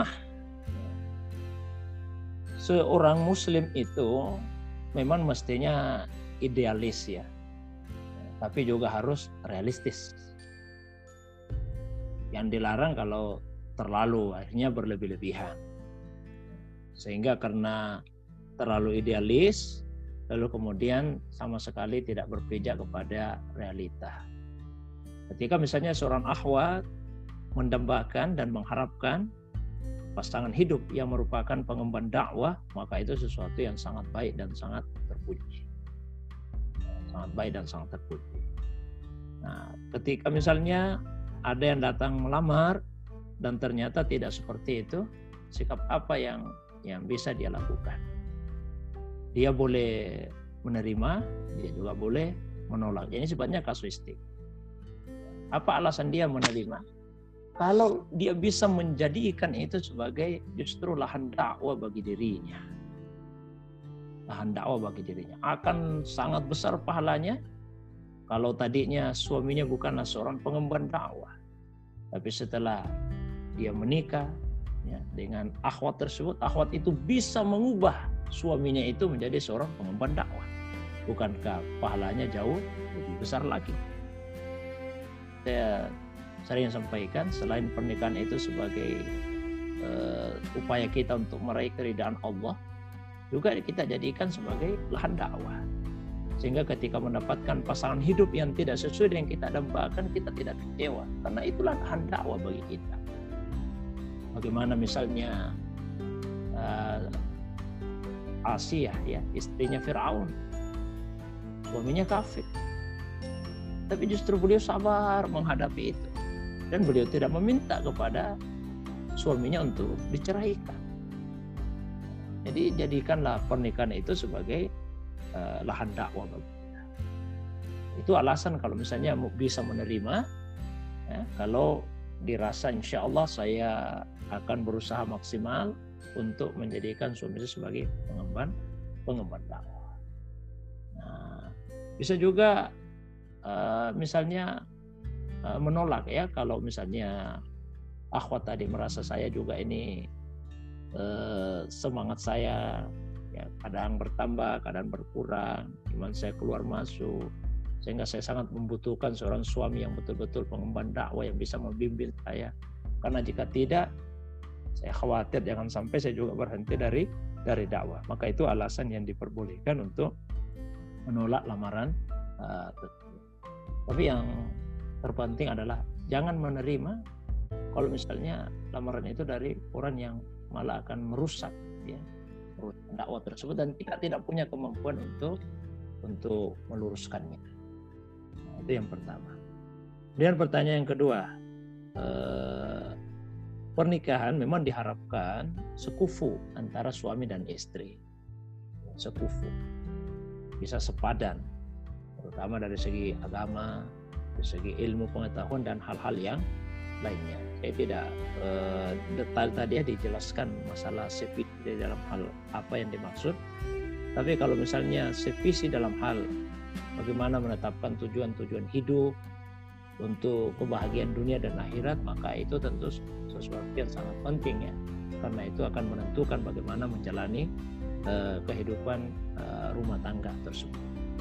seorang muslim itu memang mestinya idealis ya, tapi juga harus realistis. Yang dilarang kalau terlalu, akhirnya berlebih-lebihan. Sehingga karena terlalu idealis, lalu kemudian sama sekali tidak berpijak kepada realita. Ketika misalnya seorang akhwat mendambakan dan mengharapkan pasangan hidup yang merupakan pengemban dakwah, maka itu sesuatu yang sangat baik dan sangat terpuji. Sangat baik dan sangat terpuji. Nah, ketika misalnya ada yang datang melamar dan ternyata tidak seperti itu, sikap apa yang bisa dia lakukan? Dia boleh menerima, dia juga boleh menolak. Ini sifatnya kasuistik. Apa alasan dia menerima? Kalau dia bisa menjadikan itu sebagai justru lahan dakwah bagi dirinya. Lahan dakwah bagi dirinya. Akan sangat besar pahalanya kalau tadinya suaminya bukanlah seorang pengemban dakwah. Tapi setelah dia menikah ya, dengan akhwat tersebut, akhwat itu bisa mengubah suaminya itu menjadi seorang pengemban dakwah. Bukankah pahalanya jauh lebih besar lagi? Saya sering sampaikan, selain pernikahan itu sebagai upaya kita untuk meraih keridhaan Allah, juga kita jadikan sebagai lahan dakwah. Sehingga ketika mendapatkan pasangan hidup yang tidak sesuai dengan kita dambakan, kita tidak kecewa. Karena itulah lahan dakwah bagi kita. Bagaimana misalnya Asia, ya, istrinya Firaun, suaminya kafir, tapi justru beliau sabar menghadapi itu, dan beliau tidak meminta kepada suaminya untuk diceraikan. Jadi jadikanlah pernikahan itu sebagai lahan dakwah bagi kita. Itu alasan kalau misalnya bisa menerima, ya, kalau dirasa insya Allah saya akan berusaha maksimal untuk menjadikan suami itu sebagai pengemban dakwah. Nah, bisa juga misalnya menolak, ya, kalau misalnya akhwat tadi merasa saya juga ini semangat saya, ya, kadang bertambah, kadang berkurang, iman saya keluar masuk, sehingga saya sangat membutuhkan seorang suami yang betul-betul pengemban dakwah yang bisa membimbing saya. Karena jika tidak, saya khawatir jangan sampai saya juga berhenti dari dakwah. Maka itu alasan yang diperbolehkan untuk menolak lamaran tersebut. Tapi yang terpenting adalah jangan menerima kalau misalnya lamaran itu dari orang yang malah akan merusak, ya, dakwah tersebut, dan kita tidak punya kemampuan untuk meluruskannya. Nah, itu yang pertama. Kemudian pertanyaan yang kedua, pernikahan memang diharapkan sekufu antara suami dan istri, sekufu, bisa sepadan, terutama dari segi agama, dari segi ilmu pengetahuan dan hal-hal yang lainnya. Saya tidak detail tadi dijelaskan masalah sevisi dalam hal apa yang dimaksud, tapi kalau misalnya sevisi dalam hal bagaimana menetapkan tujuan-tujuan hidup untuk kebahagiaan dunia dan akhirat, maka itu tentu sesuatu yang sangat penting, ya, karena itu akan menentukan bagaimana menjalani kehidupan rumah tangga tersebut.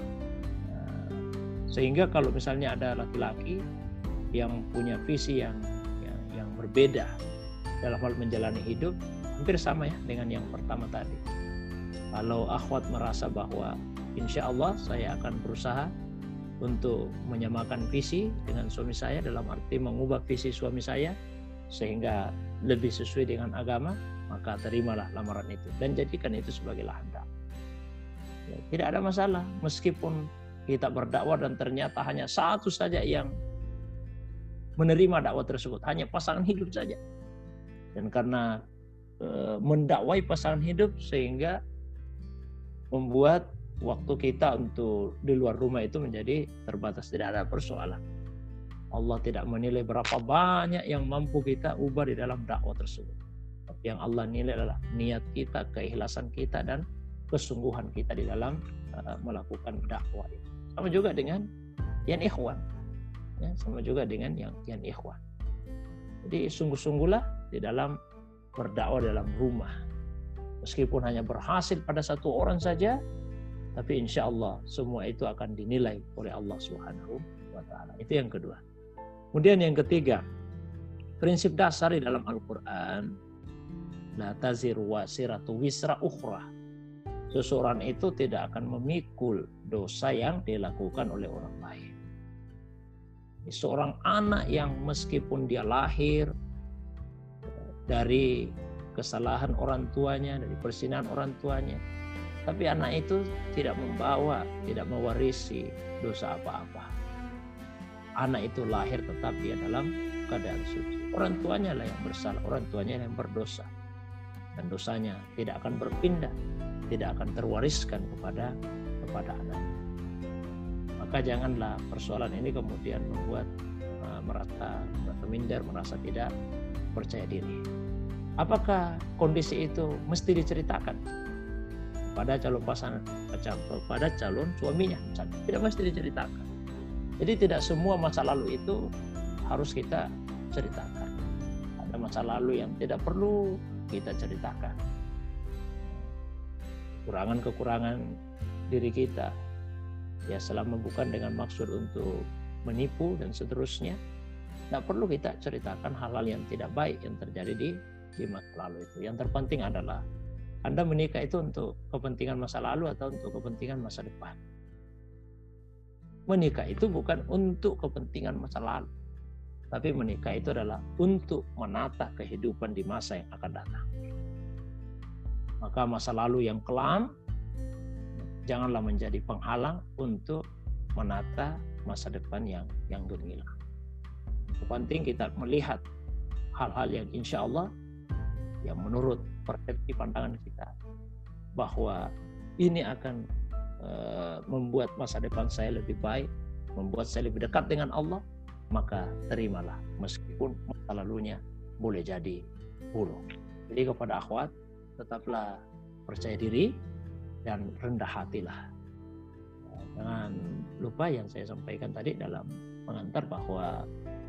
Sehingga kalau misalnya ada laki-laki yang punya visi yang berbeda dalam hal menjalani hidup, hampir sama, ya, dengan yang pertama tadi. Kalau akhwat merasa bahwa insya Allah saya akan berusaha untuk menyamakan visi dengan suami saya, dalam arti mengubah visi suami saya sehingga lebih sesuai dengan agama, maka terimalah lamaran itu dan jadikan itu sebagai lahan dakwah. Ya, tidak ada masalah meskipun kita berdakwah dan ternyata hanya satu saja yang menerima dakwah tersebut, hanya pasangan hidup saja. Dan karena mendakwai pasangan hidup sehingga membuat waktu kita untuk di luar rumah itu menjadi terbatas, tidak ada persoalan. Allah tidak menilai berapa banyak yang mampu kita ubah di dalam dakwah tersebut. Tapi yang Allah nilai adalah niat kita, keikhlasan kita, dan kesungguhan kita di dalam melakukan dakwah itu. Sama juga dengan yang ikhwan, ya, sama juga dengan yang ikhwan. Jadi sungguh-sungguhlah di dalam berdakwah dalam rumah. Meskipun hanya berhasil pada satu orang saja, tapi insya Allah semua itu akan dinilai oleh Allah Subhanahu wa Ta'ala. Itu yang kedua. Kemudian yang ketiga, prinsip dasar di dalam Al-Quran, la taziru wasiratu wisra ukhra. Seseorang itu tidak akan memikul dosa yang dilakukan oleh orang lain. Seorang anak yang meskipun dia lahir dari kesalahan orang tuanya, dari persinahan orang tuanya, tapi anak itu tidak membawa, tidak mewarisi dosa apa-apa. Anak itu lahir tetap dia dalam keadaan suci. Orang tuanya lah yang bersalah, orang tuanya yang berdosa. Dan dosanya tidak akan berpindah, tidak akan terwariskan kepada anaknya. Maka janganlah persoalan ini kemudian membuat merasa minder, merasa tidak percaya diri. Apakah kondisi itu mesti diceritakan pada calon pasangan, pada calon suaminya misalnya? Tidak mesti diceritakan. Jadi tidak semua masa lalu itu harus kita ceritakan. Ada masa lalu yang tidak perlu kita ceritakan. Kekurangan-kekurangan diri kita, ya, selama bukan dengan maksud untuk menipu dan seterusnya, tidak perlu kita ceritakan hal-hal yang tidak baik yang terjadi di masa lalu itu. Yang terpenting adalah Anda menikah itu untuk kepentingan masa lalu atau untuk kepentingan masa depan. menikah itu bukan untuk kepentingan masa lalu, tapi menikah itu adalah untuk menata kehidupan di masa yang akan datang. Maka masa lalu yang kelam janganlah menjadi penghalang untuk menata masa depan yang gemilang. Penting kita melihat hal-hal yang insya Allah yang menurut persepsi pandangan kita bahwa ini akan membuat masa depan saya lebih baik, membuat saya lebih dekat dengan Allah, maka terimalah meskipun masa lalunya boleh jadi buruk. Jadi kepada akhwat, tetaplah percaya diri dan rendah hatilah. Jangan lupa yang saya sampaikan tadi dalam pengantar bahwa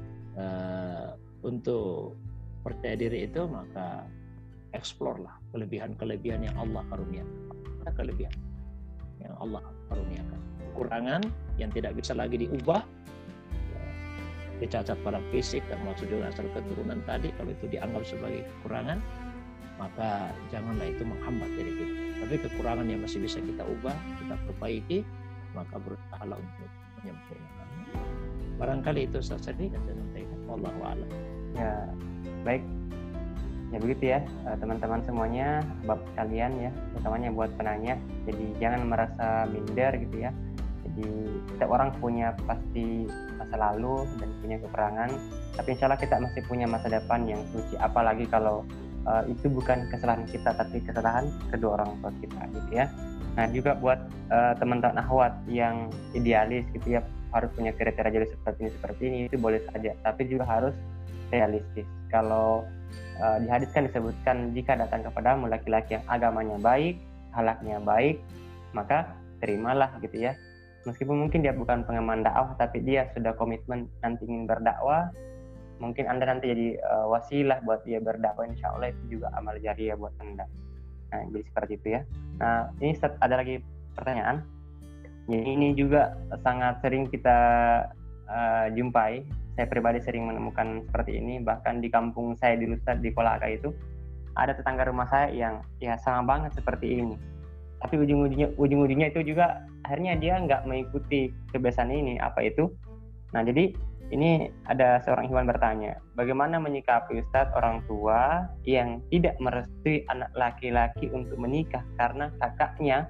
untuk percaya diri itu maka explore lah kelebihan-kelebihan yang Allah karuniakan. Kelebihan yang Allah karuniakan. Kekurangan yang tidak bisa lagi diubah, cacat pada fisik termasuk juga asal keturunan tadi, kalau itu dianggap sebagai kekurangan, maka janganlah itu menghambat diri kita. Tapi kekurangan yang masih bisa kita ubah, kita perbaiki, maka berusahalah untuk menyempurnakan. Barangkali itu Ustaz Sadi yang saya sampaikan. Wallahu a'lam. Ya, baik. Ya begitu ya, teman-teman semuanya, bab kalian ya, utamanya buat penanya. Jadi jangan merasa minder gitu ya. Jadi setiap orang punya pasti masa lalu dan punya kekurangan, tapi insya Allah kita masih punya masa depan yang suci. Apalagi kalau itu bukan kesalahan kita, tapi kesalahan kedua orang tua kita gitu ya. Nah juga buat teman-teman akhwat yang idealis gitu ya, harus punya kriteria jadi seperti ini, itu boleh saja, tapi juga harus realistis. Kalau di hadis kan disebutkan, jika datang kepadamu laki-laki yang agamanya baik, akhlaknya baik, maka terimalah gitu ya. Meskipun mungkin dia bukan pengemban dakwah, tapi dia sudah komitmen nanti ingin berdakwah, mungkin Anda nanti jadi wasilah buat dia berdakwah, insya Allah itu juga amal jariah buat Anda. Nah, jadi seperti itu ya. Nah, ini ada lagi pertanyaan. Jadi ini juga sangat sering kita jumpai. Saya pribadi sering menemukan seperti ini. Bahkan di kampung saya di Lusat, di Kolaka itu, ada tetangga rumah saya yang ya sama banget seperti ini. Tapi ujung-ujungnya itu juga akhirnya dia nggak mengikuti kebiasaan ini. Apa itu? Nah, jadi ini ada seorang ikhwan bertanya, bagaimana menyikapi Ustadz orang tua yang tidak merestui anak laki-laki untuk menikah karena kakaknya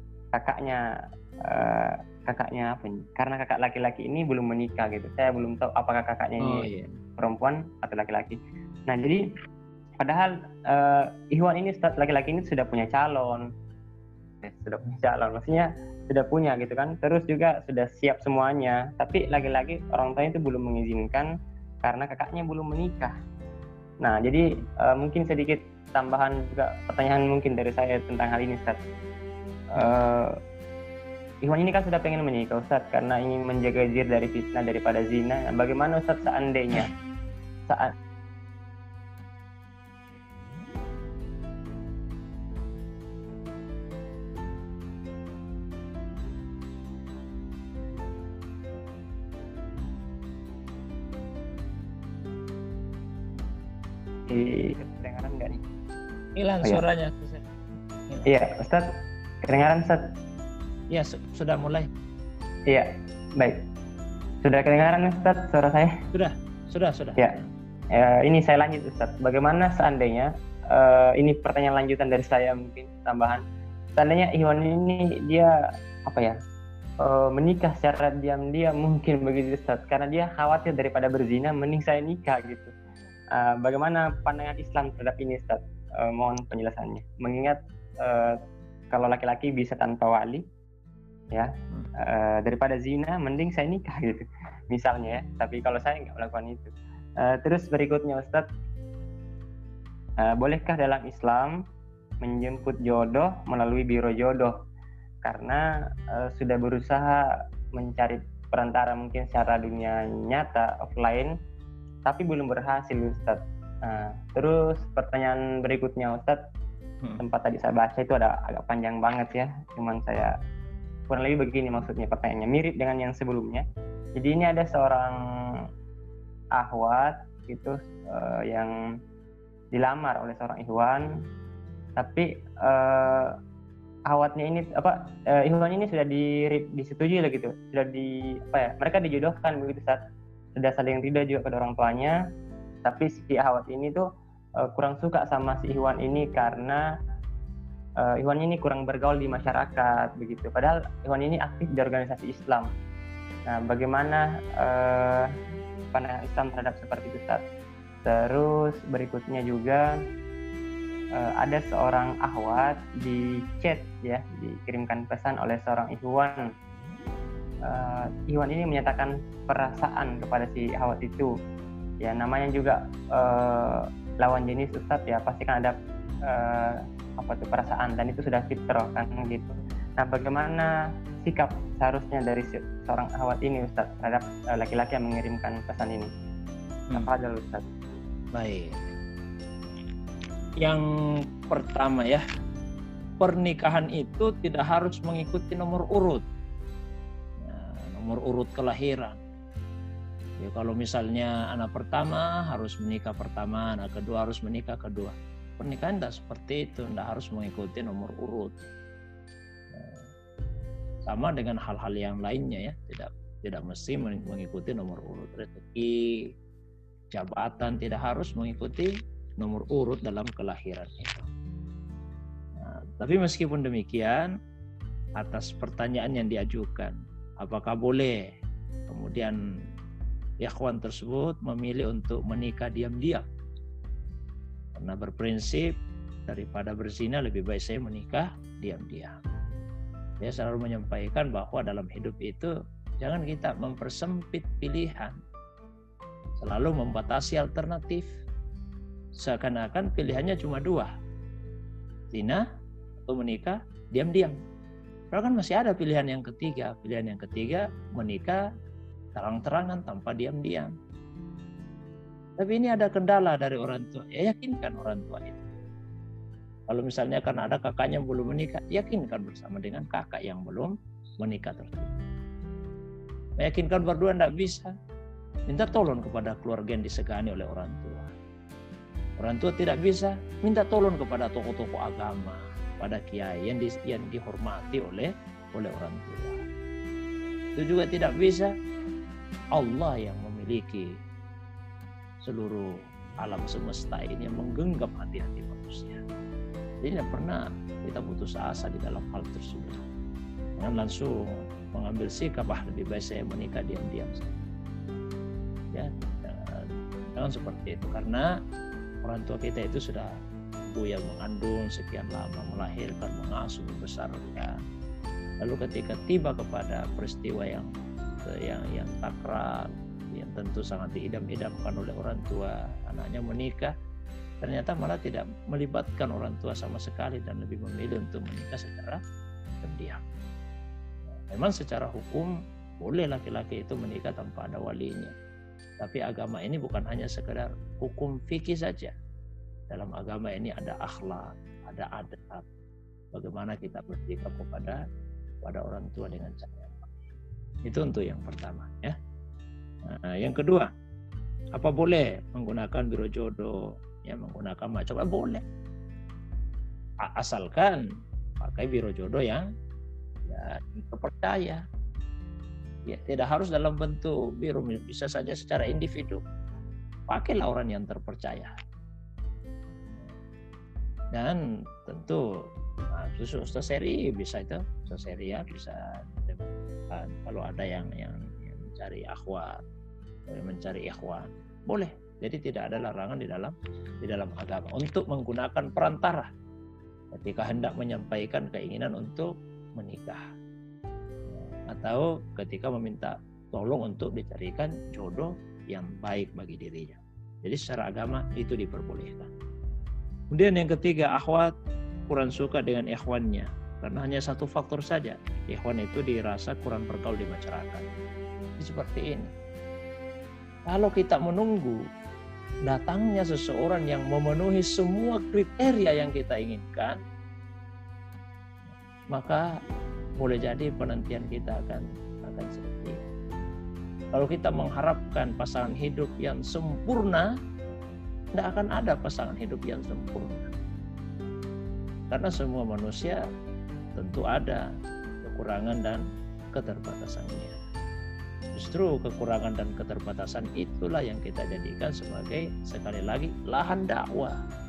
apa ini? Karena kakak laki-laki ini belum menikah gitu. Saya belum tahu apakah kakaknya ini perempuan atau laki-laki. Nah, jadi padahal ikhwan ini Ustadz laki-laki ini sudah punya calon. Maksudnya sudah punya gitu kan. Terus juga sudah siap semuanya, tapi lagi-lagi orang tuanya itu belum mengizinkan karena kakaknya belum menikah. Nah, jadi mungkin sedikit tambahan juga pertanyaan mungkin dari saya tentang hal ini Ustadz. Ikhwan ini kan sudah pengen menikah Ustadz karena ingin menjaga diri dari fitnah daripada zina. Nah, bagaimana Ustadz seandainya kedengaran nggak nih? Hilang suaranya. Iya, Ustadz, kedengaran Ustadz? Iya, sudah mulai. Iya, baik. Sudah kedengaran Ustadz suara saya? Sudah. Ya. Ini saya lanjut Ustadz. Bagaimana seandainya ini pertanyaan lanjutan dari saya mungkin tambahan. Seandainya Iwan ini dia menikah secara diam-diam mungkin begitu Ustadz, karena dia khawatir daripada berzina mending saya nikah gitu. Bagaimana pandangan Islam terhadap ini Ustadz? Mohon penjelasannya. Mengingat kalau laki-laki bisa tanpa wali ya, daripada zina mending saya nikah gitu misalnya ya, tapi kalau saya nggak melakukan itu. Terus berikutnya Ustadz, bolehkah dalam Islam menjemput jodoh melalui biro jodoh karena sudah berusaha mencari perantara mungkin secara dunia nyata offline tapi belum berhasil Ustadz. Terus pertanyaan berikutnya Ustadz, tempat tadi saya baca itu ada agak panjang banget ya, cuman saya kurang lebih begini maksudnya, pertanyaannya mirip dengan yang sebelumnya. Jadi ini ada seorang akhwat gitu yang dilamar oleh seorang ikhwan, tapi ahwatnya ini ikhwan ini sudah disetujui lah gitu, sudah mereka dijodohkan begitu, saat sudah saling ridha juga pada orang tuanya, tapi si ahwat ini tuh kurang suka sama si ikhwan ini karena ikhwan ini kurang bergaul di masyarakat begitu, padahal ikhwan ini aktif di organisasi Islam. Nah, bagaimana pandangan Islam terhadap seperti itu, Ustaz? Terus berikutnya juga ada seorang akhwat di chat ya, dikirimkan pesan oleh seorang ikhwan. Ikhwan ini menyatakan perasaan kepada si akhwat itu. Ya, namanya juga lawan jenis, Ustaz ya, pasti kan ada perasaan, dan itu sudah fitrah kan gitu. Nah, bagaimana sikap seharusnya dari seorang akhwat ini, Ustaz, terhadap laki-laki yang mengirimkan pesan ini? Apa aja, Ustaz? Baik. Yang pertama ya, pernikahan itu tidak harus mengikuti nomor urut. Nah, nomor urut kelahiran. Ya, kalau misalnya anak pertama harus menikah pertama, anak kedua harus menikah kedua. Pernikahan tidak seperti itu, tidak harus mengikuti nomor urut. Nah, sama dengan hal-hal yang lainnya ya, tidak mesti mengikuti nomor urut. Rezeki, jabatan tidak harus mengikuti nomor urut dalam kelahiran itu. Nah, tapi meskipun demikian, atas pertanyaan yang diajukan, apakah boleh kemudian ikhwan tersebut memilih untuk menikah diam-diam? Karena berprinsip daripada berzina lebih baik saya menikah diam-diam. Saya selalu menyampaikan bahwa dalam hidup itu jangan kita mempersempit pilihan, selalu membatasi alternatif. Seakan-akan pilihannya cuma dua, zina atau menikah diam-diam. Padahal kan masih ada pilihan yang ketiga. Pilihan yang ketiga menikah terang-terangan tanpa diam-diam. Tapi ini ada kendala dari orang tua. Ya, yakinkan orang tua itu. Kalau misalnya karena ada kakaknya yang belum menikah, yakinkan bersama dengan kakak yang belum menikah tersebut. Meyakinkan berdua tidak bisa, minta tolong kepada keluarga yang disegani oleh orang tua. Orang tua tidak bisa, minta tolong kepada tokoh-tokoh agama, pada kiai yang dihormati oleh orang tua. Itu juga tidak bisa, Allah yang memiliki seluruh alam semesta ini, yang menggenggam hati-hati manusia. Jadi tidak pernah kita putus asa di dalam hal tersebut. Jangan langsung mengambil sikap, lebih baik saya menikah diam-diam saja. Ya, jangan seperti itu, karena orang tua kita itu sudah ibu yang mengandung sekian lama, melahirkan, mengasuh, membesarkan. Lalu ketika tiba kepada peristiwa yang sakral, yang tentu sangat diidam-idamkan oleh orang tua, anaknya menikah, ternyata malah tidak melibatkan orang tua sama sekali dan lebih memilih untuk menikah secara diam. Memang secara hukum boleh laki-laki itu menikah tanpa ada walinya. Tapi agama ini bukan hanya sekedar hukum fikih saja. Dalam agama ini ada akhlak, ada adab. Bagaimana kita bersikap kepada orang tua dengan cara yang baik. Itu untuk yang pertama ya. Nah, yang kedua, apa boleh menggunakan biro jodoh, ya menggunakan macam boleh. Asalkan pakai biro jodoh yang terpercaya. Ya, tidak harus dalam bentuk biro, bisa saja secara individu. Pakailah orang yang terpercaya. Dan tentu Ustaz Seri bisa itu, Ustaz Seri ya bisa. Kalau ada yang mencari akhwat, mencari ikhwan, boleh. Jadi tidak ada larangan di dalam agama untuk menggunakan perantara ketika hendak menyampaikan keinginan untuk menikah, atau ketika meminta tolong untuk dicarikan jodoh yang baik bagi dirinya. Jadi secara agama itu diperbolehkan. Kemudian yang ketiga, akhwat kurang suka dengan ikhwannya karena hanya satu faktor saja, ikhwan itu dirasa kurang bergaul di masyarakat. Jadi seperti ini. Kalau kita menunggu datangnya seseorang yang memenuhi semua kriteria yang kita inginkan, maka boleh jadi penantian kita akan seperti itu. Kalau kita mengharapkan pasangan hidup yang sempurna, tidak akan ada pasangan hidup yang sempurna. Karena semua manusia tentu ada kekurangan dan keterbatasannya. Justru kekurangan dan keterbatasan itulah yang kita jadikan sebagai, sekali lagi, lahan dakwah.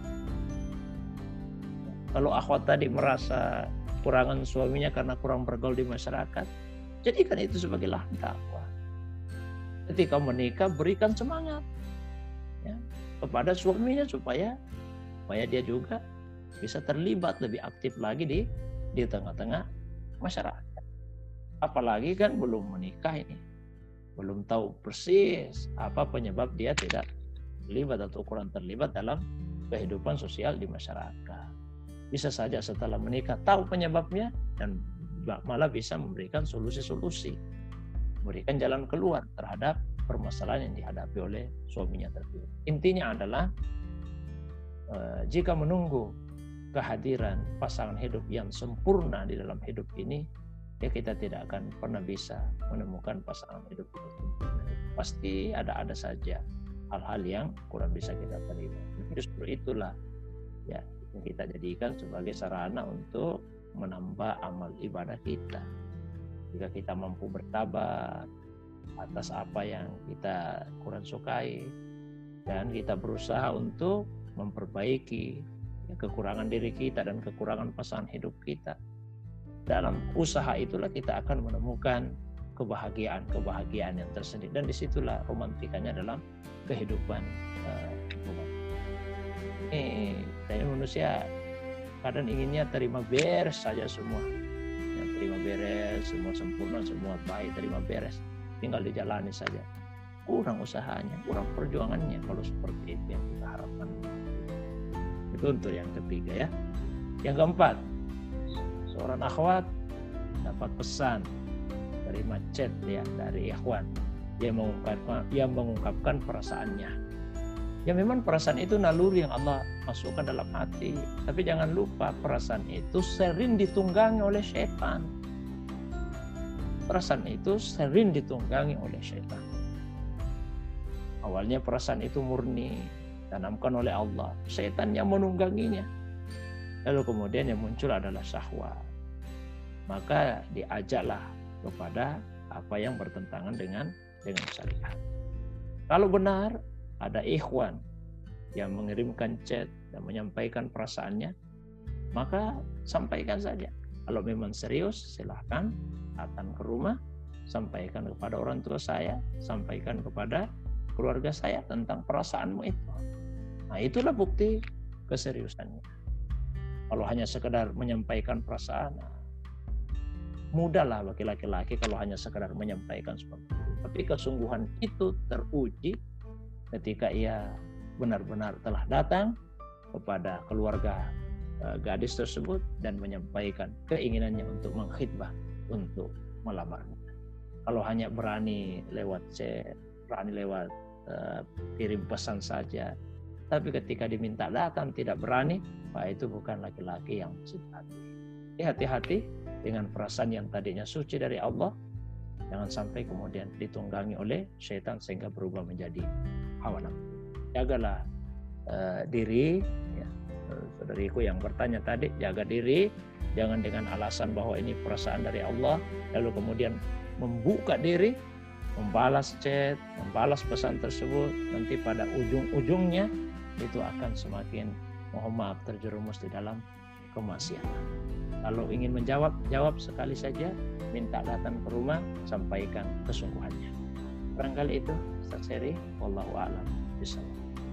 Kalau akhwat tadi merasa kekurangan suaminya karena kurang bergaul di masyarakat, jadikan itu sebagai lahan dakwah. Ketika menikah, berikan semangat ya, kepada suaminya supaya dia juga bisa terlibat lebih aktif lagi di tengah-tengah masyarakat. Apalagi kan belum menikah ini, belum tahu persis apa penyebab dia tidak terlibat atau kurang terlibat dalam kehidupan sosial di masyarakat. Bisa saja setelah menikah tahu penyebabnya dan malah bisa memberikan solusi-solusi, memberikan jalan keluar terhadap permasalahan yang dihadapi oleh suaminya tersebut. Intinya adalah jika menunggu kehadiran pasangan hidup yang sempurna di dalam hidup ini, ya kita tidak akan pernah bisa menemukan pasangan hidup yang sempurna. Pasti ada saja hal-hal yang kurang bisa kita terima. Justru itulah ya yang kita jadikan sebagai sarana untuk menambah amal ibadah kita. Jika kita mampu bertabar atas apa yang kita kurang sukai dan kita berusaha untuk memperbaiki kekurangan diri kita dan kekurangan pasangan hidup kita, dalam usaha itulah kita akan menemukan kebahagiaan yang tersendiri, dan disitulah romantikanya dalam kehidupan rumah. Ini manusia kadang inginnya terima beres saja semua, ya, terima beres semua sempurna, semua baik, terima beres, tinggal dijalani saja. Kurang usahanya, kurang perjuangannya kalau seperti itu yang kita harapkan. Itu untuk yang ketiga ya. Yang keempat, seorang akhwat dapat pesan dari chat ya, dari ikhwan yang mengungkapkan perasaannya. Ya memang perasaan itu naluri yang Allah masukkan dalam hati, tapi jangan lupa perasaan itu sering ditunggangi oleh setan. Perasaan itu sering ditunggangi oleh setan. Awalnya perasaan itu murni, tanamkan oleh Allah. Setan yang menungganginya. Lalu kemudian yang muncul adalah syahwat. Maka diajaklah kepada apa yang bertentangan dengan syariat. Kalau benar ada ikhwan yang mengirimkan chat dan menyampaikan perasaannya, maka sampaikan saja. Kalau memang serius, silahkan datang ke rumah, sampaikan kepada orang tua saya, sampaikan kepada keluarga saya tentang perasaanmu itu. Nah, itulah bukti keseriusannya. Kalau hanya sekedar menyampaikan perasaan, mudahlah bagi laki-laki kalau hanya sekedar menyampaikan seperti itu. Tapi kesungguhan itu teruji ketika ia benar-benar telah datang kepada keluarga gadis tersebut dan menyampaikan keinginannya untuk mengkhidbah, untuk melamarnya. Kalau hanya berani lewat chat, berani lewat kirim pesan saja, tapi ketika diminta datang tidak berani, Pak, itu bukan laki-laki yang sejati. Hati-hati dengan perasaan yang tadinya suci dari Allah, jangan sampai kemudian ditunggangi oleh syaitan sehingga berubah menjadi hawa nafsu. Jagalah diri, ya, saudariku yang bertanya tadi, jaga diri, jangan dengan alasan bahwa ini perasaan dari Allah, lalu kemudian membuka diri, membalas chat, membalas pesan tersebut, nanti pada ujung-ujungnya itu akan semakin, mohon maaf, terjerumus di dalam kemaksiatan. Kalau ingin menjawab, jawab sekali saja, minta datang ke rumah, sampaikan kesungguhannya. Barangkali itu Ustaz Heri, wallahu a'lam bishawab.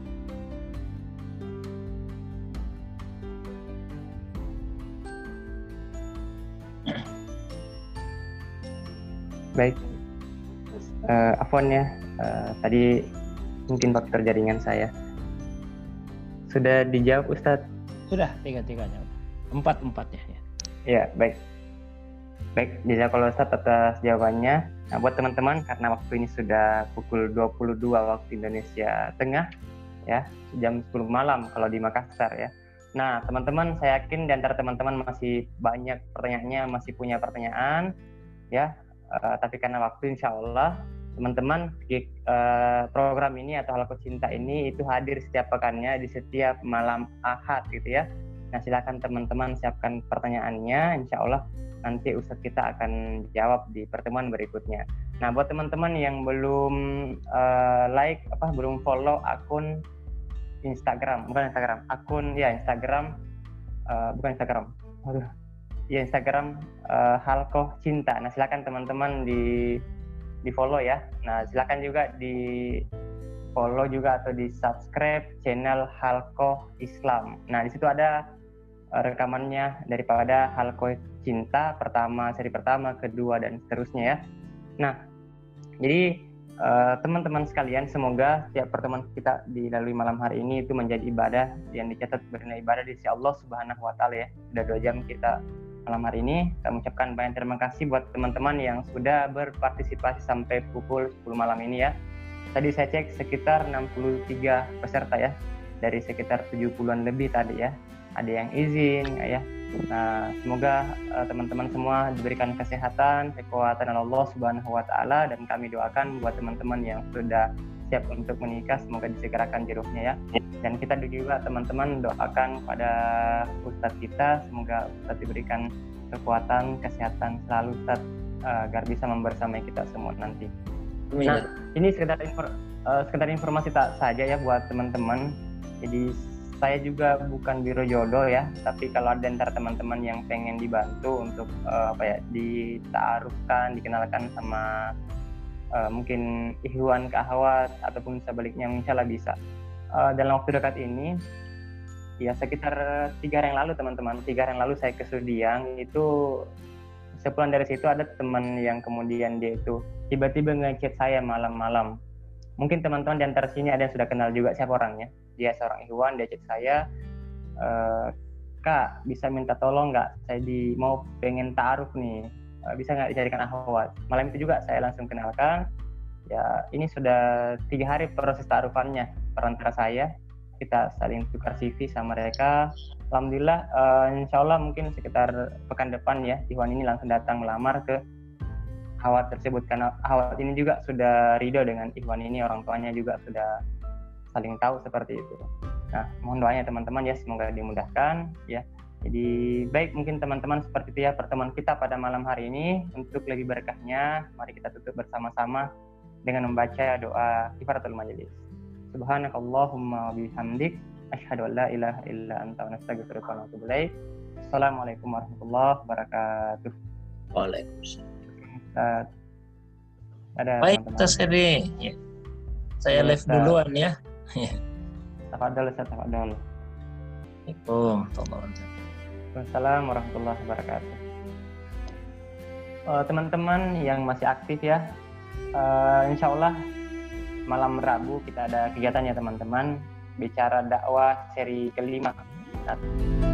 Baik, Afwan ya, tadi mungkin faktor jaringan saya. Sudah dijawab Ustadz? Sudah, tiga-tiganya. Empat-empatnya ya. Ya, baik. Baik, jazakallahu Ustadz atas jawabannya. Nah, buat teman-teman, karena waktu ini sudah pukul 22 waktu Indonesia Tengah, ya, jam 10 malam kalau di Makassar ya. Nah, teman-teman, saya yakin di antara teman-teman masih banyak pertanyaannya, masih punya pertanyaan, ya. Tapi karena waktu, insya Allah teman-teman, program ini atau Halaqah Cinta ini itu hadir setiap pekannya di setiap malam Ahad gitu ya. Nah, silakan teman-teman siapkan pertanyaannya, insya Allah nanti Ustadz kita akan jawab di pertemuan berikutnya. Nah, buat teman-teman yang belum belum follow akun Instagram, Instagram Halqoh Cinta. Nah, silakan teman-teman di follow ya. Nah, silakan juga di follow juga atau di subscribe channel Halqoh Islam. Nah, di situ ada rekamannya daripada Halqoh Cinta seri pertama, kedua, dan seterusnya ya. Nah, jadi teman-teman sekalian, semoga setiap pertemuan kita dilalui malam hari ini itu menjadi ibadah yang dicatat bernilai ibadah di sisi Allah Subhanahu wa Ta'ala ya. Sudah 2 jam kita malam hari ini. Kita mengucapkan banyak terima kasih buat teman-teman yang sudah berpartisipasi sampai pukul 10 malam ini ya. Tadi saya cek sekitar 63 peserta ya, dari sekitar 70-an lebih tadi ya. Ada yang izin ya. Nah, semoga teman-teman semua diberikan kesehatan, kekuatan Allah Subhanahu wa Ta'ala, dan kami doakan buat teman-teman yang sudah siap untuk menikah, semoga disegerakan jodohnya ya. Dan kita juga teman-teman doakan pada Ustadz kita, semoga Ustadz diberikan kekuatan, kesehatan selalu Ustadz, agar bisa membersamai kita semua nanti. Nah, ini sekedar informasi tak saja ya buat teman-teman. Jadi saya juga bukan biro jodoh ya, tapi kalau ada antara teman-teman yang pengen dibantu untuk ditaarufkan, dikenalkan sama mungkin ikhwan ke akhwat ataupun sebaliknya, insya Allah bisa. Dalam waktu dekat ini, ya sekitar 3 hari yang lalu teman-teman, 3 hari yang lalu saya ke Sudiang, itu sepulang dari situ ada teman yang kemudian dia itu tiba-tiba nge-chat saya malam-malam. Mungkin teman-teman di antara sini ada yang sudah kenal juga siapa orangnya. Dia seorang ikhwan, dia chat saya, Kak, bisa minta tolong nggak? Saya mau pengen ta'aruf nih, bisa nggak dicarikan akhwat? Malam itu juga saya langsung kenalkan. Ya, ini sudah 3 hari proses ta'arufannya perantara saya. Kita saling tukar CV sama mereka. Alhamdulillah, insya Allah mungkin sekitar pekan depan ya, ikhwan ini langsung datang melamar ke akhwat tersebut, karena akhwat ini juga sudah ridho dengan ikhwan ini, orang tuanya juga sudah saling tahu seperti itu. Nah, mohon doanya teman-teman ya, semoga dimudahkan ya. Jadi baik, mungkin teman-teman seperti itu ya pertemuan kita pada malam hari ini. Untuk lebih berkahnya, mari kita tutup bersama-sama dengan membaca doa kifaratul majelis. Subhanakallahumma wa bihamdik, asyhadu an la ilaha illa anta, nastaghfiruka wa natubu ilaik. Assalamualaikum warahmatullahi wabarakatuh. Waalaikumsalam. Ada baik, terseri ya. Saya live duluan ya. Tafadhol Ustaz, tafadhol. Waalaikumsalam warahmatullahi wabarakatuh. Teman-teman yang masih aktif ya, insya Allah malam Rabu kita ada kegiatan ya teman-teman, bicara dakwah seri kelima.